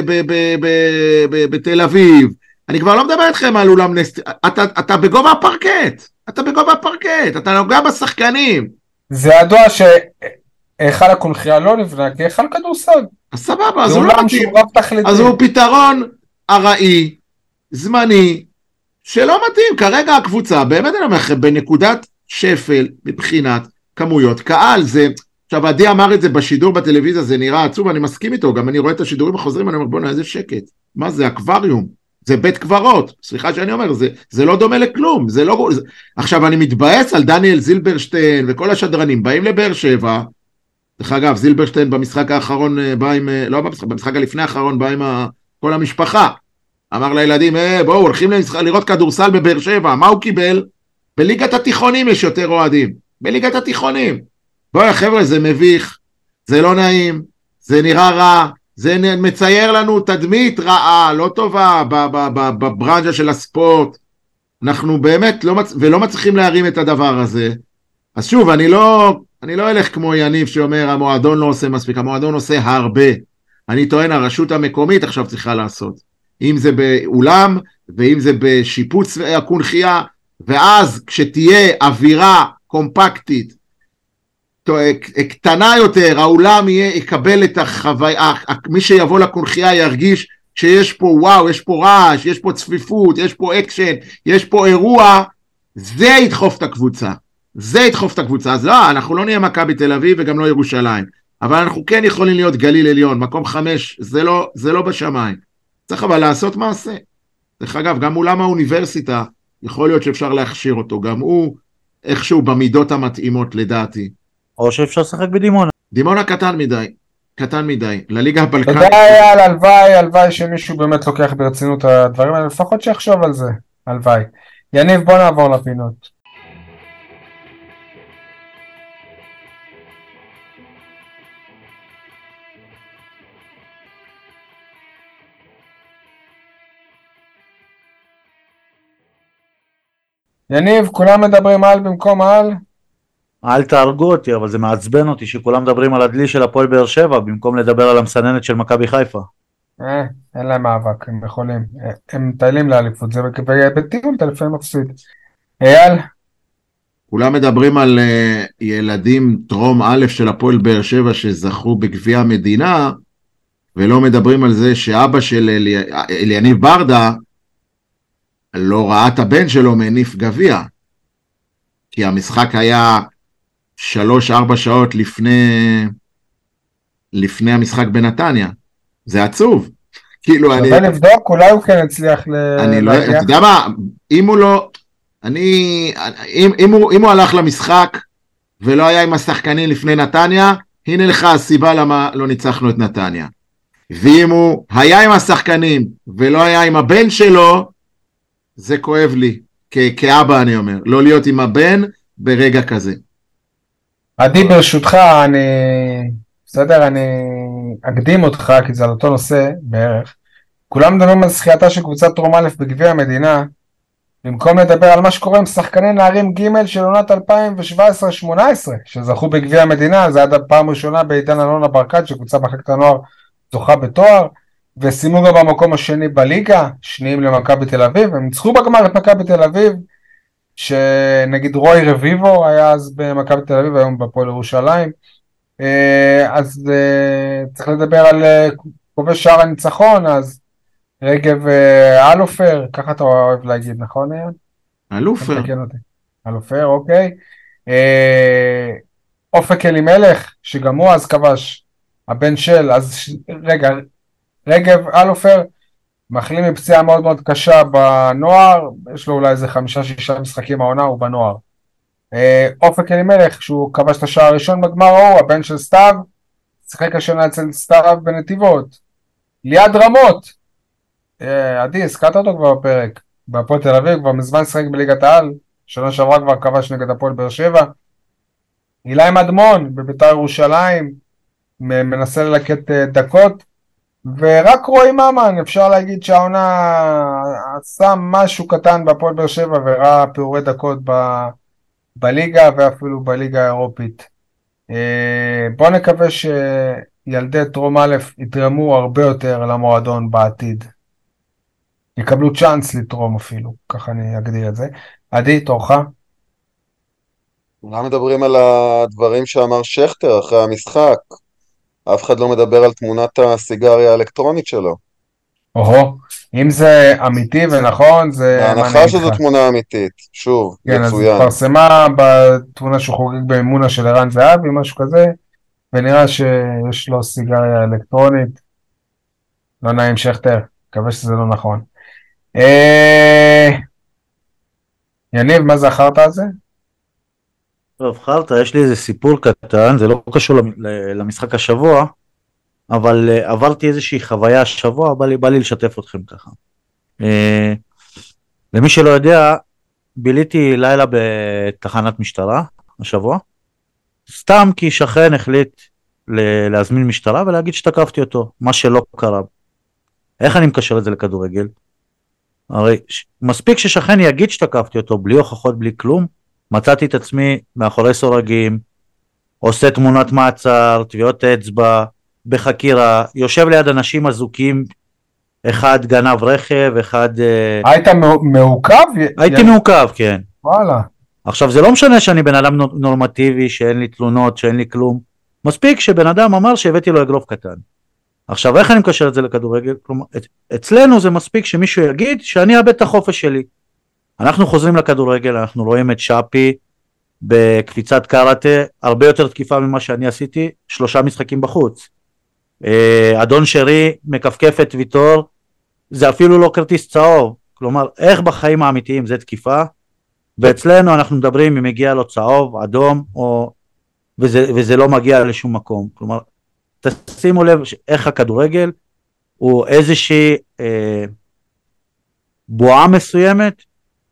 בתל אביב, אני כבר לא מדבר איתכם על אולם אתה בגובה הפרקט, אתה נוגע בשחקנים. זה ידוע שהיכל הקונחייה לא נבנה, כי היכל כדורסל. אז סבבה, אז הוא פתרון ארעי, זמני, שלא מתאים, כרגע הקבוצה, באמת אני אומר לכם, בנקודת שפל, מבחינת כמויות, קהל זה, עכשיו עדי אמר את זה בשידור בטלוויזיה, זה נראה עצוב, אני מסכים איתו, גם אני רואה את השידורים החוזרים, אני אומר, בוא'נה, איזה שקט, מה זה, אקווריום, זה בית קברות, סליחה שאני אומר, זה לא דומה לכלום, זה לא, עכשיו אני מתבאס על דניאל זילברשטיין, וכל השדרנים, באים לבאר שבע, דרך אגב, זילברשטיין במשחק האחרון, בא עם, לא במשחק הלפני האחרון, בא עם כל המשפחה, אמר לילדים, בואו, הולכים לראות כדורסל בבאר שבע, מה הוא קיבל? בליגת התיכונים יש יותר אוהדים, בליגת התיכונים. בואו, חבר'ה, זה מביך, זה לא נעים, זה נראה רע, זה מצייר לנו תדמית רעה, לא טובה, בברנז'ה של הספורט. אנחנו באמת ולא מצליחים להרים את הדבר הזה. אז שוב, אני לא אלך כמו יניב שאומר, המועדון לא עושה מספיק, המועדון עושה הרבה. אני טוען, הרשות המקומית עכשיו צריכה לעשות. אם זה באולם, ואם זה בשיפוץ הקונחייה, ואז כשתהיה אווירה קומפקטית, קטנה יותר, האולם יקבל את החוויה, מי שיבוא לקונחייה ירגיש שיש פה וואו, יש פה רעש, יש פה צפיפות, יש פה אקשן, יש פה אירוע, זה ידחוף את הקבוצה. אז לא, אנחנו לא נהיה מכבי תל אביב וגם לא ירושלים, אבל אנחנו כן יכולים להיות גליל עליון, מקום 5, זה לא בשמיים. צריך אבל לעשות מעשה. דרך אגב, גם אולם האוניברסיטה, יכול להיות שאפשר להכשיר אותו, גם הוא איכשהו במידות המתאימות לדעתי. או שאפשר לשחק בדימונה. דימונה קטן מדי, לליגה הבלקנית. תודה אייל, הלוואי שמישהו באמת לוקח ברצינות הדברים האלה, לפחות שיחשוב על זה, הלוואי. יניב, בוא נעבור לפינות. יניב, כולם מדברים על במקום על? אל תהרגו אותי, אבל זה מעצבן אותי שכולם מדברים על הדלי של הפועל באר שבע, במקום לדבר על המסננת של מכבי חיפה. אין להם מאבק, הם יכולים. הם מטיילים לאליפות, זה בטיול, אתה לפעמים מפסיד. אייל? כולם מדברים על ילדים טרום א' של הפועל באר שבע שזכו בגביע המדינה, ולא מדברים על זה שאבא של אליניב ברדה, לא ראה את הבן שלו מניף גביע, כי המשחק היה 3-4 שעות לפני המשחק בנתניה. זה עצוב. כאילו שווה לבדוק, אולי הוא כן הצליח אני לא, אתה יודע מה, אם הוא לא, אם הוא הלך למשחק, ולא היה עם השחקנים לפני נתניה, הנה לך הסיבה למה לא ניצחנו את נתניה. ואם הוא היה עם השחקנים, ולא היה עם הבן שלו, זה כואב לי, כאבא אני אומר, לא להיות עם הבן ברגע כזה. עדי, ברשותך, אני אקדים אותך, כי זה על אותו נושא בערך. כולם מדברים על זכייתה של קבוצת טרום א' בגביע המדינה, במקום לדבר על מה שקורה עם שחקני נערים ג' של עונת 2017-2018, שזכו בגביע המדינה, זה עד הפעם ראשונה בעידן אלונה ברקת, שקבוצה מחלקת הנוער זוכה בתואר, וסיימו גם במקום השני בליגה, שניים למכבי תל אביב, הם ניצחו בגמר את מכבי תל אביב, שנגיד רוי רביבו היה אז במכבי תל אביב, היום בפועל ירושלים, אז צריך לדבר על כובש שער הניצחון, אז רגב אלופר, ככה אתה אוהב להגיד, נכון אייל? אלופר. אלופר, אוקיי. אופק אלימלך, שגם הוא אז כבש, הבן של, אז רגע, רגב אלופר, מחלים מפציעה מאוד מאוד קשה בנוער, יש לו אולי איזה 5-6 משחקים העונה, הוא בנוער. אופק אלימלך, שהוא כבש את השער הראשון בגמר ההוא, הבן של סתיו, שיחק השנה אצל סתיו בנתיבות. ליעד רמות, עדי, הזכרת אותו כבר בפרק, בהפועל תל אביב, כבר מזמן שיחק בליגת העל, שנה שעברה כבר כבש נגד הפועל באר שבע. אילי מדמון, בביתר ירושלים, מנסה ללקט דקות, ורק רועי ממן, אפשר להגיד שהעונה עשה משהו קטן בהפועל באר שבע, וראה פיורי דקות בליגה, ואפילו בליגה האירופית. בוא נקווה שילדי טרום א' יתרמו הרבה יותר למועדון בעתיד. יקבלו צ'אנס לתרום אפילו, ככה אני אגדיר את זה. עדי, תורך? כולם מדברים על הדברים שאמר שכטר אחרי המשחק. אף אחד לא מדבר על תמונת הסיגריה האלקטרונית שלו. אם זה אמיתי ונכון, זה... בהנחה שזו תמונה אמיתית, שוב, כן, אז מצוין. התפרסמה בתמונה שהוא חוגג באמונה של ערן זהבי, משהו כזה, ונראה שיש לו סיגריה אלקטרונית. לא נעים שכטר, מקווה שזה לא נכון. יניב, מה זה החרטא הזה? טוב, חרטא, יש לי איזה סיפור קטן, זה לא קשור למשחק השבוע, אבל עברתי איזושהי חוויה השבוע, בא לי לשתף אתכם ככה. למי שלא יודע, ביליתי לילה בתחנת משטרה השבוע, סתם כי שכן החליט להזמין משטרה ולהגיד שתקפתי אותו, מה שלא קרה. איך אני מקשר את זה לכדורגל? הרי מספיק ששכן יגיד שתקפתי אותו, בלי הוכחות, בלי כלום, מצאתי את עצמי מאחורי סורגים, עושה תמונת מעצר, טביעות אצבע, בחקירה, יושב ליד אנשים אזוקים, אחד גנב רכב, אחד... היית מעוקב? הייתי מעוקב, כן. וואלה. עכשיו זה לא משנה שאני בן אדם נורמטיבי, שאין לי תלונות, שאין לי כלום, מספיק שבן אדם אמר שהבאתי לו אגרוף קטן. עכשיו איך אני מקשר את זה לכדורגל? כלומר, אצלנו זה מספיק שמישהו יגיד שאני אאבד את החופש שלי. אנחנו חוזרים לכדורגל, אנחנו רואים את שפי בקפיצת קראטה, הרבה יותר תקיפה ממה שאני עשיתי, 3 משחקים בחוץ. אדון שרי מקפקף את ויטור, זה אפילו לא כרטיס צהוב, כלומר איך בחיים האמיתיים זה תקיפה, ואצלנו אנחנו מדברים אם מגיע לו צהוב, אדום, וזה לא מגיע לשום מקום. כלומר, תשימו לב איך הכדורגל הוא איזושהי בועה מסוימת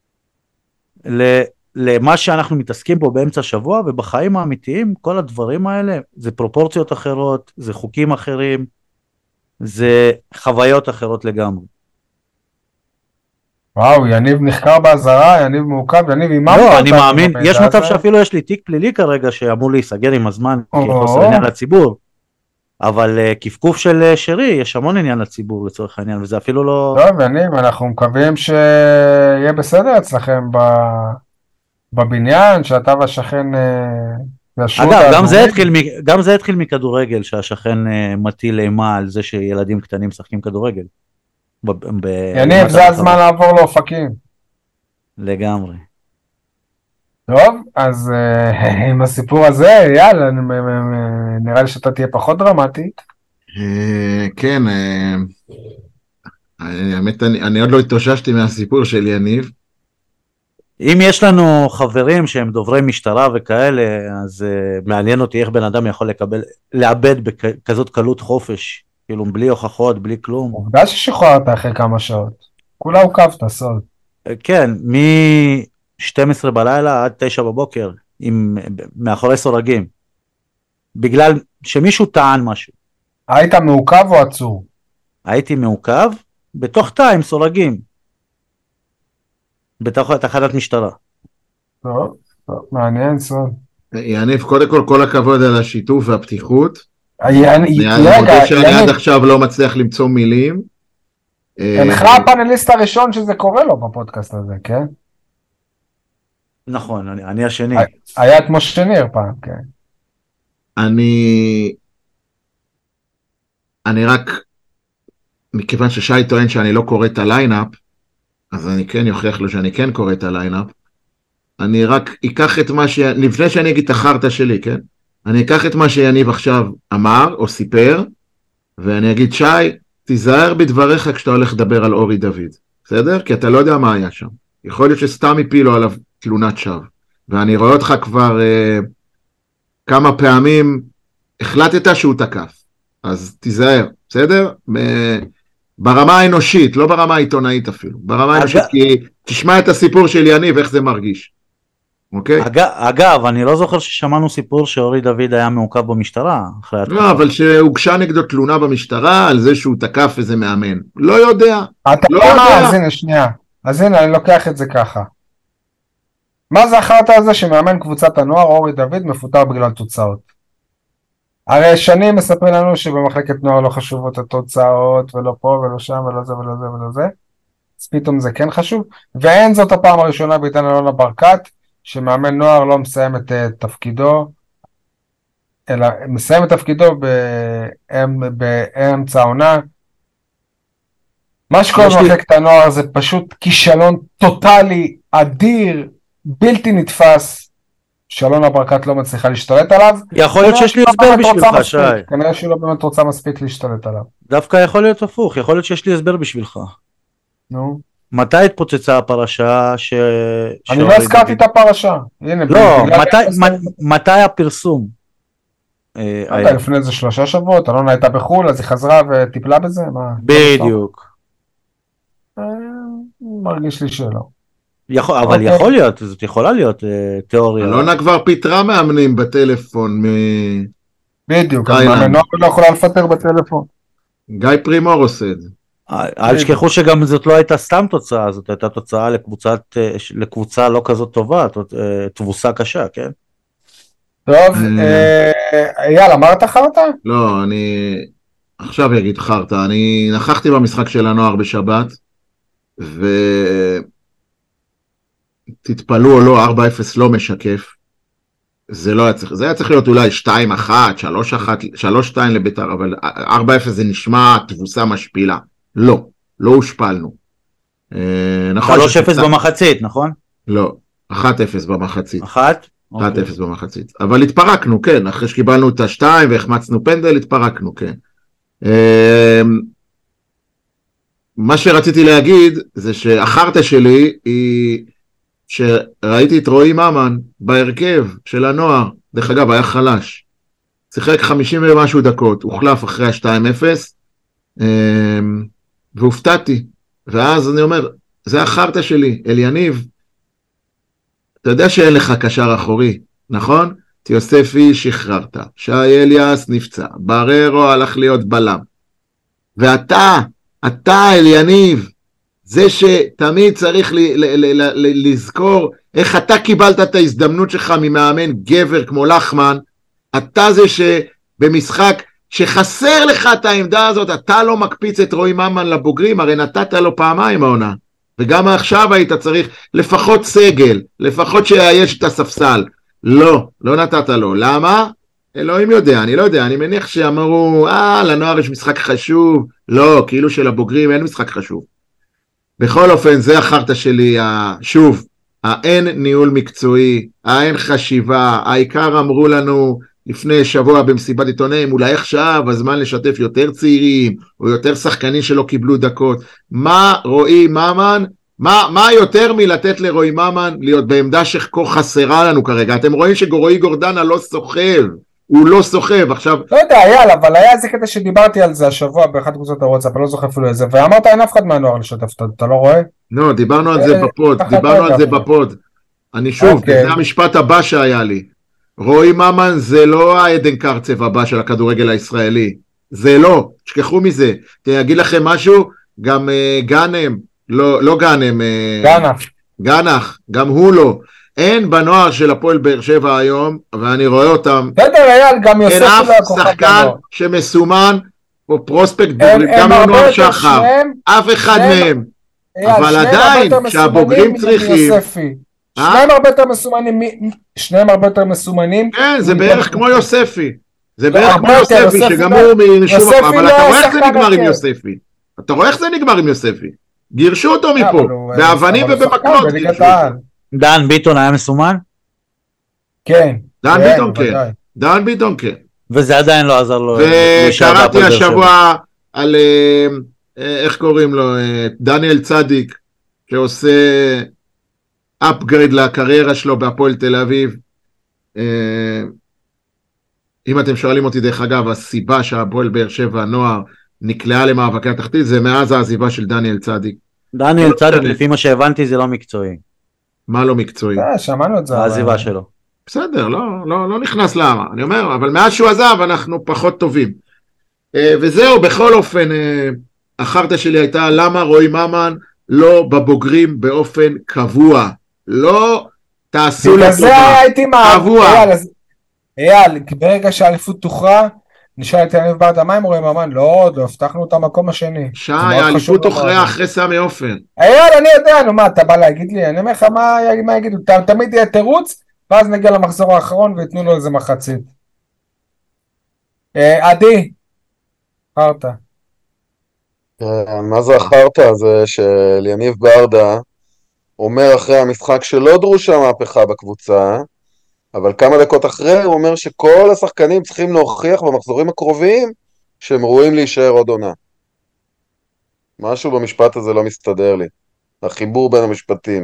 למה שאנחנו מתעסקים פה באמצע השבוע, ובחיים האמיתיים כל הדברים האלה זה פרופורציות אחרות, זה חוקים אחרים, זה חוויות אחרות לגמרי. וואו, יניב נחקר באזהרה, יניב מעוקב, יניב אימם. לא, אני מאמין, יש מצב שאפילו יש לי תיק פלילי כרגע שאמור להיסגר עם הזמן, כי חוסר עניין לציבור, אבל כפקוף של שרי יש המון עניין לציבור לצורך העניין, וזה אפילו לא... טוב, יניב, אנחנו מקווים שיהיה בסדר אצלכם בבניין, שאתה והשכן... אגב, גם זה התחיל מכדורגל, שהשכן מטיל אימה על זה שילדים קטנים משחקים כדורגל. יניב, זה הזמן לעבור לאופקים. לגמרי. טוב, אז עם הסיפור הזה, יאללה, נראה לי שאתה תהיה פחות דרמטי. כן, האמת, אני עוד לא התאוששתי מהסיפור של יניב. אם יש לנו חברים שהם דוברי משטרה וכאלה, אז מעניין אותי איך בן אדם יכול לאבד בכזאת קלות חופש, כאילו בלי הוכחות, בלי כלום. עובדה ששוחררת אחרי כמה שעות. כולה עוקבת, סוד. כן, מ-12 בלילה עד 9 בבוקר, מאחורי סורגים. בגלל שמישהו טען משהו. היית מעוקב או עצור? הייתי מעוקב, בתוך תא עם סורגים. בתחנת משטרה. טוב, מעניין סון. יניב, קודם כל הכבוד על השיתוף והפתיחות. אני רגע, מודה שאני עד יניב, עכשיו לא מצליח למצוא מילים. אינך הפאנליסט הראשון שזה קורה לו בפודקאסט הזה, כן? נכון, אני השני. היה את משה ניר פעם, כן. אני רק, מכיוון ששי טוען שאני לא קורא את הליינאפ, אז אני כן יוכיח לו שאני כן קורא את הליינאפ. אני רק אקח את מה לפני שאני אגיד את החרטה שלי, כן? אני אקח את מה שיניב עכשיו אמר או סיפר, ואני אגיד, שי, תיזהר בדבריך כשאתה הולך לדבר על אורי דוד, בסדר? כי אתה לא יודע מה היה שם. יכול להיות שסתם הפילו עליו תלונת שווא. ואני רואה אותך כבר כמה פעמים החלטת שהוא תקף. אז תיזהר, בסדר? ברמה האנושית, לא ברמה העיתונאית אפילו. ברמה האנושית, כי תשמע את הסיפור של יניב, איך זה מרגיש. אוקיי? אגב, אני לא זוכר ששמענו סיפור שאורי דוד היה מעוכב במשטרה. לא, אבל שהוגשה נגדו תלונה במשטרה על זה שהוא תקף איזה מאמן. לא יודע. אתה לא יודע. אז הנה, שנייה. אז הנה, אני לוקח את זה ככה. מה זה החרטא הזה שמאמן קבוצת הנוער, אורי דוד, מפוטר בגלל תוצאות? הרי שנים מספרים לנו שבמחלקת נוער לא חשובות התוצאות, ולא פה ולא שם ולא זה ולא זה ולא זה. אז פתאום זה כן חשוב. ואין זאת הפעם הראשונה בעידן אלונה ברקת, שמאמן נוער לא מסיים את תפקידו, אלא מסיים את תפקידו באמצע העונה. מה שקורה במחלקת הנוער זה פשוט כישלון טוטלי, אדיר, בלתי נתפס, שאלונה ברקת לא מצליחה להשתלט עליו. יכול להיות שיש לי הסבר בשבילך, שי. כנראה שהיא לא באמת רוצה מספיק להשתלט עליו. דווקא יכול להיות הפוך, יכול להיות שיש לי הסבר בשבילך. נו. מתי התפוצצה הפרשה אני לא הזכרתי את הפרשה. לא, מתי הפרסום? לפני איזה 3 שבועות, אלונה הייתה בחול, אז היא חזרה וטיפלה בזה? בדיוק. מרגיש לי שלא. אבל יכול להיות, זאת יכולה להיות תיאוריה. אלונה כבר פיתרה מאמנים בטלפון. בדיוק, המאמן לא יכולה לפטר בטלפון. גיא פרימור עושה את זה. אל תשכחו שגם זאת לא הייתה סתם תוצאה, זאת הייתה תוצאה לקבוצה לא כזאת טובה, תבוסה קשה, כן? טוב, אייל, אמרת חרטא? לא, אני עכשיו אגיד חרטא. אני נכחתי במשחק של הנוער בשבת, ותתפלו או לא, 4-0 לא משקף. זה לא היה צריך, זה היה צריך להיות אולי 2-1, 3-2 לביתר, אבל 4-0 זה נשמע תבוסה משפילה. לא, לא הושפלנו. 3-0 במחצית, נכון? לא, 1-0 במחצית. 1-0 במחצית. אבל התפרקנו, כן, אחרי שקיבלנו את ה-2 והחמצנו פנדל, התפרקנו, כן. מה שרציתי להגיד, זה שהחרטא שלי היא שראיתי את רועי ממן בהרכב של הנוער, דרך אגב, היה חלש. שיחק 50 ומשהו דקות, הוחלף אחרי ה-2-0, והופתעתי. ואז אני אומר, זה החרטא שלי, אליניב, אתה יודע שאין לך קשר אחורי, נכון? תיוספי שחררת, שי אליאס נפצע, בררו הלך להיות בלם. ואתה אליניב, זה שתמיד צריך לזכור איך אתה קיבלת את ההזדמנות שלך ממאמן גבר כמו לחמן, אתה זה שבמשחק שחסר לך את העמדה הזאת, אתה לא מקפיץ את רועי ממן לבוגרים, הרי נתת לו פעמיים העונה, וגם עכשיו היית צריך לפחות סגל, לפחות שיש את הספסל, לא נתת לו, למה? אלוהים יודע, אני לא יודע, אני מניח שאמרו, לנוער יש משחק חשוב, לא, כאילו שלבוגרים אין משחק חשוב. בכל אופן, זה החרטא שלי, שוב, האין ניהול מקצועי, האין חשיבה, העיקר אמרו לנו לפני שבוע במסיבת עיתונאים, אולי עכשיו הזמן לשתף יותר צעירים, או יותר שחקנים שלא קיבלו דקות. מה רועי ממן, מה יותר מלתת לרועי ממן להיות בעמדה שכה חסרה לנו כרגע? אתם רואים שרועי גורדנה לא סוחב, הוא לא סוחב, עכשיו... לא יודע, יאללה, אבל היה איזה קטע שדיברתי על זה השבוע באחת קבוצות הוואטסאפ, אני לא זוכר אפילו איזה, ואמרת אין אף אחד מהנוער לשתף, אתה לא רואה? לא, דיברנו על זה בפוד, אני שוב, זה המשפט הבא שהיה לי, רועי ממן זה לא העדן קרצב הבא של הכדורגל הישראלי, זה לא, שכחו מזה, תגיד לכם משהו, גם גאנם, לא גאנם, גנח, גם הוא לא. אין בנוער של הפועל באר שבע היום, ואני רואה אותם, בסדר, אייל, גם אין יוסף אף לא הכוכב שחקן גבוה. שמסומן, או פרוספקט, הם גם הרבה לנוער יותר שחר, שניהם, אף אחד שניהם- מהם. אייל, אבל שניהם עדיין, הרבה יותר כשהבוגרים מסומנים צריכים- מיוספי. שניהם הרבה יותר מסומנים, שניהם הרבה יותר מסומנים. כן, זה מ- בערך כמו יוספי. זה לא, בערך הרבה כמו יותר, יוספי, יוספי שגם לא- הוא משום... יוספי אבל לא אתה היה רואה איך זה שחקן נגמר עם הרכב. יוספי. אתה רואה איך זה נגמר עם יוספי. גירשו אותו מפה, אבל הוא- באבנים אבל הוא שחקן ובמקלות בליגת גירשו העל. אותו. דן ביטון היה מסומן, כן. דן כן, ביטון כן. בוודאי. דן ביטון כן. וזה עדיין לא עזר לו. להישאר וקראתי בהפועל באר שבע. השבוע על, איך קוראים לו, דניאל צדיק, שעושה upgrade לקריירה שלו בהפועל תל אביב. אם אתם שואלים אותי, דרך אגב, הסיבה שהפועל באר שבע הנוער נקלעה למאבקי התחתית, זה מאז העזיבה של דניאל צדיק. דניאל לא צדיק, משנה. לפי מה שהבנתי, זה לא מקצועי, מה לא מקצועי? שמענו את זה. העזיבה אבל- שלו. בסדר, לא נכנס למה. אני אומר, אבל מאז שהוא עזב, אנחנו פחות טובים. וזהו, בכל אופן, החרטה שלי הייתה, למה רועי ממן לא בבוגרים באופן קבוע? לא תעשו בגלל זה לטובה. הייתי מעל. קבוע. אייל, כי ברגע שהאליפות תוכרע, נשאל את יניב ברדה, מה עם רועי ממן? לא עוד, לא, הבטחנו את המקום השני. שי, זה מאוד חשוב האליפות לומר הוכרעה את זה. אחרי סמי עופר. אייל, אני יודע, נו מה, אתה בא להגיד לי? אני אומר לך, מה יגידו? תמיד יהיה תירוץ, ואז נגיע למחזור האחרון ויתנו לו איזה מחצית. עדי, חרטה. מה זה החרטא? זה של יניב ברדה אומר אחרי המשחק שלא דרושה מהפכה בקבוצה, אבל כמה דקות אחרי הוא אומר שכל השחקנים צריכים להוכיח במחזורים הקרובים שהם ראויים להישאר עוד עונה. משהו במשפט הזה לא מסתדר לי. החיבור בין המשפטים.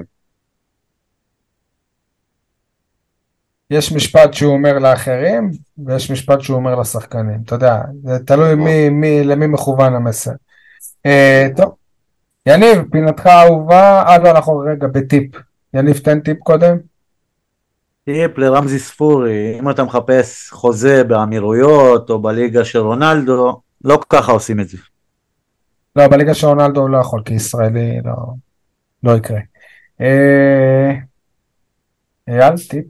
יש משפט שהוא אומר לאחרים, ויש משפט שהוא אומר לשחקנים. אתה יודע, זה תלוי למי מכוון המסר. טוב. יניב, פינתך האהובה, לא, אנחנו רגע בטיפ. יניב, תן טיפ קודם. טיפ לרמזי ספורי, אם אתה מחפש חוזה באמירויות או בליגה של רונלדו, לא ככה עושים את זה. לא, בליגה של רונלדו הוא לא יכול, כי ישראלי לא יקרה. אייל, טיפ.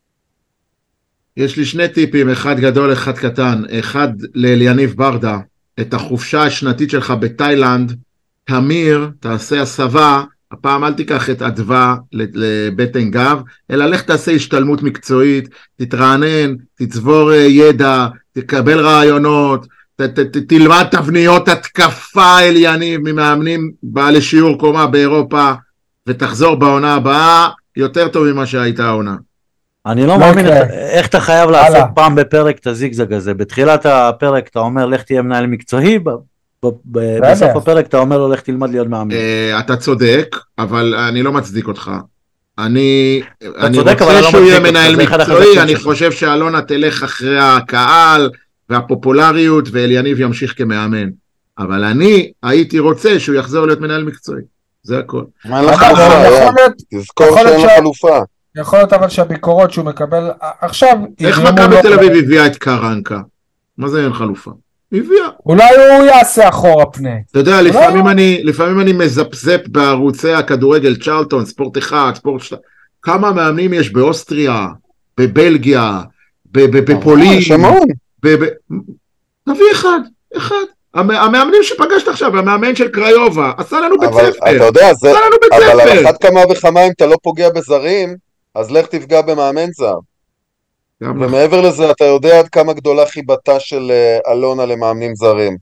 יש לי שני טיפים, אחד גדול, אחד קטן. אחד ליניב ברדה, את החופשה השנתית שלך בתאילנד, תמיר, תעשה הסבה, הפעם אל תיקח את אדווה לבטן גב, אלא לך תעשה השתלמות מקצועית, תתרענן, תצבור ידע, תקבל רעיונות, תלמד תבניות התקפה אל יניב ממאמנים בעלי שיעור קומה באירופה, ותחזור בעונה הבאה יותר טוב ממה שהייתה העונה. אני לא מאמין איך אתה חייב לעשות פעם בפרק את הזיגזג הזה. בתחילת הפרק אתה אומר לך תהיה מנהל מקצועי, בסוף הפרק אתה אומר לו לך תלמד להיות מאמין. אתה צודק, אבל אני לא מצדיק אותך. אני צודק, רוצה לא שהוא יהיה מצדיק מנהל אותך, מקצועי, אני חושב שאלונה תלך אחרי הקהל והפופולריות, ואליניב ימשיך כמאמן. אבל אני הייתי רוצה שהוא יחזור להיות מנהל מקצועי. זה הכל. אין לך חלופה, תזכור שאין לך חלופה. יכול להיות אבל שהביקורות שהוא מקבל עכשיו... איך מכבי תל אביב הביאה את קרנקה? מה זה אין חלופה? הביאה. אולי הוא יעשה אחורה פנה. אתה יודע, לפעמים אני מזפזפ בערוצי הכדורגל, צ'רלטון, ספורט אחד, ספורט שתיים. כמה מאמנים יש באוסטריה, בבלגיה, בפולין. תביא אחד. המאמנים שפגשת עכשיו, המאמן של קריובה, עשה לנו בית ספר. אתה יודע, אבל על אחת כמה וכמה אם אתה לא פוגע בזרים, אז לך תפגע במאמן זר. ומעבר לזה, אתה יודע עד כמה גדולה חיבתה של אלונה למאמנים זרים.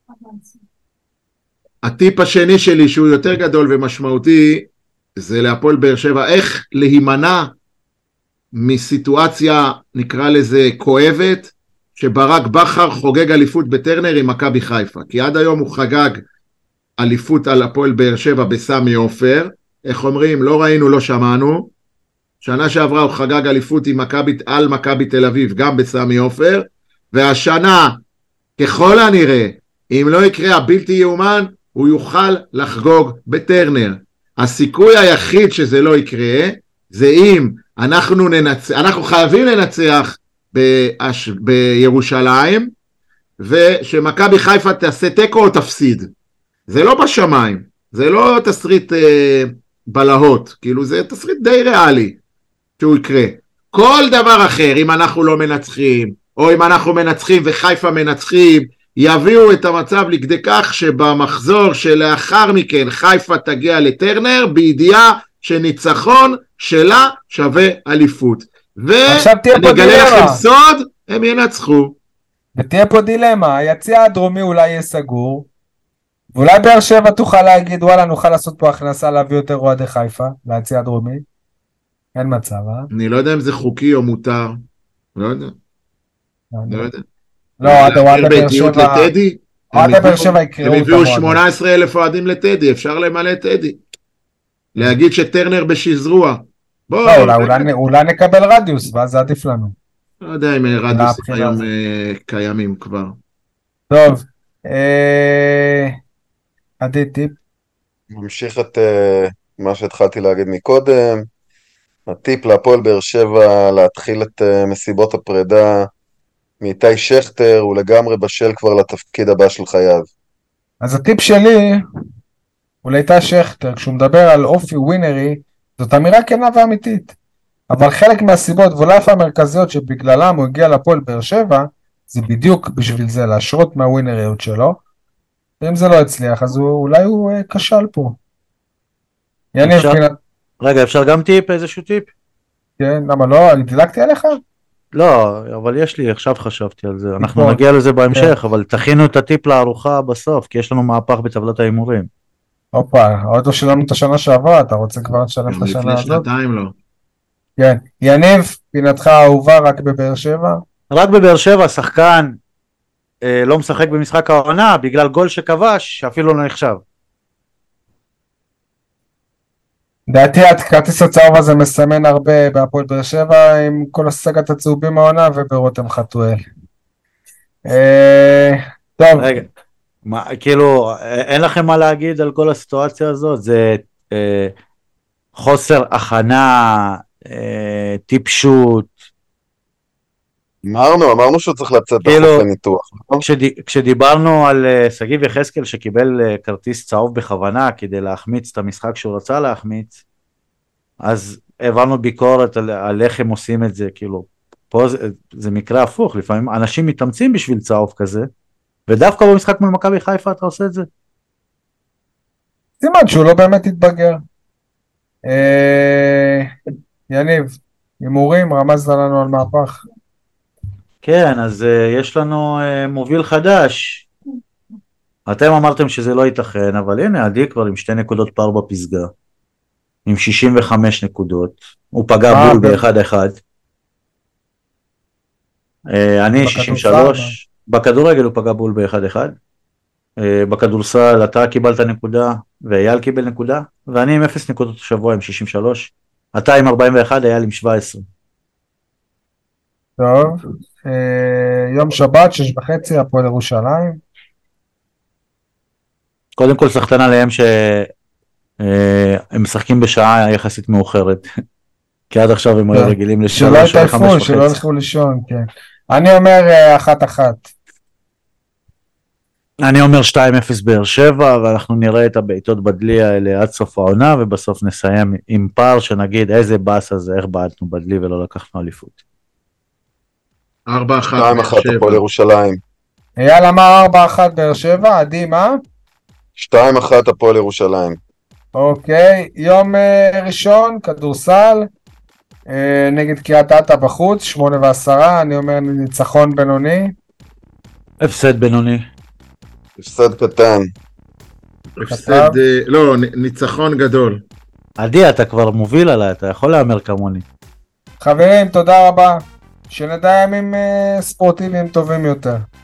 הטיפ השני שלי, שהוא יותר גדול ומשמעותי, זה להפועל באר שבע, איך להימנע מסיטואציה, נקרא לזה כואבת, שברק בכר חוגג אליפות בטרנר עם מכבי חיפה, כי עד היום הוא חגג אליפות על הפועל באר שבע בסמי עופר, איך אומרים, לא ראינו, לא שמענו, שנה שעברה הוא חגג אליפות עם על מכבי תל אביב, גם בסמי עופר, והשנה, ככל הנראה, אם לא יקרה הבלתי יאומן, הוא יוכל לחגוג בטרנר. הסיכוי היחיד שזה לא יקרה, זה אם אנחנו חייבים לנצח בירושלים, ושמכבי חיפה תעשה תיקו או תפסיד. זה לא בשמיים, זה לא תסריט בלהות, כאילו זה תסריט די ריאלי שהוא יקרה. כל דבר אחר, אם אנחנו לא מנצחים, או אם אנחנו מנצחים וחיפה מנצחים, יביאו את המצב לכדי כך שבמחזור שלאחר מכן חיפה תגיע לטרנר, בידיעה שניצחון שלה שווה אליפות. ואני אגלה לכם סוד, הם ינצחו. ותהיה פה דילמה, היציע הדרומי אולי יהיה סגור, ואולי באר שבע תוכל להגיד, וואלה, נוכל לעשות פה הכנסה להביא יותר אוהדי חיפה, ליציע הדרומי. אין מצב, אה? אני לא יודע אם זה חוקי או מותר. לא יודע. לא יודע. לא, אוהדי באר שבע... אוהדי באר שבע יקראו הם הביאו 18,000 אוהדים לטדי, אפשר למלא את טדי. להגיד שטרנר בשזרוע. אולי נקבל רדיוס, ואז זה עדיף לנו. לא יודע אם רדיוסים היום קיימים כבר. טוב. עדי טיפ. ממשיך את מה שהתחלתי להגיד מקודם. הטיפ להפועל באר שבע להתחיל את מסיבות הפרידה מאיתי שכטר, הוא לגמרי בשל כבר לתפקיד הבא של חייו. אז הטיפ שלי הוא לאיתי שכטר, כשהוא מדבר על אופי ווינרי, זאת אמירה כנה ואמיתית. אבל חלק מהסיבות ואולי אף המרכזיות שבגללם הוא הגיע לפועל באר שבע, זה בדיוק בשביל זה, להשרות מהווינריות שלו. ואם זה לא הצליח, אז אולי הוא כשל פה. יניב, רגע, אפשר גם טיפ? איזשהו טיפ? כן, למה לא? אני דילגתי עליך? לא, אבל יש לי, עכשיו חשבתי על זה. אנחנו נגיע לזה בהמשך, אבל תכינו את הטיפ לארוחה בסוף, כי יש לנו מהפך בטבלת ההימורים. הופה, עוד לא שילמנו את השנה שעברה, אתה רוצה כבר לשלם את השנה הזאת? לפני שנתיים לא. כן. יניב, פינתך האהובה רק בבאר שבע? רק בבאר שבע, שחקן לא משחק במשחק העונה, בגלל גול שכבש, שאפילו לא נחשב. דעתי, הכרטיס הצהוב הזה מסמן הרבה בהפועל באר שבע, עם כל הסגת הצהובים העונה וברותם חתואל. טוב. רגע, כאילו, אין לכם מה להגיד על כל הסיטואציה הזאת? זה חוסר הכנה, טיפשות. אמרנו שהוא צריך לצאת דחוף לניתוח. כשדיברנו על סגיב יחזקאל שקיבל כרטיס צהוב בכוונה כדי להחמיץ את המשחק שהוא רצה להחמיץ, אז הבנו ביקורת על איך הם עושים את זה, כאילו, פה זה מקרה הפוך, לפעמים אנשים מתאמצים בשביל צהוב כזה, ודווקא במשחק מול מכבי חיפה אתה עושה את זה. סימן שהוא לא באמת התבגר. יניב, הימורים, רמזת לנו על מהפך. כן, אז יש לנו מוביל חדש. אתם אמרתם שזה לא ייתכן, אבל הנה, עדי כבר עם 2 נקודות פער בפסגה, עם 65 נקודות, הוא פגע בול ב-1-1. אני 63, בכדורגל הוא פגע בול ב-1-1, בכדורסל אתה קיבלת נקודה, ואייל קיבל נקודה, ואני עם 0 נקודות השבוע עם 63, אתה עם 41, אייל עם 17. טוב, יום שבת, 6:30, הפועל ירושלים. קודם כל סחטן עליהם שהם משחקים בשעה יחסית מאוחרת, כי עד עכשיו הם היו רגילים לשעה 5:30. שלא הלכו לישון, כן. אני אומר 1-1. אני אומר 2-0 באר שבע, ואנחנו נראה את הבעיטות בדלי האלה עד סוף העונה, ובסוף נסיים עם פער שנגיד איזה באס הזה, איך בעטנו בדלי ולא לקחנו אליפות. 4-1 הפועל ירושלים. אייל אמר 4-1 באר שבע, עדי מה? 2-1 הפועל ירושלים. אוקיי, יום ראשון, כדורסל, נגד קריית אתא בחוץ, 8:10, אני אומר ניצחון בינוני. הפסד בינוני. הפסד קטן. הפסד, לא, ניצחון גדול. עדי, אתה כבר מוביל עליי, אתה יכול לאמר כמוני. חברים, תודה רבה. שנדע ימים ספורטיביים טובים יותר.